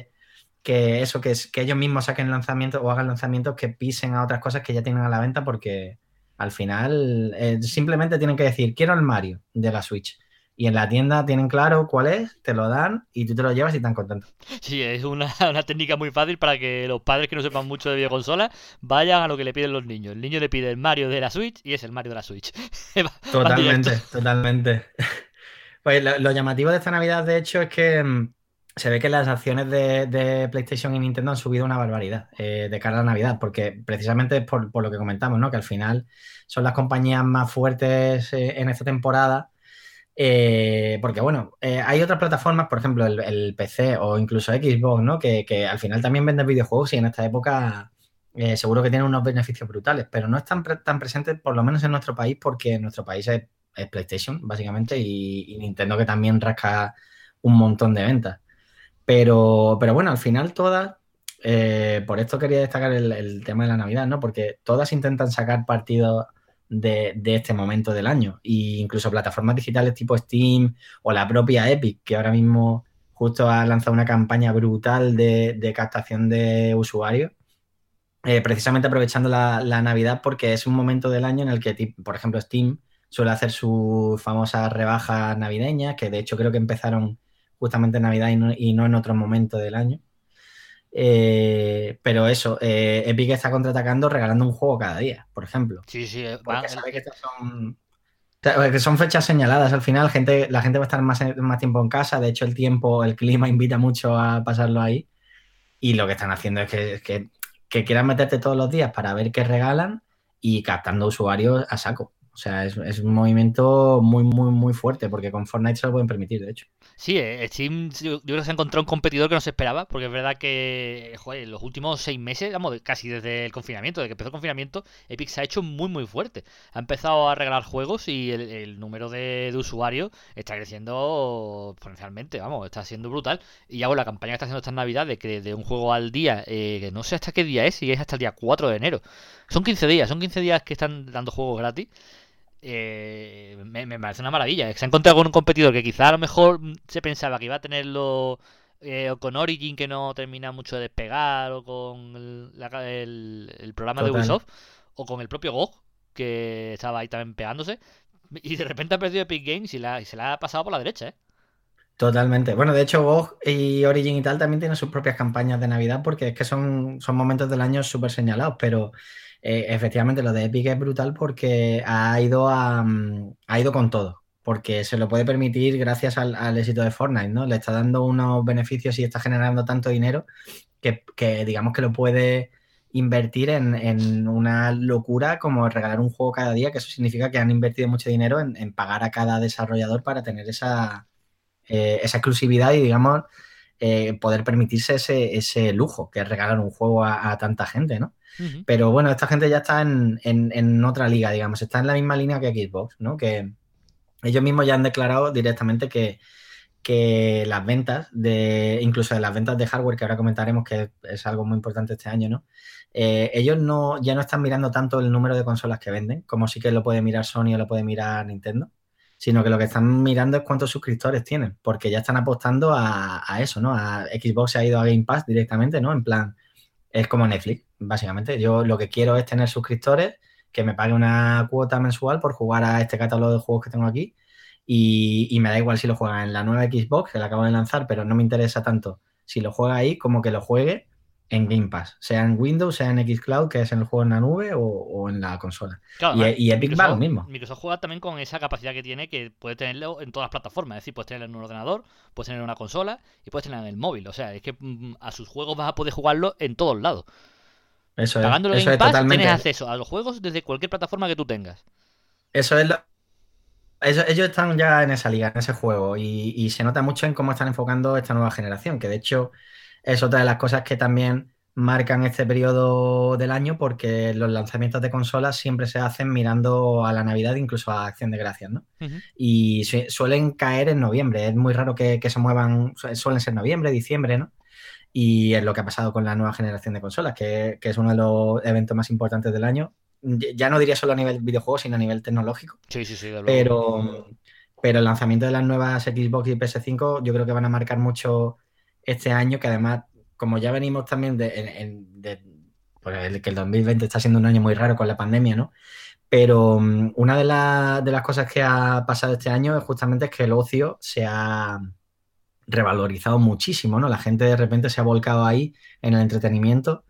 F: que ellos mismos saquen lanzamientos o hagan lanzamientos que pisen a otras cosas que ya tienen a la venta porque al final simplemente tienen que decir quiero el Mario de la Switch y en la tienda tienen claro cuál es, te lo dan y tú te lo llevas y están contentos.
A: Sí, es una técnica muy fácil para que los padres que no sepan mucho de videoconsolas vayan a lo que le piden los niños. El niño le pide el Mario de la Switch y es el Mario de la Switch. Van directo.
F: Totalmente. Pues lo llamativo de esta Navidad, de hecho, es que se ve que las acciones de PlayStation y Nintendo han subido una barbaridad de cara a la Navidad, porque precisamente es por lo que comentamos, ¿no? Que al final son las compañías más fuertes en esta temporada. Porque bueno, hay otras plataformas, por ejemplo, el PC o incluso Xbox, ¿no? Que al final también venden videojuegos y en esta época seguro que tienen unos beneficios brutales, pero no están tan presentes, por lo menos en nuestro país, porque en nuestro país es PlayStation, básicamente, y Nintendo que también rasca un montón de ventas. Pero bueno, al final todas, por esto quería destacar el tema de la Navidad, ¿no? Porque todas intentan sacar partido de este momento del año. E incluso plataformas digitales tipo Steam o la propia Epic, que ahora mismo justo ha lanzado una campaña brutal de captación de usuarios, precisamente aprovechando la Navidad porque es un momento del año en el que, por ejemplo, Steam suele hacer sus famosas rebajas navideñas, que de hecho creo que empezaron justamente en Navidad y no en otro momento del año. Pero eso, Epic está contraatacando regalando un juego cada día, por ejemplo.
A: Sí, sí,
F: Porque sabe que que son fechas señaladas. Al final, la gente va a estar más tiempo en casa. De hecho, el clima invita mucho a pasarlo ahí. Y lo que están haciendo es que quieran meterte todos los días para ver qué regalan y captando usuarios a saco. O sea, es un movimiento muy, muy, muy fuerte porque con Fortnite se lo pueden permitir, de hecho.
A: Sí, Steam yo creo que se ha encontrado un competidor que no se esperaba, porque es verdad que, joder, en los últimos 6 meses, vamos, casi desde el confinamiento, desde que empezó el confinamiento, Epic se ha hecho muy muy fuerte. Ha empezado a regalar juegos y el número de usuarios está creciendo exponencialmente, vamos, está siendo brutal. Y ya con la campaña que está haciendo esta Navidad de un juego al día, que no sé hasta qué día es, si es hasta el día 4 de enero. Son 15 días que están dando juegos gratis. Me parece una maravilla. Se ha encontrado con un competidor que quizá a lo mejor se pensaba que iba a tenerlo o con Origin que no termina mucho de despegar o con el programa de
F: Total.
A: Ubisoft o con el propio GOG que estaba ahí también pegándose y de repente ha perdido Epic Games y se la ha pasado por la derecha, ¿eh?
F: Totalmente. Bueno, de hecho, GOG y Origin y tal también tienen sus propias campañas de Navidad porque es que son momentos del año súper señalados, pero efectivamente lo de Epic es brutal porque ha ido con todo. porque se lo puede permitir gracias al éxito de Fortnite, ¿no? Le está dando unos beneficios y está generando tanto dinero que digamos que lo puede invertir en una locura como regalar un juego cada día, que eso significa que han invertido mucho dinero en pagar a cada desarrollador para tener esa exclusividad y, digamos, poder permitirse ese lujo, que es regalar un juego a tanta gente, ¿no?
A: Ujú.
F: Pero bueno, esta gente ya está en otra liga, digamos, está en la misma línea que Xbox, ¿no? Que ellos mismos ya han declarado directamente que las ventas, incluso de las ventas de hardware, que ahora comentaremos que es algo muy importante este año, ¿no? Ellos ya no están mirando tanto el número de consolas que venden, como sí que lo puede mirar Sony o lo puede mirar Nintendo, sino que lo que están mirando es cuántos suscriptores tienen, porque ya están apostando a eso, ¿no? A Xbox se ha ido a Game Pass directamente, ¿no? En plan, es como Netflix, básicamente. Yo lo que quiero es tener suscriptores, que me pague una cuota mensual por jugar a este catálogo de juegos que tengo aquí y me da igual si lo juega en la nueva Xbox, que la acabo de lanzar, pero no me interesa tanto si lo juega ahí como que lo juegue en Game Pass, sea en Windows, sea en Xcloud, que es en el juego en la nube o en la consola.
A: Claro,
F: Y,
A: además,
F: y Epic va lo mismo.
A: Microsoft juega también con esa capacidad que tiene, que puede tenerlo en todas las plataformas. Es decir, puedes tenerlo en un ordenador, puedes tenerlo en una consola y puedes tenerlo en el móvil. O sea, es que a sus juegos vas a poder jugarlo en todos lados. Pagando el Game Pass
F: totalmente.
A: tienes acceso a los juegos desde cualquier plataforma que tú tengas.
F: Eso es ellos están ya en esa liga, en ese juego, y se nota mucho en cómo están enfocando esta nueva generación, que de hecho es otra de las cosas que también marcan este periodo del año, porque los lanzamientos de consolas siempre se hacen mirando a la Navidad, incluso a Acción de Gracias, ¿no?
A: Ujú.
F: Y suelen caer en noviembre, es muy raro que se muevan, suelen ser noviembre, diciembre, ¿no? Y es lo que ha pasado con la nueva generación de consolas, que es uno de los eventos más importantes del año. Ya no diría solo a nivel videojuego, sino a nivel tecnológico.
A: Sí, de luego.
F: Pero el lanzamiento de las nuevas Xbox y PS5 yo creo que van a marcar mucho este año, que además, como ya venimos también pues que el 2020 está siendo un año muy raro con la pandemia, ¿no? Pero una de las cosas que ha pasado este año es justamente que el ocio se ha revalorizado muchísimo, ¿no? La gente de repente se ha volcado ahí en el entretenimiento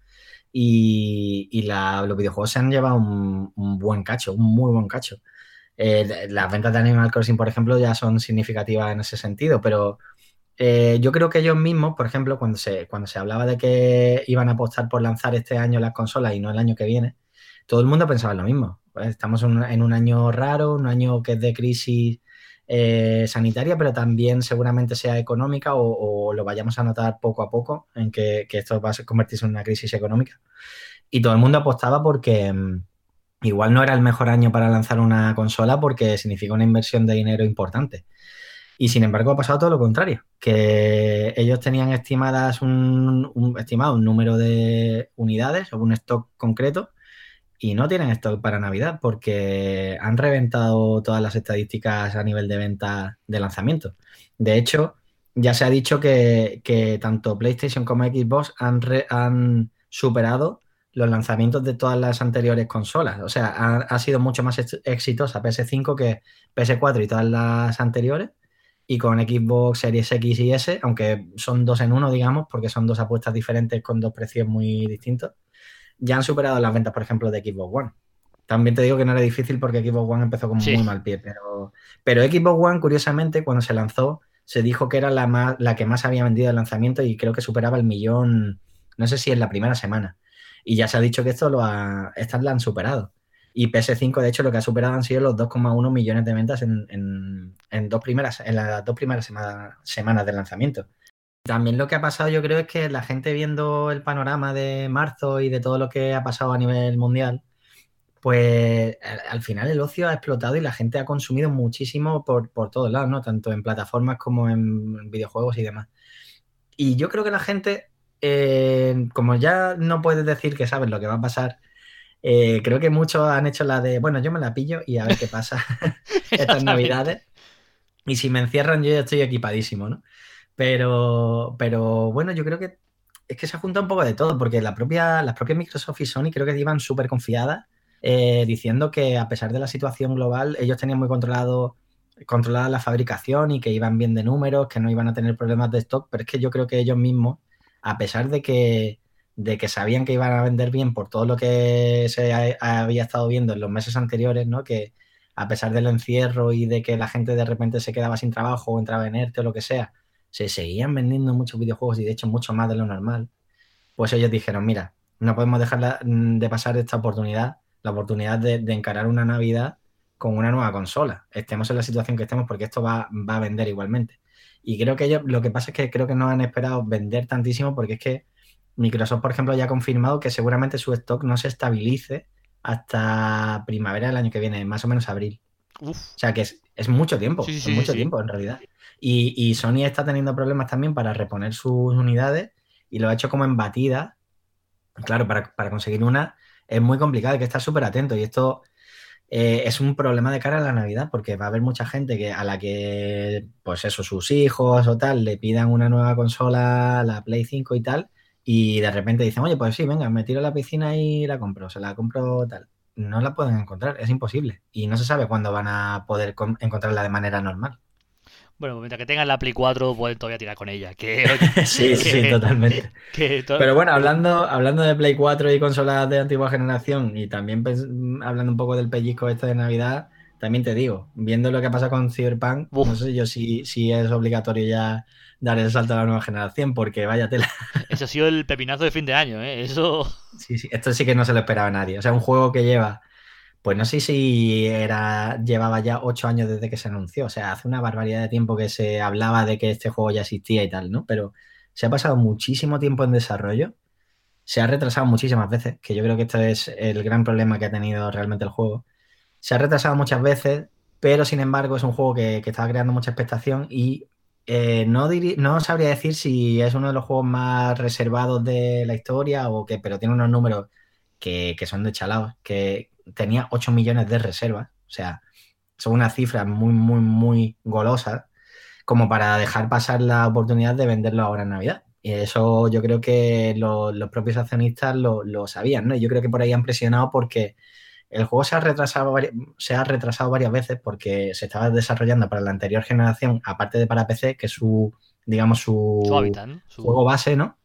F: y los videojuegos se han llevado un buen cacho, un muy buen cacho. Las ventas de Animal Crossing, por ejemplo, ya son significativas en ese sentido, pero yo creo que ellos mismos, por ejemplo, cuando se hablaba de que iban a apostar por lanzar este año las consolas y no el año que viene, todo el mundo pensaba lo mismo. Pues estamos en un año raro, un año que es de crisis sanitaria, pero también seguramente sea económica o lo vayamos a notar poco a poco en que esto va a convertirse en una crisis económica. Y todo el mundo apostaba porque igual no era el mejor año para lanzar una consola porque significa una inversión de dinero importante. Y sin embargo ha pasado todo lo contrario, que ellos tenían estimado un número de unidades o un stock concreto y no tienen stock para Navidad porque han reventado todas las estadísticas a nivel de venta de lanzamiento. De hecho, ya se ha dicho que tanto PlayStation como Xbox han superado los lanzamientos de todas las anteriores consolas. O sea, ha sido mucho más exitosa PS5 que PS4 y todas las anteriores. Y con Xbox Series X y S, aunque son dos en uno, digamos, porque son dos apuestas diferentes con dos precios muy distintos, ya han superado las ventas, por ejemplo, de Xbox One. También te digo que no era difícil porque Xbox One empezó con muy mal pie, pero Xbox One, curiosamente, cuando se lanzó, se dijo que era la que más había vendido el lanzamiento y creo que superaba el millón, no sé si en la primera semana. Y ya se ha dicho que estas la han superado. Y PS5, de hecho, lo que ha superado han sido los 2,1 millones de ventas en las dos primeras semanas de lanzamiento. También lo que ha pasado, yo creo, es que la gente viendo el panorama de marzo y de todo lo que ha pasado a nivel mundial, pues al final el ocio ha explotado y la gente ha consumido muchísimo por todos lados, ¿no? Tanto en plataformas como en videojuegos y demás. Y yo creo que la gente, como ya no puedes decir que sabes lo que va a pasar, creo que muchos han hecho la de, bueno, yo me la pillo y a ver qué pasa estas Navidades. Y si me encierran, yo ya estoy equipadísimo, ¿no? Pero bueno, yo creo que es que se ha juntado un poco de todo, porque las propias Microsoft y Sony creo que iban súper confiadas, diciendo que a pesar de la situación global, ellos tenían muy controlada la fabricación y que iban bien de números, que no iban a tener problemas de stock, pero es que yo creo que ellos mismos, a pesar de que sabían que iban a vender bien por todo lo que se había estado viendo en los meses anteriores, ¿no? Que a pesar del encierro y de que la gente de repente se quedaba sin trabajo o entraba en ERTE o lo que sea, se seguían vendiendo muchos videojuegos y de hecho mucho más de lo normal, pues ellos dijeron, mira, no podemos dejar de pasar esta oportunidad, la oportunidad de encarar una Navidad con una nueva consola, estemos en la situación que estemos, porque esto va a vender igualmente. Y creo que ellos, lo que pasa es que creo que no han esperado vender tantísimo, porque es que Microsoft, por ejemplo, ya ha confirmado que seguramente su stock no se estabilice hasta primavera del año que viene, más o menos abril.
A: Uf.
F: O sea que es mucho tiempo,
A: Sí,
F: es mucho
A: sí.
F: tiempo en realidad. Y Sony está teniendo problemas también para reponer sus unidades y lo ha hecho como en batida. Claro, para conseguir una es muy complicado, hay que estar súper atento. Y esto es un problema de cara a la Navidad, porque va a haber mucha gente a la que, pues eso, sus hijos o tal, le pidan una nueva consola, la Play 5 y tal, y de repente dicen, oye, pues sí, venga, me tiro a la piscina y la compro, se la compro tal. No la pueden encontrar, es imposible. Y no se sabe cuándo van a poder encontrarla de manera normal.
A: Bueno, mientras que tengan la Play 4, pueden todavía tirar con ella. Que, oye,
F: Sí, totalmente. Pero bueno, hablando de Play 4 y consolas de antigua generación y también hablando un poco del pellizco este de Navidad, también te digo, viendo lo que pasa con Cyberpunk, no sé yo si es obligatorio ya dar el salto a la nueva generación, porque vaya tela.
A: Eso ha sido el pepinazo de fin de año, ¿eh? Eso...
F: Sí, esto sí que no se lo esperaba a nadie. O sea, un juego que lleva, pues no sé si llevaba ya 8 años desde que se anunció. O sea, hace una barbaridad de tiempo que se hablaba de que este juego ya existía y tal, ¿no? Pero se ha pasado muchísimo tiempo en desarrollo. Se ha retrasado muchísimas veces, que yo creo que este es el gran problema que ha tenido realmente el juego. Se ha retrasado muchas veces, pero sin embargo es un juego que estaba creando mucha expectación y no sabría decir si es uno de los juegos más reservados de la historia o qué, pero tiene unos números que son de chalaos, que tenía 8 millones de reservas, o sea, son unas cifras muy, muy, muy golosas como para dejar pasar la oportunidad de venderlo ahora en Navidad. Y eso yo creo que los propios accionistas lo sabían, ¿no? Y yo creo que por ahí han presionado porque el juego se ha retrasado varias veces porque se estaba desarrollando para la anterior generación, aparte de para PC, que es su
A: hábitat, ¿no?
F: Juego base, ¿no?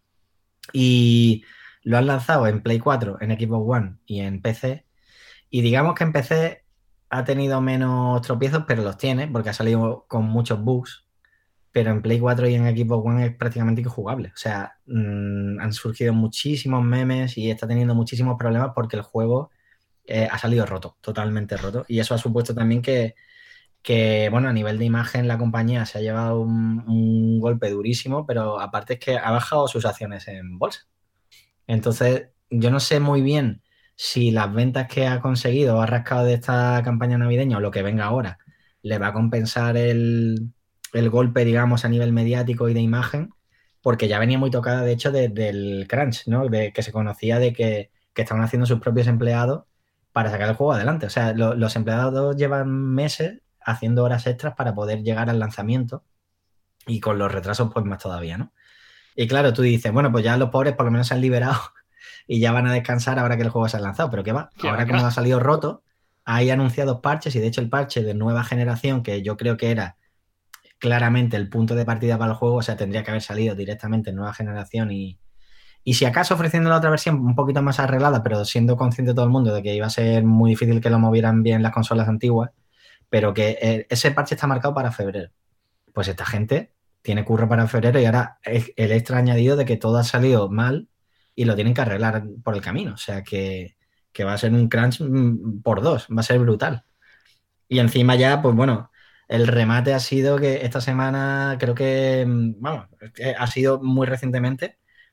F: Y lo han lanzado en Play 4, en Xbox One y en PC. Y digamos que en PC ha tenido menos tropiezos, pero los tiene, porque ha salido con muchos bugs. Pero en Play 4 y en Xbox One es prácticamente injugable. O sea, han surgido muchísimos memes y está teniendo muchísimos problemas porque el juego ha salido roto, totalmente roto. Y eso ha supuesto también que, bueno, a nivel de imagen la compañía se ha llevado un golpe durísimo, pero aparte es que ha bajado sus acciones en bolsa. Entonces, yo no sé muy bien si las ventas que ha conseguido o ha rascado de esta campaña navideña o lo que venga ahora le va a compensar el golpe, digamos, a nivel mediático y de imagen, porque ya venía muy tocada, de hecho, del crunch, ¿no? De que se conocía de que estaban haciendo sus propios empleados para sacar el juego adelante. O sea, los empleados llevan meses haciendo horas extras para poder llegar al lanzamiento y con los retrasos, pues más todavía, ¿no? Y claro, tú dices, bueno, pues ya los pobres por lo menos se han liberado y ya van a descansar ahora que el juego se ha lanzado. Pero ¿qué va? Ahora como ha salido roto, hay anunciados parches y de hecho el parche de nueva generación, que yo creo que era claramente el punto de partida para el juego, o sea, tendría que haber salido directamente en nueva generación y si acaso ofreciendo la otra versión un poquito más arreglada, pero siendo consciente todo el mundo de que iba a ser muy difícil que lo movieran bien las consolas antiguas, pero que ese parche está marcado para febrero. Pues esta gente tiene curro para febrero y ahora es el extra añadido de que todo ha salido mal y lo tienen que arreglar por el camino. O sea que va a ser un crunch por 2, va a ser brutal. Y encima ya, pues bueno, el remate ha sido que esta semana, creo que, vamos, ha sido muy recientemente,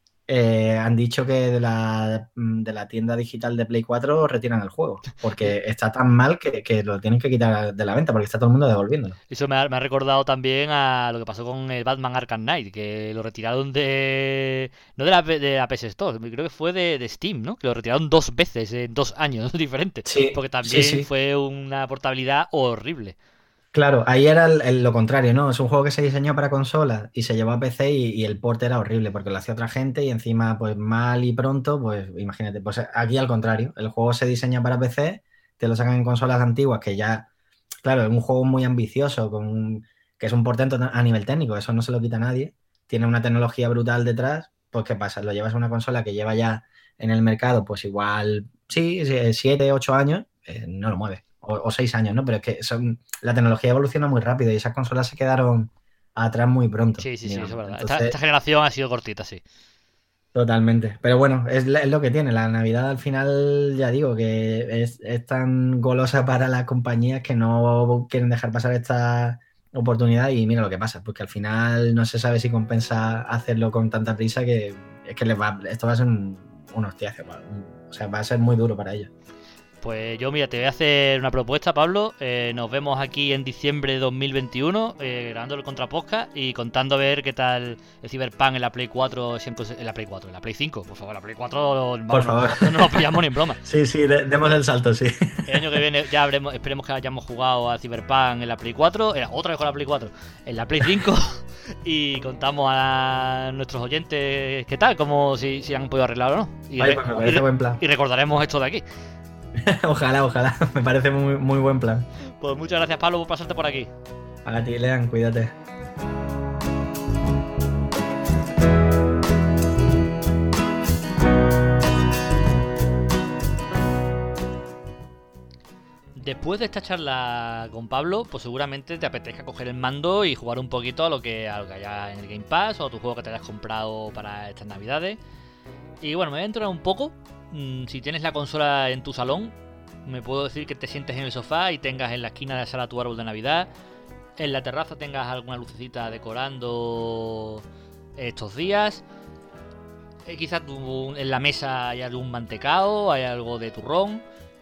F: han dicho que de la tienda digital de Play 4 retiran el juego, porque está tan mal que lo tienen que quitar de la venta, porque está todo el mundo devolviéndolo.
A: Eso me ha recordado también a lo que pasó con el Batman Arkham Knight, que lo retiraron de... no de la PS Store, creo que fue de Steam, ¿no? Que lo retiraron 2 veces en 2 años diferentes,
F: sí,
A: porque también
F: sí.
A: fue una portabilidad horrible.
F: Claro, ahí era lo contrario, ¿no? Es un juego que se diseñó para consolas y se llevó a PC y el port era horrible porque lo hacía otra gente y encima, pues mal y pronto, pues imagínate. Pues aquí al contrario, el juego se diseña para PC, te lo sacan en consolas antiguas que ya, claro, es un juego muy ambicioso, que es un portento a nivel técnico, eso no se lo quita a nadie. Tiene una tecnología brutal detrás, pues ¿qué pasa? Lo llevas a una consola que lleva ya en el mercado, pues igual, sí, 7, 8 años, no lo mueves. o 6 años, ¿no? Pero es que la tecnología evoluciona muy rápido y esas consolas se quedaron atrás muy pronto.
A: Sí, eso es verdad.
F: Entonces,
A: Esta generación ha sido cortita, sí.
F: totalmente. Pero bueno, es lo que tiene. La Navidad al final, ya digo, que es tan golosa para las compañías que no quieren dejar pasar esta oportunidad y mira lo que pasa, porque al final no se sabe si compensa hacerlo con tanta prisa que es que esto va a ser un hostiazo. O sea, va a ser muy duro para ellos.
A: Pues yo, mira, te voy a hacer una propuesta, Pablo. Nos vemos aquí en diciembre de 2021, grabando el Contrapodcast y contando a ver qué tal el Cyberpunk en la Play 4, en la Play 4, en la Play 5, por favor, la Play 4, vamos,
F: por favor.
A: No nos pillamos ni en broma.
F: Sí, demos el salto, sí.
A: El año que viene ya esperemos que hayamos jugado a Cyberpunk en la Play 4, otra vez con la Play 4, en la Play 5 y contamos a nuestros oyentes qué tal, como si han podido arreglar o no. Y,
F: pues me parece buen plan.
A: Y recordaremos esto de aquí.
F: Ojalá, me parece muy, muy buen plan.
A: Pues muchas gracias, Pablo, por pasarte por aquí.
F: A ti, Lean, cuídate.
A: Después de esta charla con Pablo, pues seguramente te apetezca coger el mando y jugar un poquito a lo que haya en el Game Pass o a tu juego que te hayas comprado para estas navidades. Y bueno, me voy a entrar un poco. Si tienes la consola en tu salón, me puedo decir que te sientes en el sofá y tengas en la esquina de la sala tu árbol de Navidad. En la terraza tengas alguna lucecita decorando estos días. Quizás en la mesa hay algún mantecao, hay algo de turrón.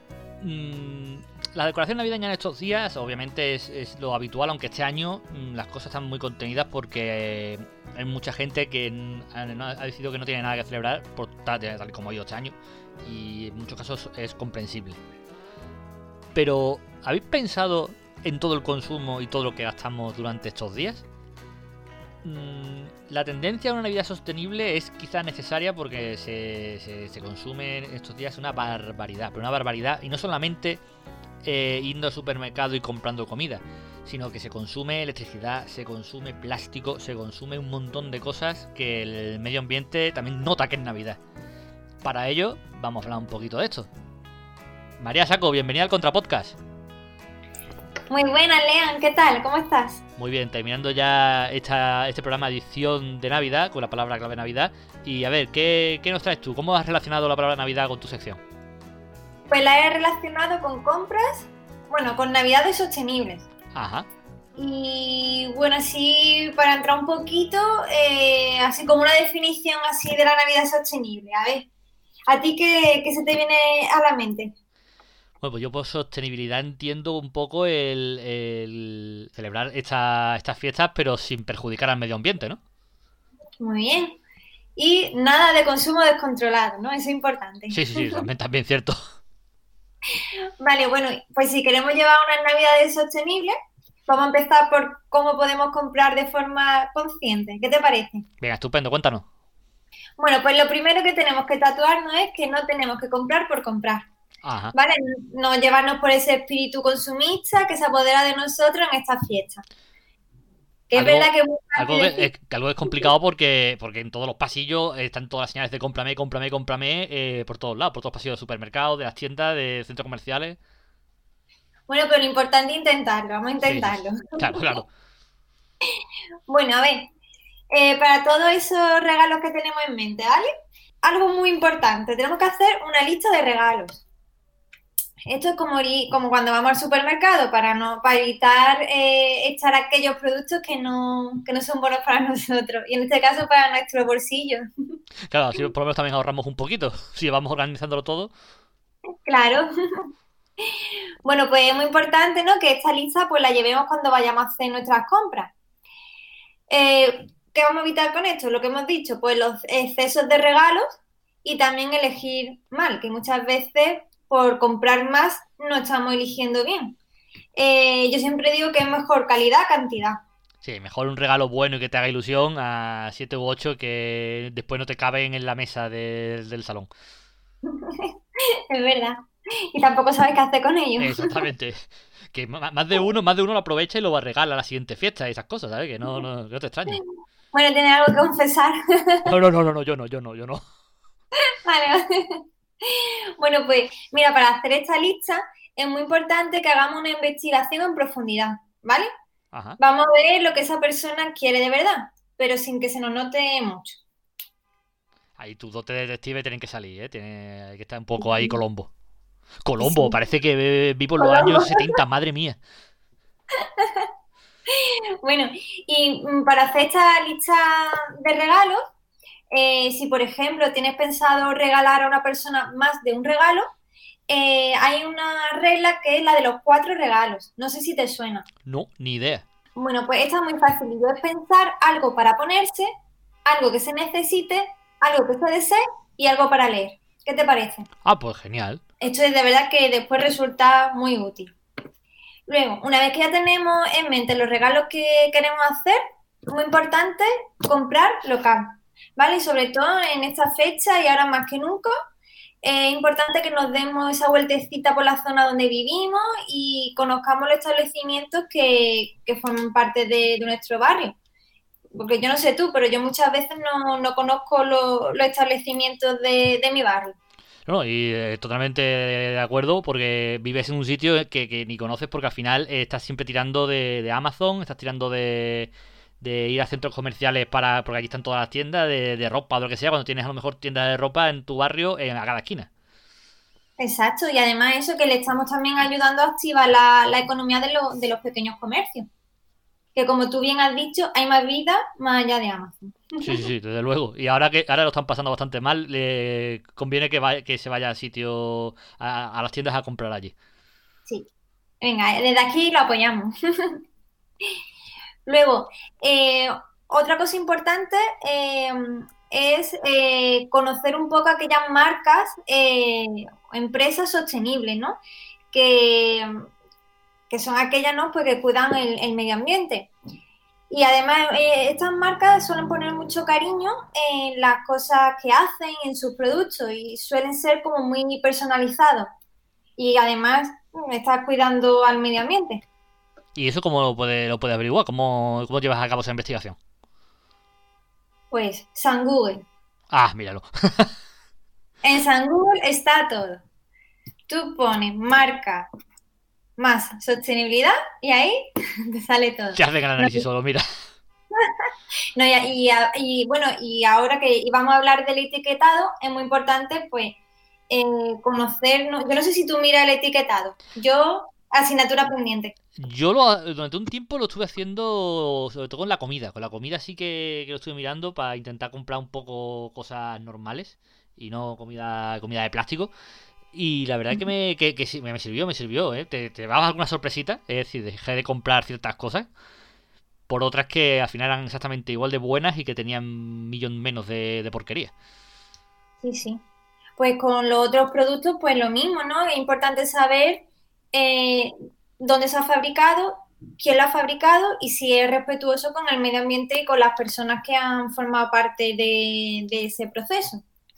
A: La decoración navideña en estos días obviamente es lo habitual, aunque este año las cosas están muy contenidas porque hay mucha gente que ha decidido que no tiene nada que celebrar tal como ha ido este año, y en muchos casos es comprensible. Pero ¿habéis pensado en todo el consumo y todo lo que gastamos durante estos días? La tendencia a una Navidad sostenible es quizá necesaria porque se consume en estos días una barbaridad, pero una barbaridad, y no solamente yendo al supermercado y comprando comida, sino que se consume electricidad, se consume plástico, se consume un montón de cosas que el medio ambiente también nota que es Navidad. Para ello, vamos a hablar un poquito de esto. María Saco, bienvenida al Contrapodcast.
G: Muy buena, Lean, ¿qué tal? ¿Cómo estás?
A: Muy bien, terminando ya este programa edición de Navidad, con la palabra clave Navidad. Y a ver, ¿qué nos traes tú? ¿Cómo has relacionado la palabra Navidad con tu sección?
G: Pues la he relacionado con compras, bueno, con navidades sostenibles.
A: Ajá.
G: Y bueno, así para entrar un poquito, así como una definición así de la Navidad sostenible. A ver, ¿a ti qué se te viene a la mente?
A: Bueno, pues yo por sostenibilidad entiendo un poco el celebrar estas fiestas, pero sin perjudicar al medio ambiente, ¿no?
G: Muy bien. Y nada de consumo descontrolado, ¿no? Eso es importante.
A: Sí, también cierto.
G: Vale, bueno, pues si queremos llevar unas navidades sostenibles, vamos a empezar por cómo podemos comprar de forma consciente. ¿Qué te parece?
A: Venga, estupendo, cuéntanos.
G: Bueno, pues lo primero que tenemos que tatuarnos es que no tenemos que comprar por comprar.
A: Ajá.
G: ¿Vale? No llevarnos por ese espíritu consumista que se apodera de nosotros en estas fiestas. Que es verdad que es muy fácil
A: algo es complicado porque en todos los pasillos están todas las señales de cómprame por todos lados, por todos los pasillos de supermercados, de las tiendas, de centros comerciales.
G: Bueno, pero lo importante es intentarlo, vamos a intentarlo.
A: Sí. Claro.
G: Bueno, a ver, para todos esos regalos que tenemos en mente, ¿vale? Algo muy importante, tenemos que hacer una lista de regalos. Esto es como cuando vamos al supermercado para evitar echar aquellos productos que no son buenos para nosotros, y en este caso para nuestro bolsillo.
A: Claro, así por lo menos también ahorramos un poquito, si vamos organizándolo todo.
G: Claro. Bueno, pues es muy importante, ¿no?, que esta lista pues la llevemos cuando vayamos a hacer nuestras compras. ¿Qué vamos a evitar con esto? Lo que hemos dicho, pues los excesos de regalos y también elegir mal, que muchas veces por comprar más no estamos eligiendo bien. Yo siempre digo que es mejor calidad, cantidad.
A: Sí, mejor un regalo bueno y que te haga ilusión a 7 u 8 que después no te caben en la mesa del salón.
G: Es verdad. Y tampoco sabes qué hacer con ellos.
A: Exactamente. Que más de uno lo aprovecha y lo regala a la siguiente fiesta y esas cosas, ¿sabes? Que no te extrañes.
G: Bueno, ¿tienes algo que confesar?
A: No, yo no.
G: Vale. Bueno, pues mira, para hacer esta lista es muy importante que hagamos una investigación en profundidad, ¿vale?
A: Ajá.
G: Vamos a ver lo que esa persona quiere de verdad, pero sin que se nos note mucho.
A: Ahí tus dotes de detective tienen que salir, ¿eh? Hay que estar un poco ahí Colombo. Colombo, parece que vivo en los años 70, madre mía.
G: Bueno, y para hacer esta lista de regalos, si por ejemplo tienes pensado regalar a una persona más de un regalo, hay una regla que es la de los 4 regalos. No sé si te suena.
A: No, ni idea.
G: Bueno, pues esta es muy fácil. Y es pensar algo para ponerse, algo que se necesite, algo que se desee y algo para leer. ¿Qué te parece?
A: Ah, pues genial.
G: Esto es de verdad que después resulta muy útil. Luego, una vez que ya tenemos en mente los regalos que queremos hacer, muy importante comprar local, ¿vale? Y sobre todo en esta fecha y ahora más que nunca, es importante que nos demos esa vueltecita por la zona donde vivimos y conozcamos los establecimientos que forman parte de nuestro barrio. Porque yo no sé tú, pero yo muchas veces no conozco los establecimientos de mi barrio.
A: No, y totalmente de acuerdo, porque vives en un sitio que ni conoces, porque al final estás siempre tirando de Amazon, estás tirando de ir a centros comerciales porque aquí están todas las tiendas de ropa o lo que sea, cuando tienes a lo mejor tiendas de ropa en tu barrio a cada esquina.
G: Exacto, y además eso que le estamos también ayudando a activar la economía de los pequeños comercios. Que como tú bien has dicho, hay más vida más allá de Amazon.
A: Sí, desde luego. Y ahora lo están pasando bastante mal, le conviene que se vaya al sitio, a las tiendas a comprar allí.
G: Sí. Venga, desde aquí lo apoyamos. Luego, otra cosa importante es conocer un poco aquellas marcas, empresas sostenibles, ¿no? Que son aquellas, ¿no? Pues que cuidan el medio ambiente. Y además estas marcas suelen poner mucho cariño en las cosas que hacen, en sus productos, y suelen ser como muy personalizados. Y además estás cuidando al medio ambiente.
A: ¿Y eso cómo lo puede averiguar? ¿Cómo llevas a cabo esa investigación?
G: Pues San Google.
A: Ah, míralo.
G: En San Google está todo. Tú pones marca más sostenibilidad y ahí te sale todo.
A: Ya hacen el análisis solo, mira.
G: No, y bueno, y ahora que íbamos a hablar del etiquetado, es muy importante pues conocer, yo no sé si tú miras el etiquetado, yo asignatura pendiente.
A: Yo durante un tiempo lo estuve haciendo, sobre todo con la comida. Con la comida sí que lo estuve mirando para intentar comprar un poco cosas normales y no comida de plástico. Y la verdad que sí, me sirvió, ¿eh? Te dabas alguna sorpresita, es decir, dejé de comprar ciertas cosas por otras que al final eran exactamente igual de buenas y que tenían un millón menos de porquería.
G: Sí. Pues con los otros productos, pues lo mismo, ¿no? Es importante saber dónde se ha fabricado, quién lo ha fabricado y si es respetuoso con el medio ambiente y con las personas que han formado parte de ese proceso.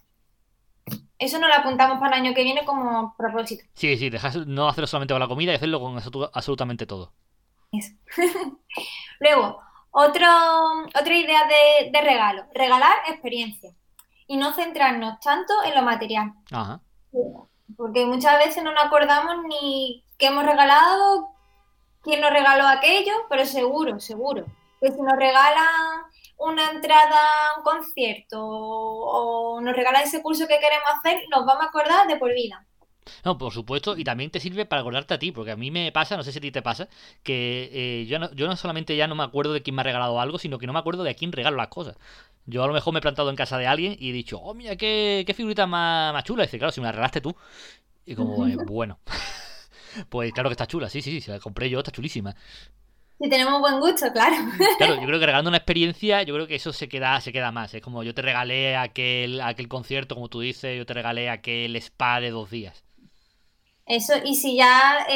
G: Eso nos lo apuntamos para el año que viene como propósito.
A: Sí, no hacerlo solamente con la comida y hacerlo con absolutamente todo.
G: Eso. Luego, otra idea de regalo. Regalar experiencia. Y no centrarnos tanto en lo material.
A: Ajá.
G: Porque muchas veces no nos acordamos ni qué hemos regalado, quién nos regaló aquello, pero seguro que si nos regalan una entrada a un concierto o nos regalan ese curso que queremos hacer, nos vamos a acordar de por vida.
A: No, por supuesto, y también te sirve para acordarte a ti, porque a mí me pasa, no sé si a ti te pasa, que yo no solamente ya no me acuerdo de quién me ha regalado algo, sino que no me acuerdo de a quién regalo las cosas. Yo a lo mejor me he plantado en casa de alguien y he dicho, oh, mira, qué figurita más chula. Y dice, claro, si me la regalaste tú. Y como, bueno, pues claro que está chula, sí, si la compré yo, está chulísima.
G: Si tenemos buen gusto, claro.
A: Claro, yo creo que regalando una experiencia, yo creo que eso se queda más. Es como yo te regalé aquel concierto, como tú dices, yo te regalé aquel spa de 2 días.
G: Eso, y si ya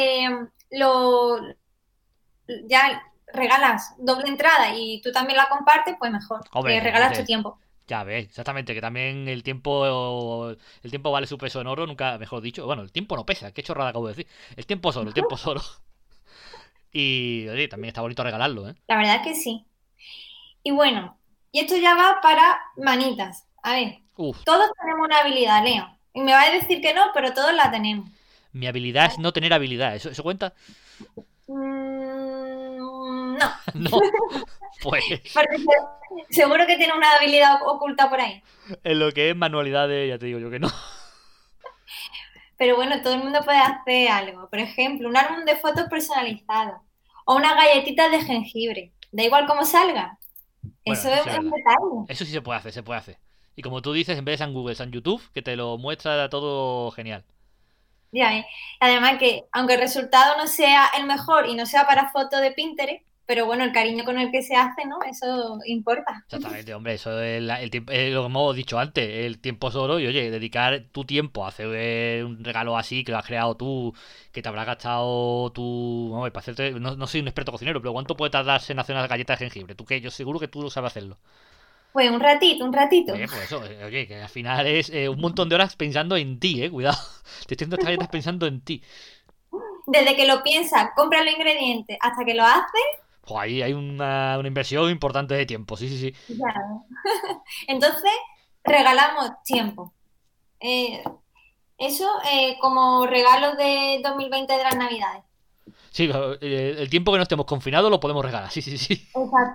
G: ya regalas doble entrada y tú también la compartes, pues mejor.
A: Hombre,
G: regalas tu tiempo.
A: Ya ves, exactamente, que también el tiempo vale su peso en oro, nunca mejor dicho. Bueno, el tiempo no pesa, qué chorrada acabo de decir. El tiempo solo. Y oye, también está bonito regalarlo, ¿eh?
G: La verdad es que sí. Y bueno, y esto ya va para manitas. A ver, todos tenemos una habilidad, Leo. Y me vas a decir que no, pero todos la tenemos.
A: Mi habilidad es no tener habilidad. ¿Eso cuenta?
G: No,
A: No. Pues
G: porque seguro que tiene una habilidad oculta por ahí.
A: en lo que es manualidades, ya te digo yo que no.
G: Pero bueno, todo el mundo puede hacer algo. Por ejemplo, un álbum de fotos personalizado o unas galletitas de jengibre. Da igual cómo salga.
A: Bueno,
G: Eso
A: eso
G: es
A: sí es
G: un
A: verdad.
G: detalle.
A: Eso sí se puede hacer, se puede hacer. Y como tú dices, en vez de San Google, San YouTube, que te lo muestra todo genial.
G: Ya ves. Además que, aunque el resultado no sea el mejor y no sea para fotos de Pinterest, pero bueno, el cariño con el que se hace, ¿no? Eso importa.
A: Exactamente, hombre, eso es el tiempo, lo que hemos dicho antes, el tiempo es oro y oye, dedicar tu tiempo a hacer un regalo así que lo has creado tú, que te habrá gastado tú, vamos, para hacerte, no soy un experto cocinero, pero ¿cuánto puede tardarse en hacer unas galletas de jengibre? ¿Tú qué? Yo seguro que tú lo sabes hacerlo.
G: Pues un ratito, un ratito.
A: Pues eso, oye, que al final es un montón de horas pensando en ti, cuidado. Te estoy haciendo estas galletas pensando en ti.
G: Desde que lo piensas, compras los ingredientes, hasta que lo haces,
A: Pues ahí hay una inversión importante de tiempo, sí, sí, sí.
G: ya. Entonces, regalamos tiempo. Eso como regalo de 2020 de las Navidades.
A: Sí, el tiempo que no estemos confinados lo podemos regalar, sí, sí, sí.
G: Exacto.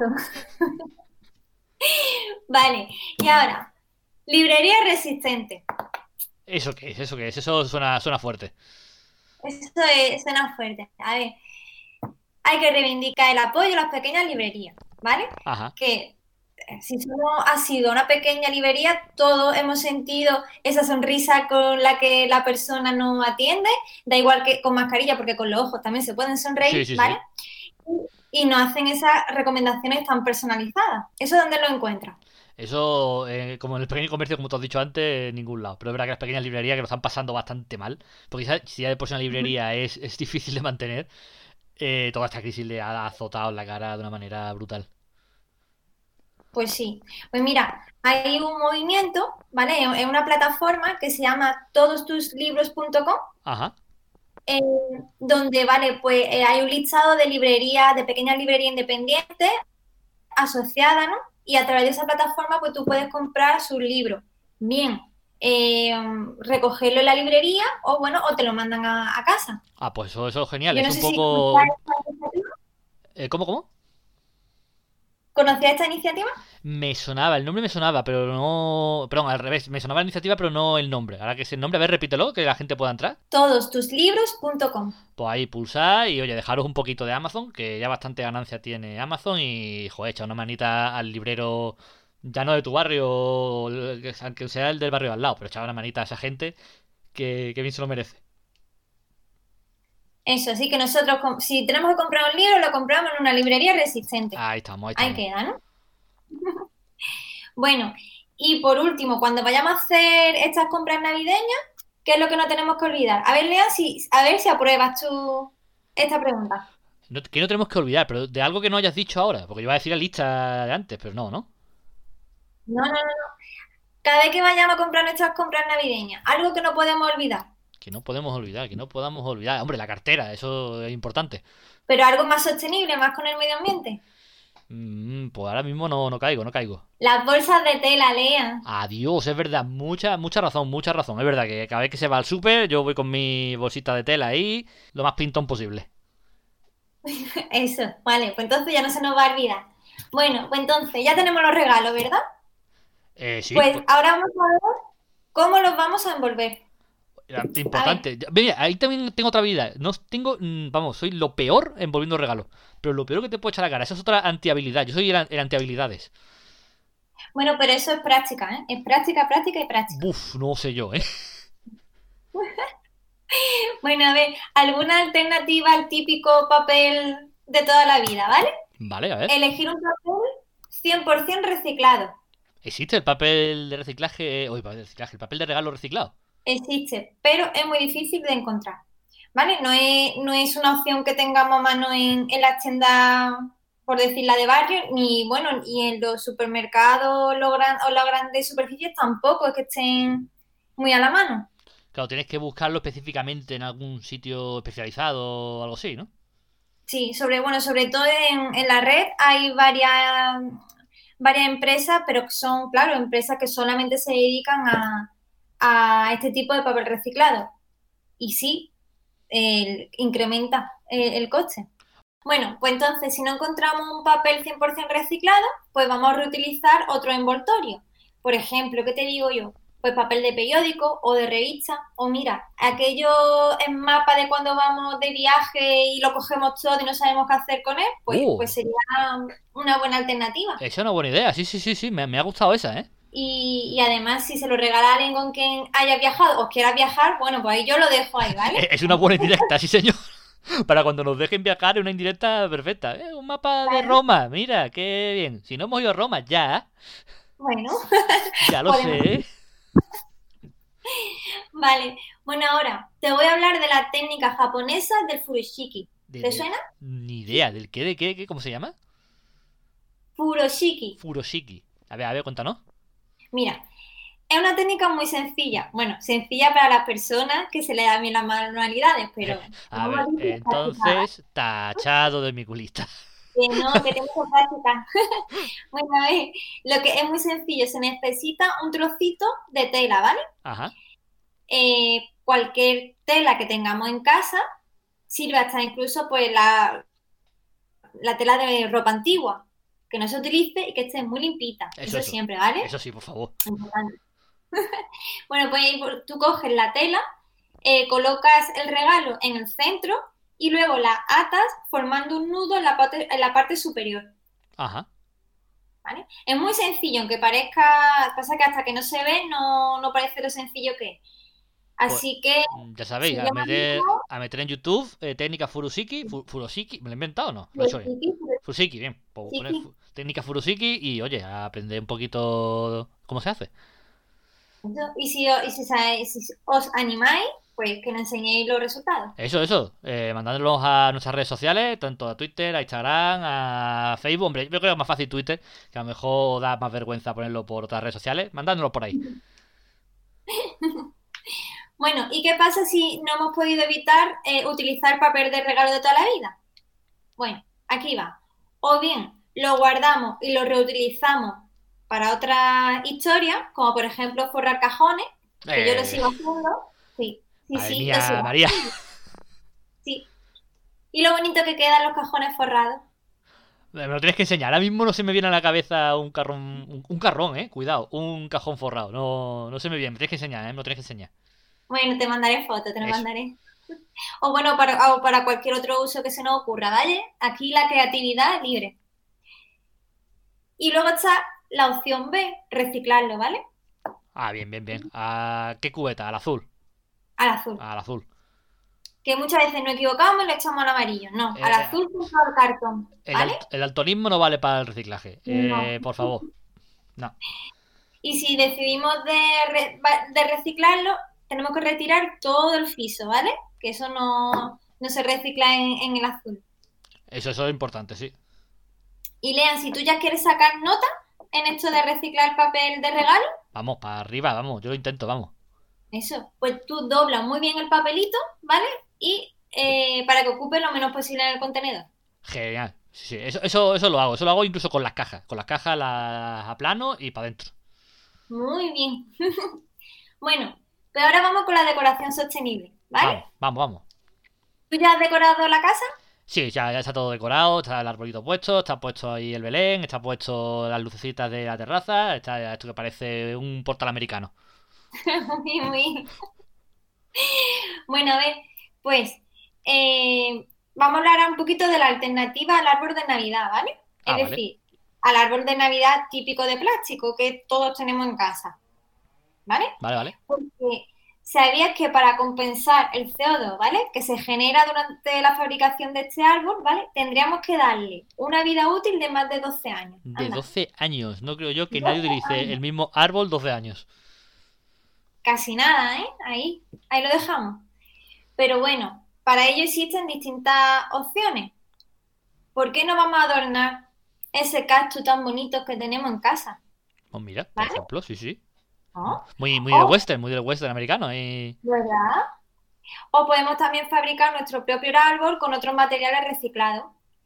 G: Vale, y ahora, librería resistente.
A: ¿Eso qué es? ¿Eso qué es? Eso suena fuerte.
G: Suena fuerte. A ver, hay que reivindicar el apoyo a las pequeñas librerías, ¿vale?
A: Ajá.
G: Que si solo ha sido una pequeña librería, todos hemos sentido esa sonrisa con la que la persona nos atiende, da igual que con mascarilla, porque con los ojos también se pueden sonreír,
A: Sí, sí, sí.
G: ¿vale? Y nos hacen esas recomendaciones tan personalizadas. ¿Eso dónde lo encuentras?
A: Eso, como en el pequeño comercio, como te has dicho antes, en ningún lado. Pero es verdad que las pequeñas librerías que lo están pasando bastante mal. Porque si ya de por sí una librería es difícil de mantener, toda esta crisis le ha azotado en la cara de una manera brutal.
G: Pues sí. Pues mira, hay un movimiento, ¿vale? Es una plataforma que se llama todostuslibros.com,
A: Ajá.
G: donde, vale, pues hay un listado de librerías, de pequeñas librerías independientes asociadas, ¿no? Y a través de esa plataforma, pues tú puedes comprar sus libros. Bien, recogerlo en la librería o, bueno, o te lo mandan a casa.
A: Ah, pues eso es genial.
G: Yo no
A: Es
G: sé
A: un
G: si
A: poco...
G: conocías esta iniciativa.
A: ¿Cómo?
G: ¿Conocías esta iniciativa?
A: Me sonaba, el nombre me sonaba, pero no... Perdón, al revés. Me sonaba la iniciativa, pero no el nombre. Ahora que es el nombre, a ver, repítelo, que la gente pueda entrar.
G: Todostuslibros.com.
A: Pues ahí pulsar y, oye, dejaros un poquito de Amazon, que ya bastante ganancia tiene Amazon y, joder, echa una manita al librero, ya no de tu barrio, aunque sea el del barrio de al lado, pero echa una manita a esa gente que bien se lo merece.
G: Eso, así que nosotros, si tenemos que comprar un libro, lo compramos en una librería resistente.
A: Ahí estamos, ahí
G: Ahí
A: estamos.
G: queda, ¿no? Bueno, y por último, cuando vayamos a hacer estas compras navideñas, ¿qué es lo que no tenemos que olvidar? A ver, Lea, a ver si apruebas tú esta pregunta.
A: Que no tenemos que olvidar, pero de algo que no hayas dicho ahora, porque yo iba a decir la lista de antes, pero no, ¿no?
G: No. Cada vez que vayamos a comprar nuestras compras navideñas, algo que no podemos olvidar,
A: Que no podemos olvidar, que no podamos olvidar. Hombre, la cartera, eso es importante.
G: pero algo más sostenible, más con el medio ambiente.
A: Pues ahora mismo no caigo.
G: Las bolsas de tela, Lea.
A: Adiós, es verdad, mucha razón. Es verdad que cada vez que se va al súper, yo voy con mi bolsita de tela ahí, lo más pintón posible.
G: Eso, vale, pues entonces ya no se nos va a olvidar. Bueno, pues entonces ya tenemos los regalos, ¿verdad?
A: Sí,
G: Pues ahora vamos a ver cómo los vamos a envolver.
A: importante. Mira, ahí también tengo otra habilidad. No tengo, vamos, soy lo peor envolviendo regalos. Pero lo peor que te puedo echar a la cara, esa es otra antihabilidad. Yo soy el antihabilidades.
G: Bueno, pero eso es práctica, ¿eh? Es práctica, práctica y práctica.
A: Buf, no sé yo, ¿eh?
G: Bueno, a ver, ¿alguna alternativa al típico papel de toda la vida, ¿vale?
A: Vale, a ver.
G: Elegir un papel 100% reciclado.
A: ¿Existe el papel de reciclaje? Uy, papel de reciclaje, el papel de regalo reciclado.
G: Existe, pero es muy difícil de encontrar, ¿vale? No es una opción que tengamos a mano en las tiendas, por decirla de barrio, ni bueno, y en los supermercados o las grandes superficies tampoco es que estén muy a la mano.
A: Claro, tienes que buscarlo específicamente en algún sitio especializado o algo así, ¿no?
G: Sí, sobre todo en la red hay varias empresas, pero que son, claro, empresas que solamente se dedican a este tipo de papel reciclado. Y sí, incrementa el coste. Bueno, pues entonces, si no encontramos un papel 100% reciclado, pues vamos a reutilizar otro envoltorio. Por ejemplo, ¿qué te digo yo? Pues papel de periódico o de revista, o mira, aquello en mapa de cuando vamos de viaje y lo cogemos todo y no sabemos qué hacer con él, pues sería una buena alternativa.
A: Esa es una buena idea, sí, me ha gustado esa, ¿eh?
G: Y además, si se lo regala a alguien con quien haya viajado o quiera viajar, bueno, pues ahí yo lo dejo ahí, ¿vale?
A: Es una buena indirecta, sí señor. Para cuando nos dejen viajar es una indirecta perfecta. Un mapa de Roma, mira, qué bien. Si no hemos ido a Roma, ya.
G: Bueno.
A: Ya lo sé.
G: Vale, bueno, ahora te voy a hablar de la técnica japonesa del furoshiki. ¿Te suena?
A: Ni idea, ¿del qué? ¿De qué? ¿Cómo se llama?
G: Furoshiki.
A: Furoshiki. A ver, cuéntanos.
G: Mira, es una técnica muy sencilla. Bueno, sencilla para las personas que se le dan bien las manualidades, pero...
A: A ver, entonces, tachado de mi culista.
G: Que no, que tengo que practicar. Bueno, a ver, lo que es muy sencillo, se necesita un trocito de tela, ¿vale?
A: Ajá.
G: Cualquier tela que tengamos en casa sirve hasta incluso pues la tela de ropa antigua, que no se utilice y que esté muy limpita. Eso siempre, ¿vale?
A: Eso sí, por favor.
G: Bueno, pues tú coges la tela, colocas el regalo en el centro y luego la atas formando un nudo en la parte superior.
A: Ajá.
G: ¿Vale? Es muy sencillo, aunque pasa que hasta que no se ve no parece lo sencillo que es. Así que...
A: Ya sabéis, a meter en YouTube técnica Furoshiki, Furoshiki, ¿me lo he inventado o no? Furoshiki, bien. Pues poner técnica Furoshiki y, oye, a aprender un poquito cómo se hace.
G: Y si os animáis, pues que nos enseñéis los resultados.
A: Eso. Mandádlos a nuestras redes sociales, tanto a Twitter, a Instagram, a Facebook. Hombre, yo creo que es más fácil Twitter, que a lo mejor da más vergüenza ponerlo por otras redes sociales. Mandádnoslo por ahí.
G: Bueno, ¿y qué pasa si no hemos podido evitar utilizar papel de regalo de toda la vida? Bueno, aquí va. O bien lo guardamos y lo reutilizamos para otras historias, como por ejemplo forrar cajones, que yo lo sigo haciendo. Sí,
A: mía, María.
G: Sí. Y lo bonito que quedan los cajones forrados.
A: Me lo tienes que enseñar. Ahora mismo no se me viene a la cabeza un carrón, cuidado, un cajón forrado. No se me viene, me tienes que enseñar, me lo tienes que enseñar.
G: Bueno, te mandaré fotos, te lo mandaré. O bueno, para cualquier otro uso que se nos ocurra, ¿vale? Aquí la creatividad libre. Y luego está la opción B, reciclarlo, ¿vale?
A: Ah, bien. ¿A qué cubeta? ¿Al azul?
G: Al azul.
A: Al azul.
G: Que muchas veces nos equivocamos y lo echamos al amarillo. No, al azul con todo el cartón, ¿vale?
A: El daltonismo no vale para el reciclaje. No. Por favor. No.
G: Y si decidimos de reciclarlo, tenemos que retirar todo el friso, ¿vale? Que eso no se recicla en el azul.
A: Eso es importante, sí.
G: Y Lean, si tú ya quieres sacar nota en esto de reciclar papel de regalo.
A: Vamos, para arriba, vamos. Yo lo intento, vamos.
G: Eso, pues tú doblas muy bien el papelito, ¿vale? Y para que ocupe lo menos posible en el contenedor.
A: Genial. Sí, eso lo hago. Eso lo hago incluso con las cajas. Con las cajas las aplano y para adentro.
G: Muy bien. Bueno, pues ahora vamos con la decoración sostenible, ¿vale?
A: Vamos.
G: ¿Tú ya has decorado la casa?
A: Sí, ya está todo decorado, está el arbolito puesto, está puesto ahí el Belén, está puesto las lucecitas de la terraza, está esto que parece un portal americano.
G: Muy. Bueno, a ver, pues vamos a hablar un poquito de la alternativa al árbol de Navidad, ¿vale? Es decir, al árbol de Navidad típico de plástico que todos tenemos en casa, ¿vale?
A: Vale.
G: Porque ¿sabías que para compensar el CO2, ¿vale? Que se genera durante la fabricación de este árbol, ¿vale? Tendríamos que darle una vida útil de más de 12 años.
A: De 12 años. No creo yo que nadie utilice el mismo árbol 12 años.
G: Casi nada, ¿eh? Ahí lo dejamos. Pero bueno, para ello existen distintas opciones. ¿Por qué no vamos a adornar ese cactus tan bonito que tenemos en casa?
A: Pues mira, por ejemplo, sí.
G: ¿No?
A: Muy del western americano.
G: ¿Verdad? O podemos también fabricar nuestro propio árbol con otros materiales reciclados.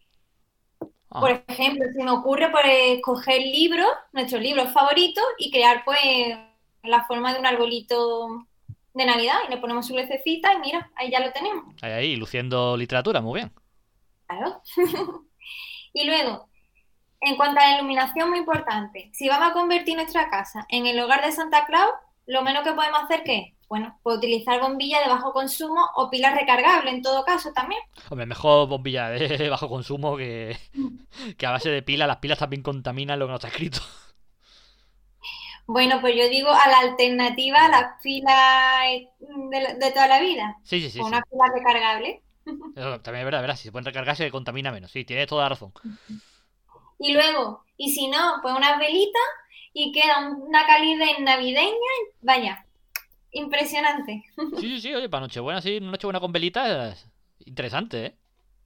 G: Por ejemplo, se me ocurre pues coger nuestros libros favoritos y crear pues la forma de un arbolito de Navidad y le ponemos su lucecita y mira, ahí ya lo tenemos.
A: Ahí, luciendo literatura, muy bien.
G: Claro. Y luego, en cuanto a la iluminación, muy importante, si vamos a convertir nuestra casa en el hogar de Santa Claus, lo menos que podemos hacer, ¿qué es? Bueno, pues utilizar bombillas de bajo consumo o pilas recargables en todo caso también.
A: Hombre, mejor bombilla de bajo consumo que a base de pilas. Las pilas también contaminan lo que no está escrito.
G: Bueno, pues yo digo a la alternativa a las pilas de toda la vida.
A: Sí, sí, sí.
G: Con
A: Sí.
G: una pila recargable.
A: Eso también es verdad, si se pueden recargar se contamina menos. Sí, tienes toda la razón.
G: Y luego, y si no, pues unas velitas y queda una calidez navideña. Vaya, impresionante.
A: Sí, sí, sí, oye, para Nochebuena, sí, una Nochebuena con velitas, interesante, ¿eh?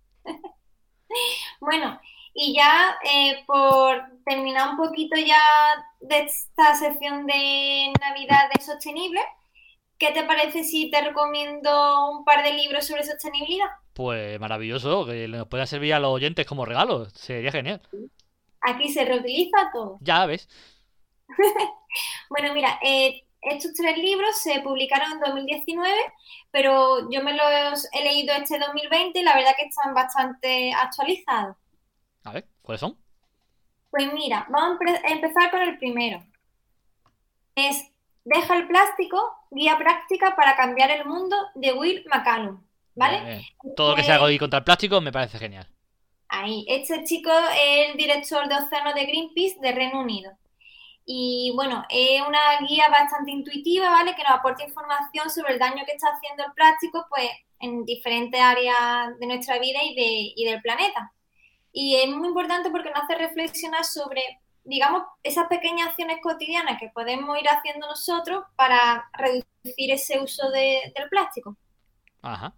G: Bueno, y ya por terminar un poquito ya de esta sección de Navidad de sostenible, ¿qué te parece si te recomiendo un par de libros sobre sostenibilidad?
A: Pues maravilloso, que nos pueda servir a los oyentes como regalo, sería genial.
G: Aquí se reutiliza todo.
A: Ya ves.
G: Bueno, mira, estos 3 libros se publicaron en 2019, pero yo me los he leído este 2020 y la verdad que están bastante actualizados.
A: A ver, ¿cuáles son?
G: Pues mira, vamos a empezar con el primero. Es Deja el plástico, guía práctica para cambiar el mundo, de Will McCallum, ¿vale?
A: Bien, bien. Todo lo que sea algo contra el plástico me parece genial.
G: Ahí, este chico es el director de océano de Greenpeace de Reino Unido. Y bueno, es una guía bastante intuitiva, ¿vale? Que nos aporta información sobre el daño que está haciendo el plástico, pues, en diferentes áreas de nuestra vida y del planeta. Y es muy importante porque nos hace reflexionar sobre, digamos, esas pequeñas acciones cotidianas que podemos ir haciendo nosotros para reducir ese uso del plástico.
A: Ajá.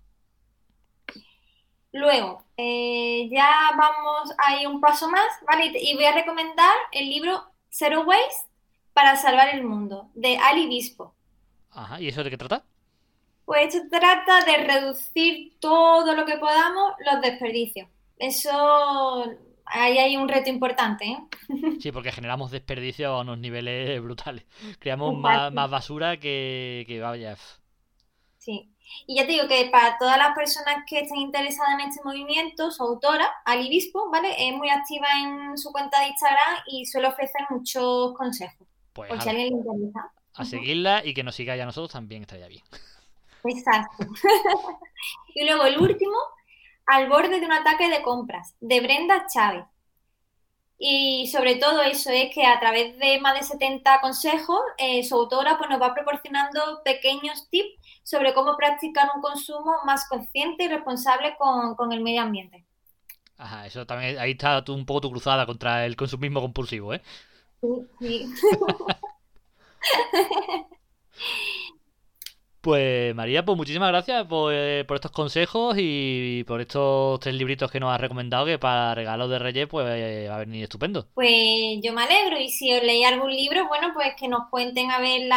G: Luego, ya vamos a ir un paso más, ¿vale? Y voy a recomendar el libro Zero Waste para salvar el mundo, de Ali Bispo.
A: Ajá, ¿y eso de qué trata?
G: Pues esto trata de reducir todo lo que podamos los desperdicios. Eso, ahí hay un reto importante, ¿eh?
A: Sí, porque generamos desperdicio a unos niveles brutales. Creamos
G: Exacto.
A: más basura que vaya.
G: Sí. Y ya te digo que para todas las personas que estén interesadas en este movimiento, su autora, Ali Bispo, ¿vale? Es muy activa en su cuenta de Instagram y suele ofrecer muchos consejos.
A: Pues
G: Por si a alguien le interesa.
A: a seguirla y que nos siga ya a nosotros también estaría bien.
G: Exacto. Y luego el último, Al borde de un ataque de compras, de Brenda Chávez. Y sobre todo eso es que a través de más de 70 consejos, su autora pues, nos va proporcionando pequeños tips sobre cómo practicar un consumo más consciente y responsable con el medio ambiente.
A: Ajá, eso también, ahí está tú un poco tu cruzada contra el consumismo compulsivo, ¿eh?
G: Sí.
A: Pues María, pues muchísimas gracias por estos consejos y por estos 3 libritos que nos has recomendado, que para regalos de Reyes pues va a venir estupendo.
G: Pues yo me alegro y si os leí algún libro, bueno, pues que nos cuenten a ver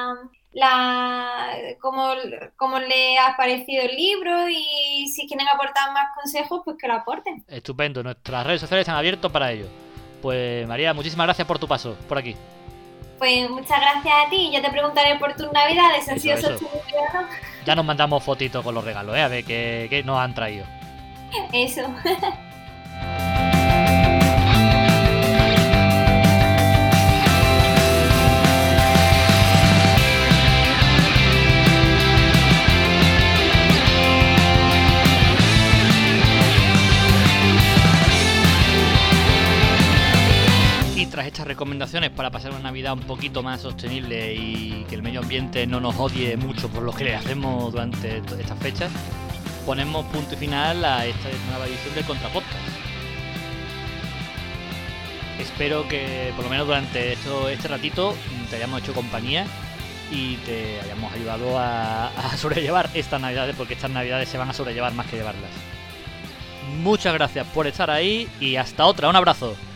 G: cómo le ha parecido el libro y si quieren aportar más consejos, pues que lo aporten.
A: Estupendo, nuestras redes sociales están abiertas para ello. Pues María, muchísimas gracias por tu paso por aquí.
G: Pues muchas gracias a ti. Ya te preguntaré por tus navidades, ¿han sido
A: Eso.
G: sostenibles o no?
A: Ya nos mandamos fotitos con los regalos, a ver qué nos han traído.
G: Eso.
A: Y tras estas recomendaciones para pasar una Navidad un poquito más sostenible y que el medio ambiente no nos odie mucho por lo que le hacemos durante estas fechas, ponemos punto y final a esta nueva edición del Contrapodcast. Espero que por lo menos durante este ratito te hayamos hecho compañía y te hayamos ayudado a sobrellevar estas navidades, porque estas navidades se van a sobrellevar más que llevarlas. Muchas gracias por estar ahí y hasta otra, un abrazo.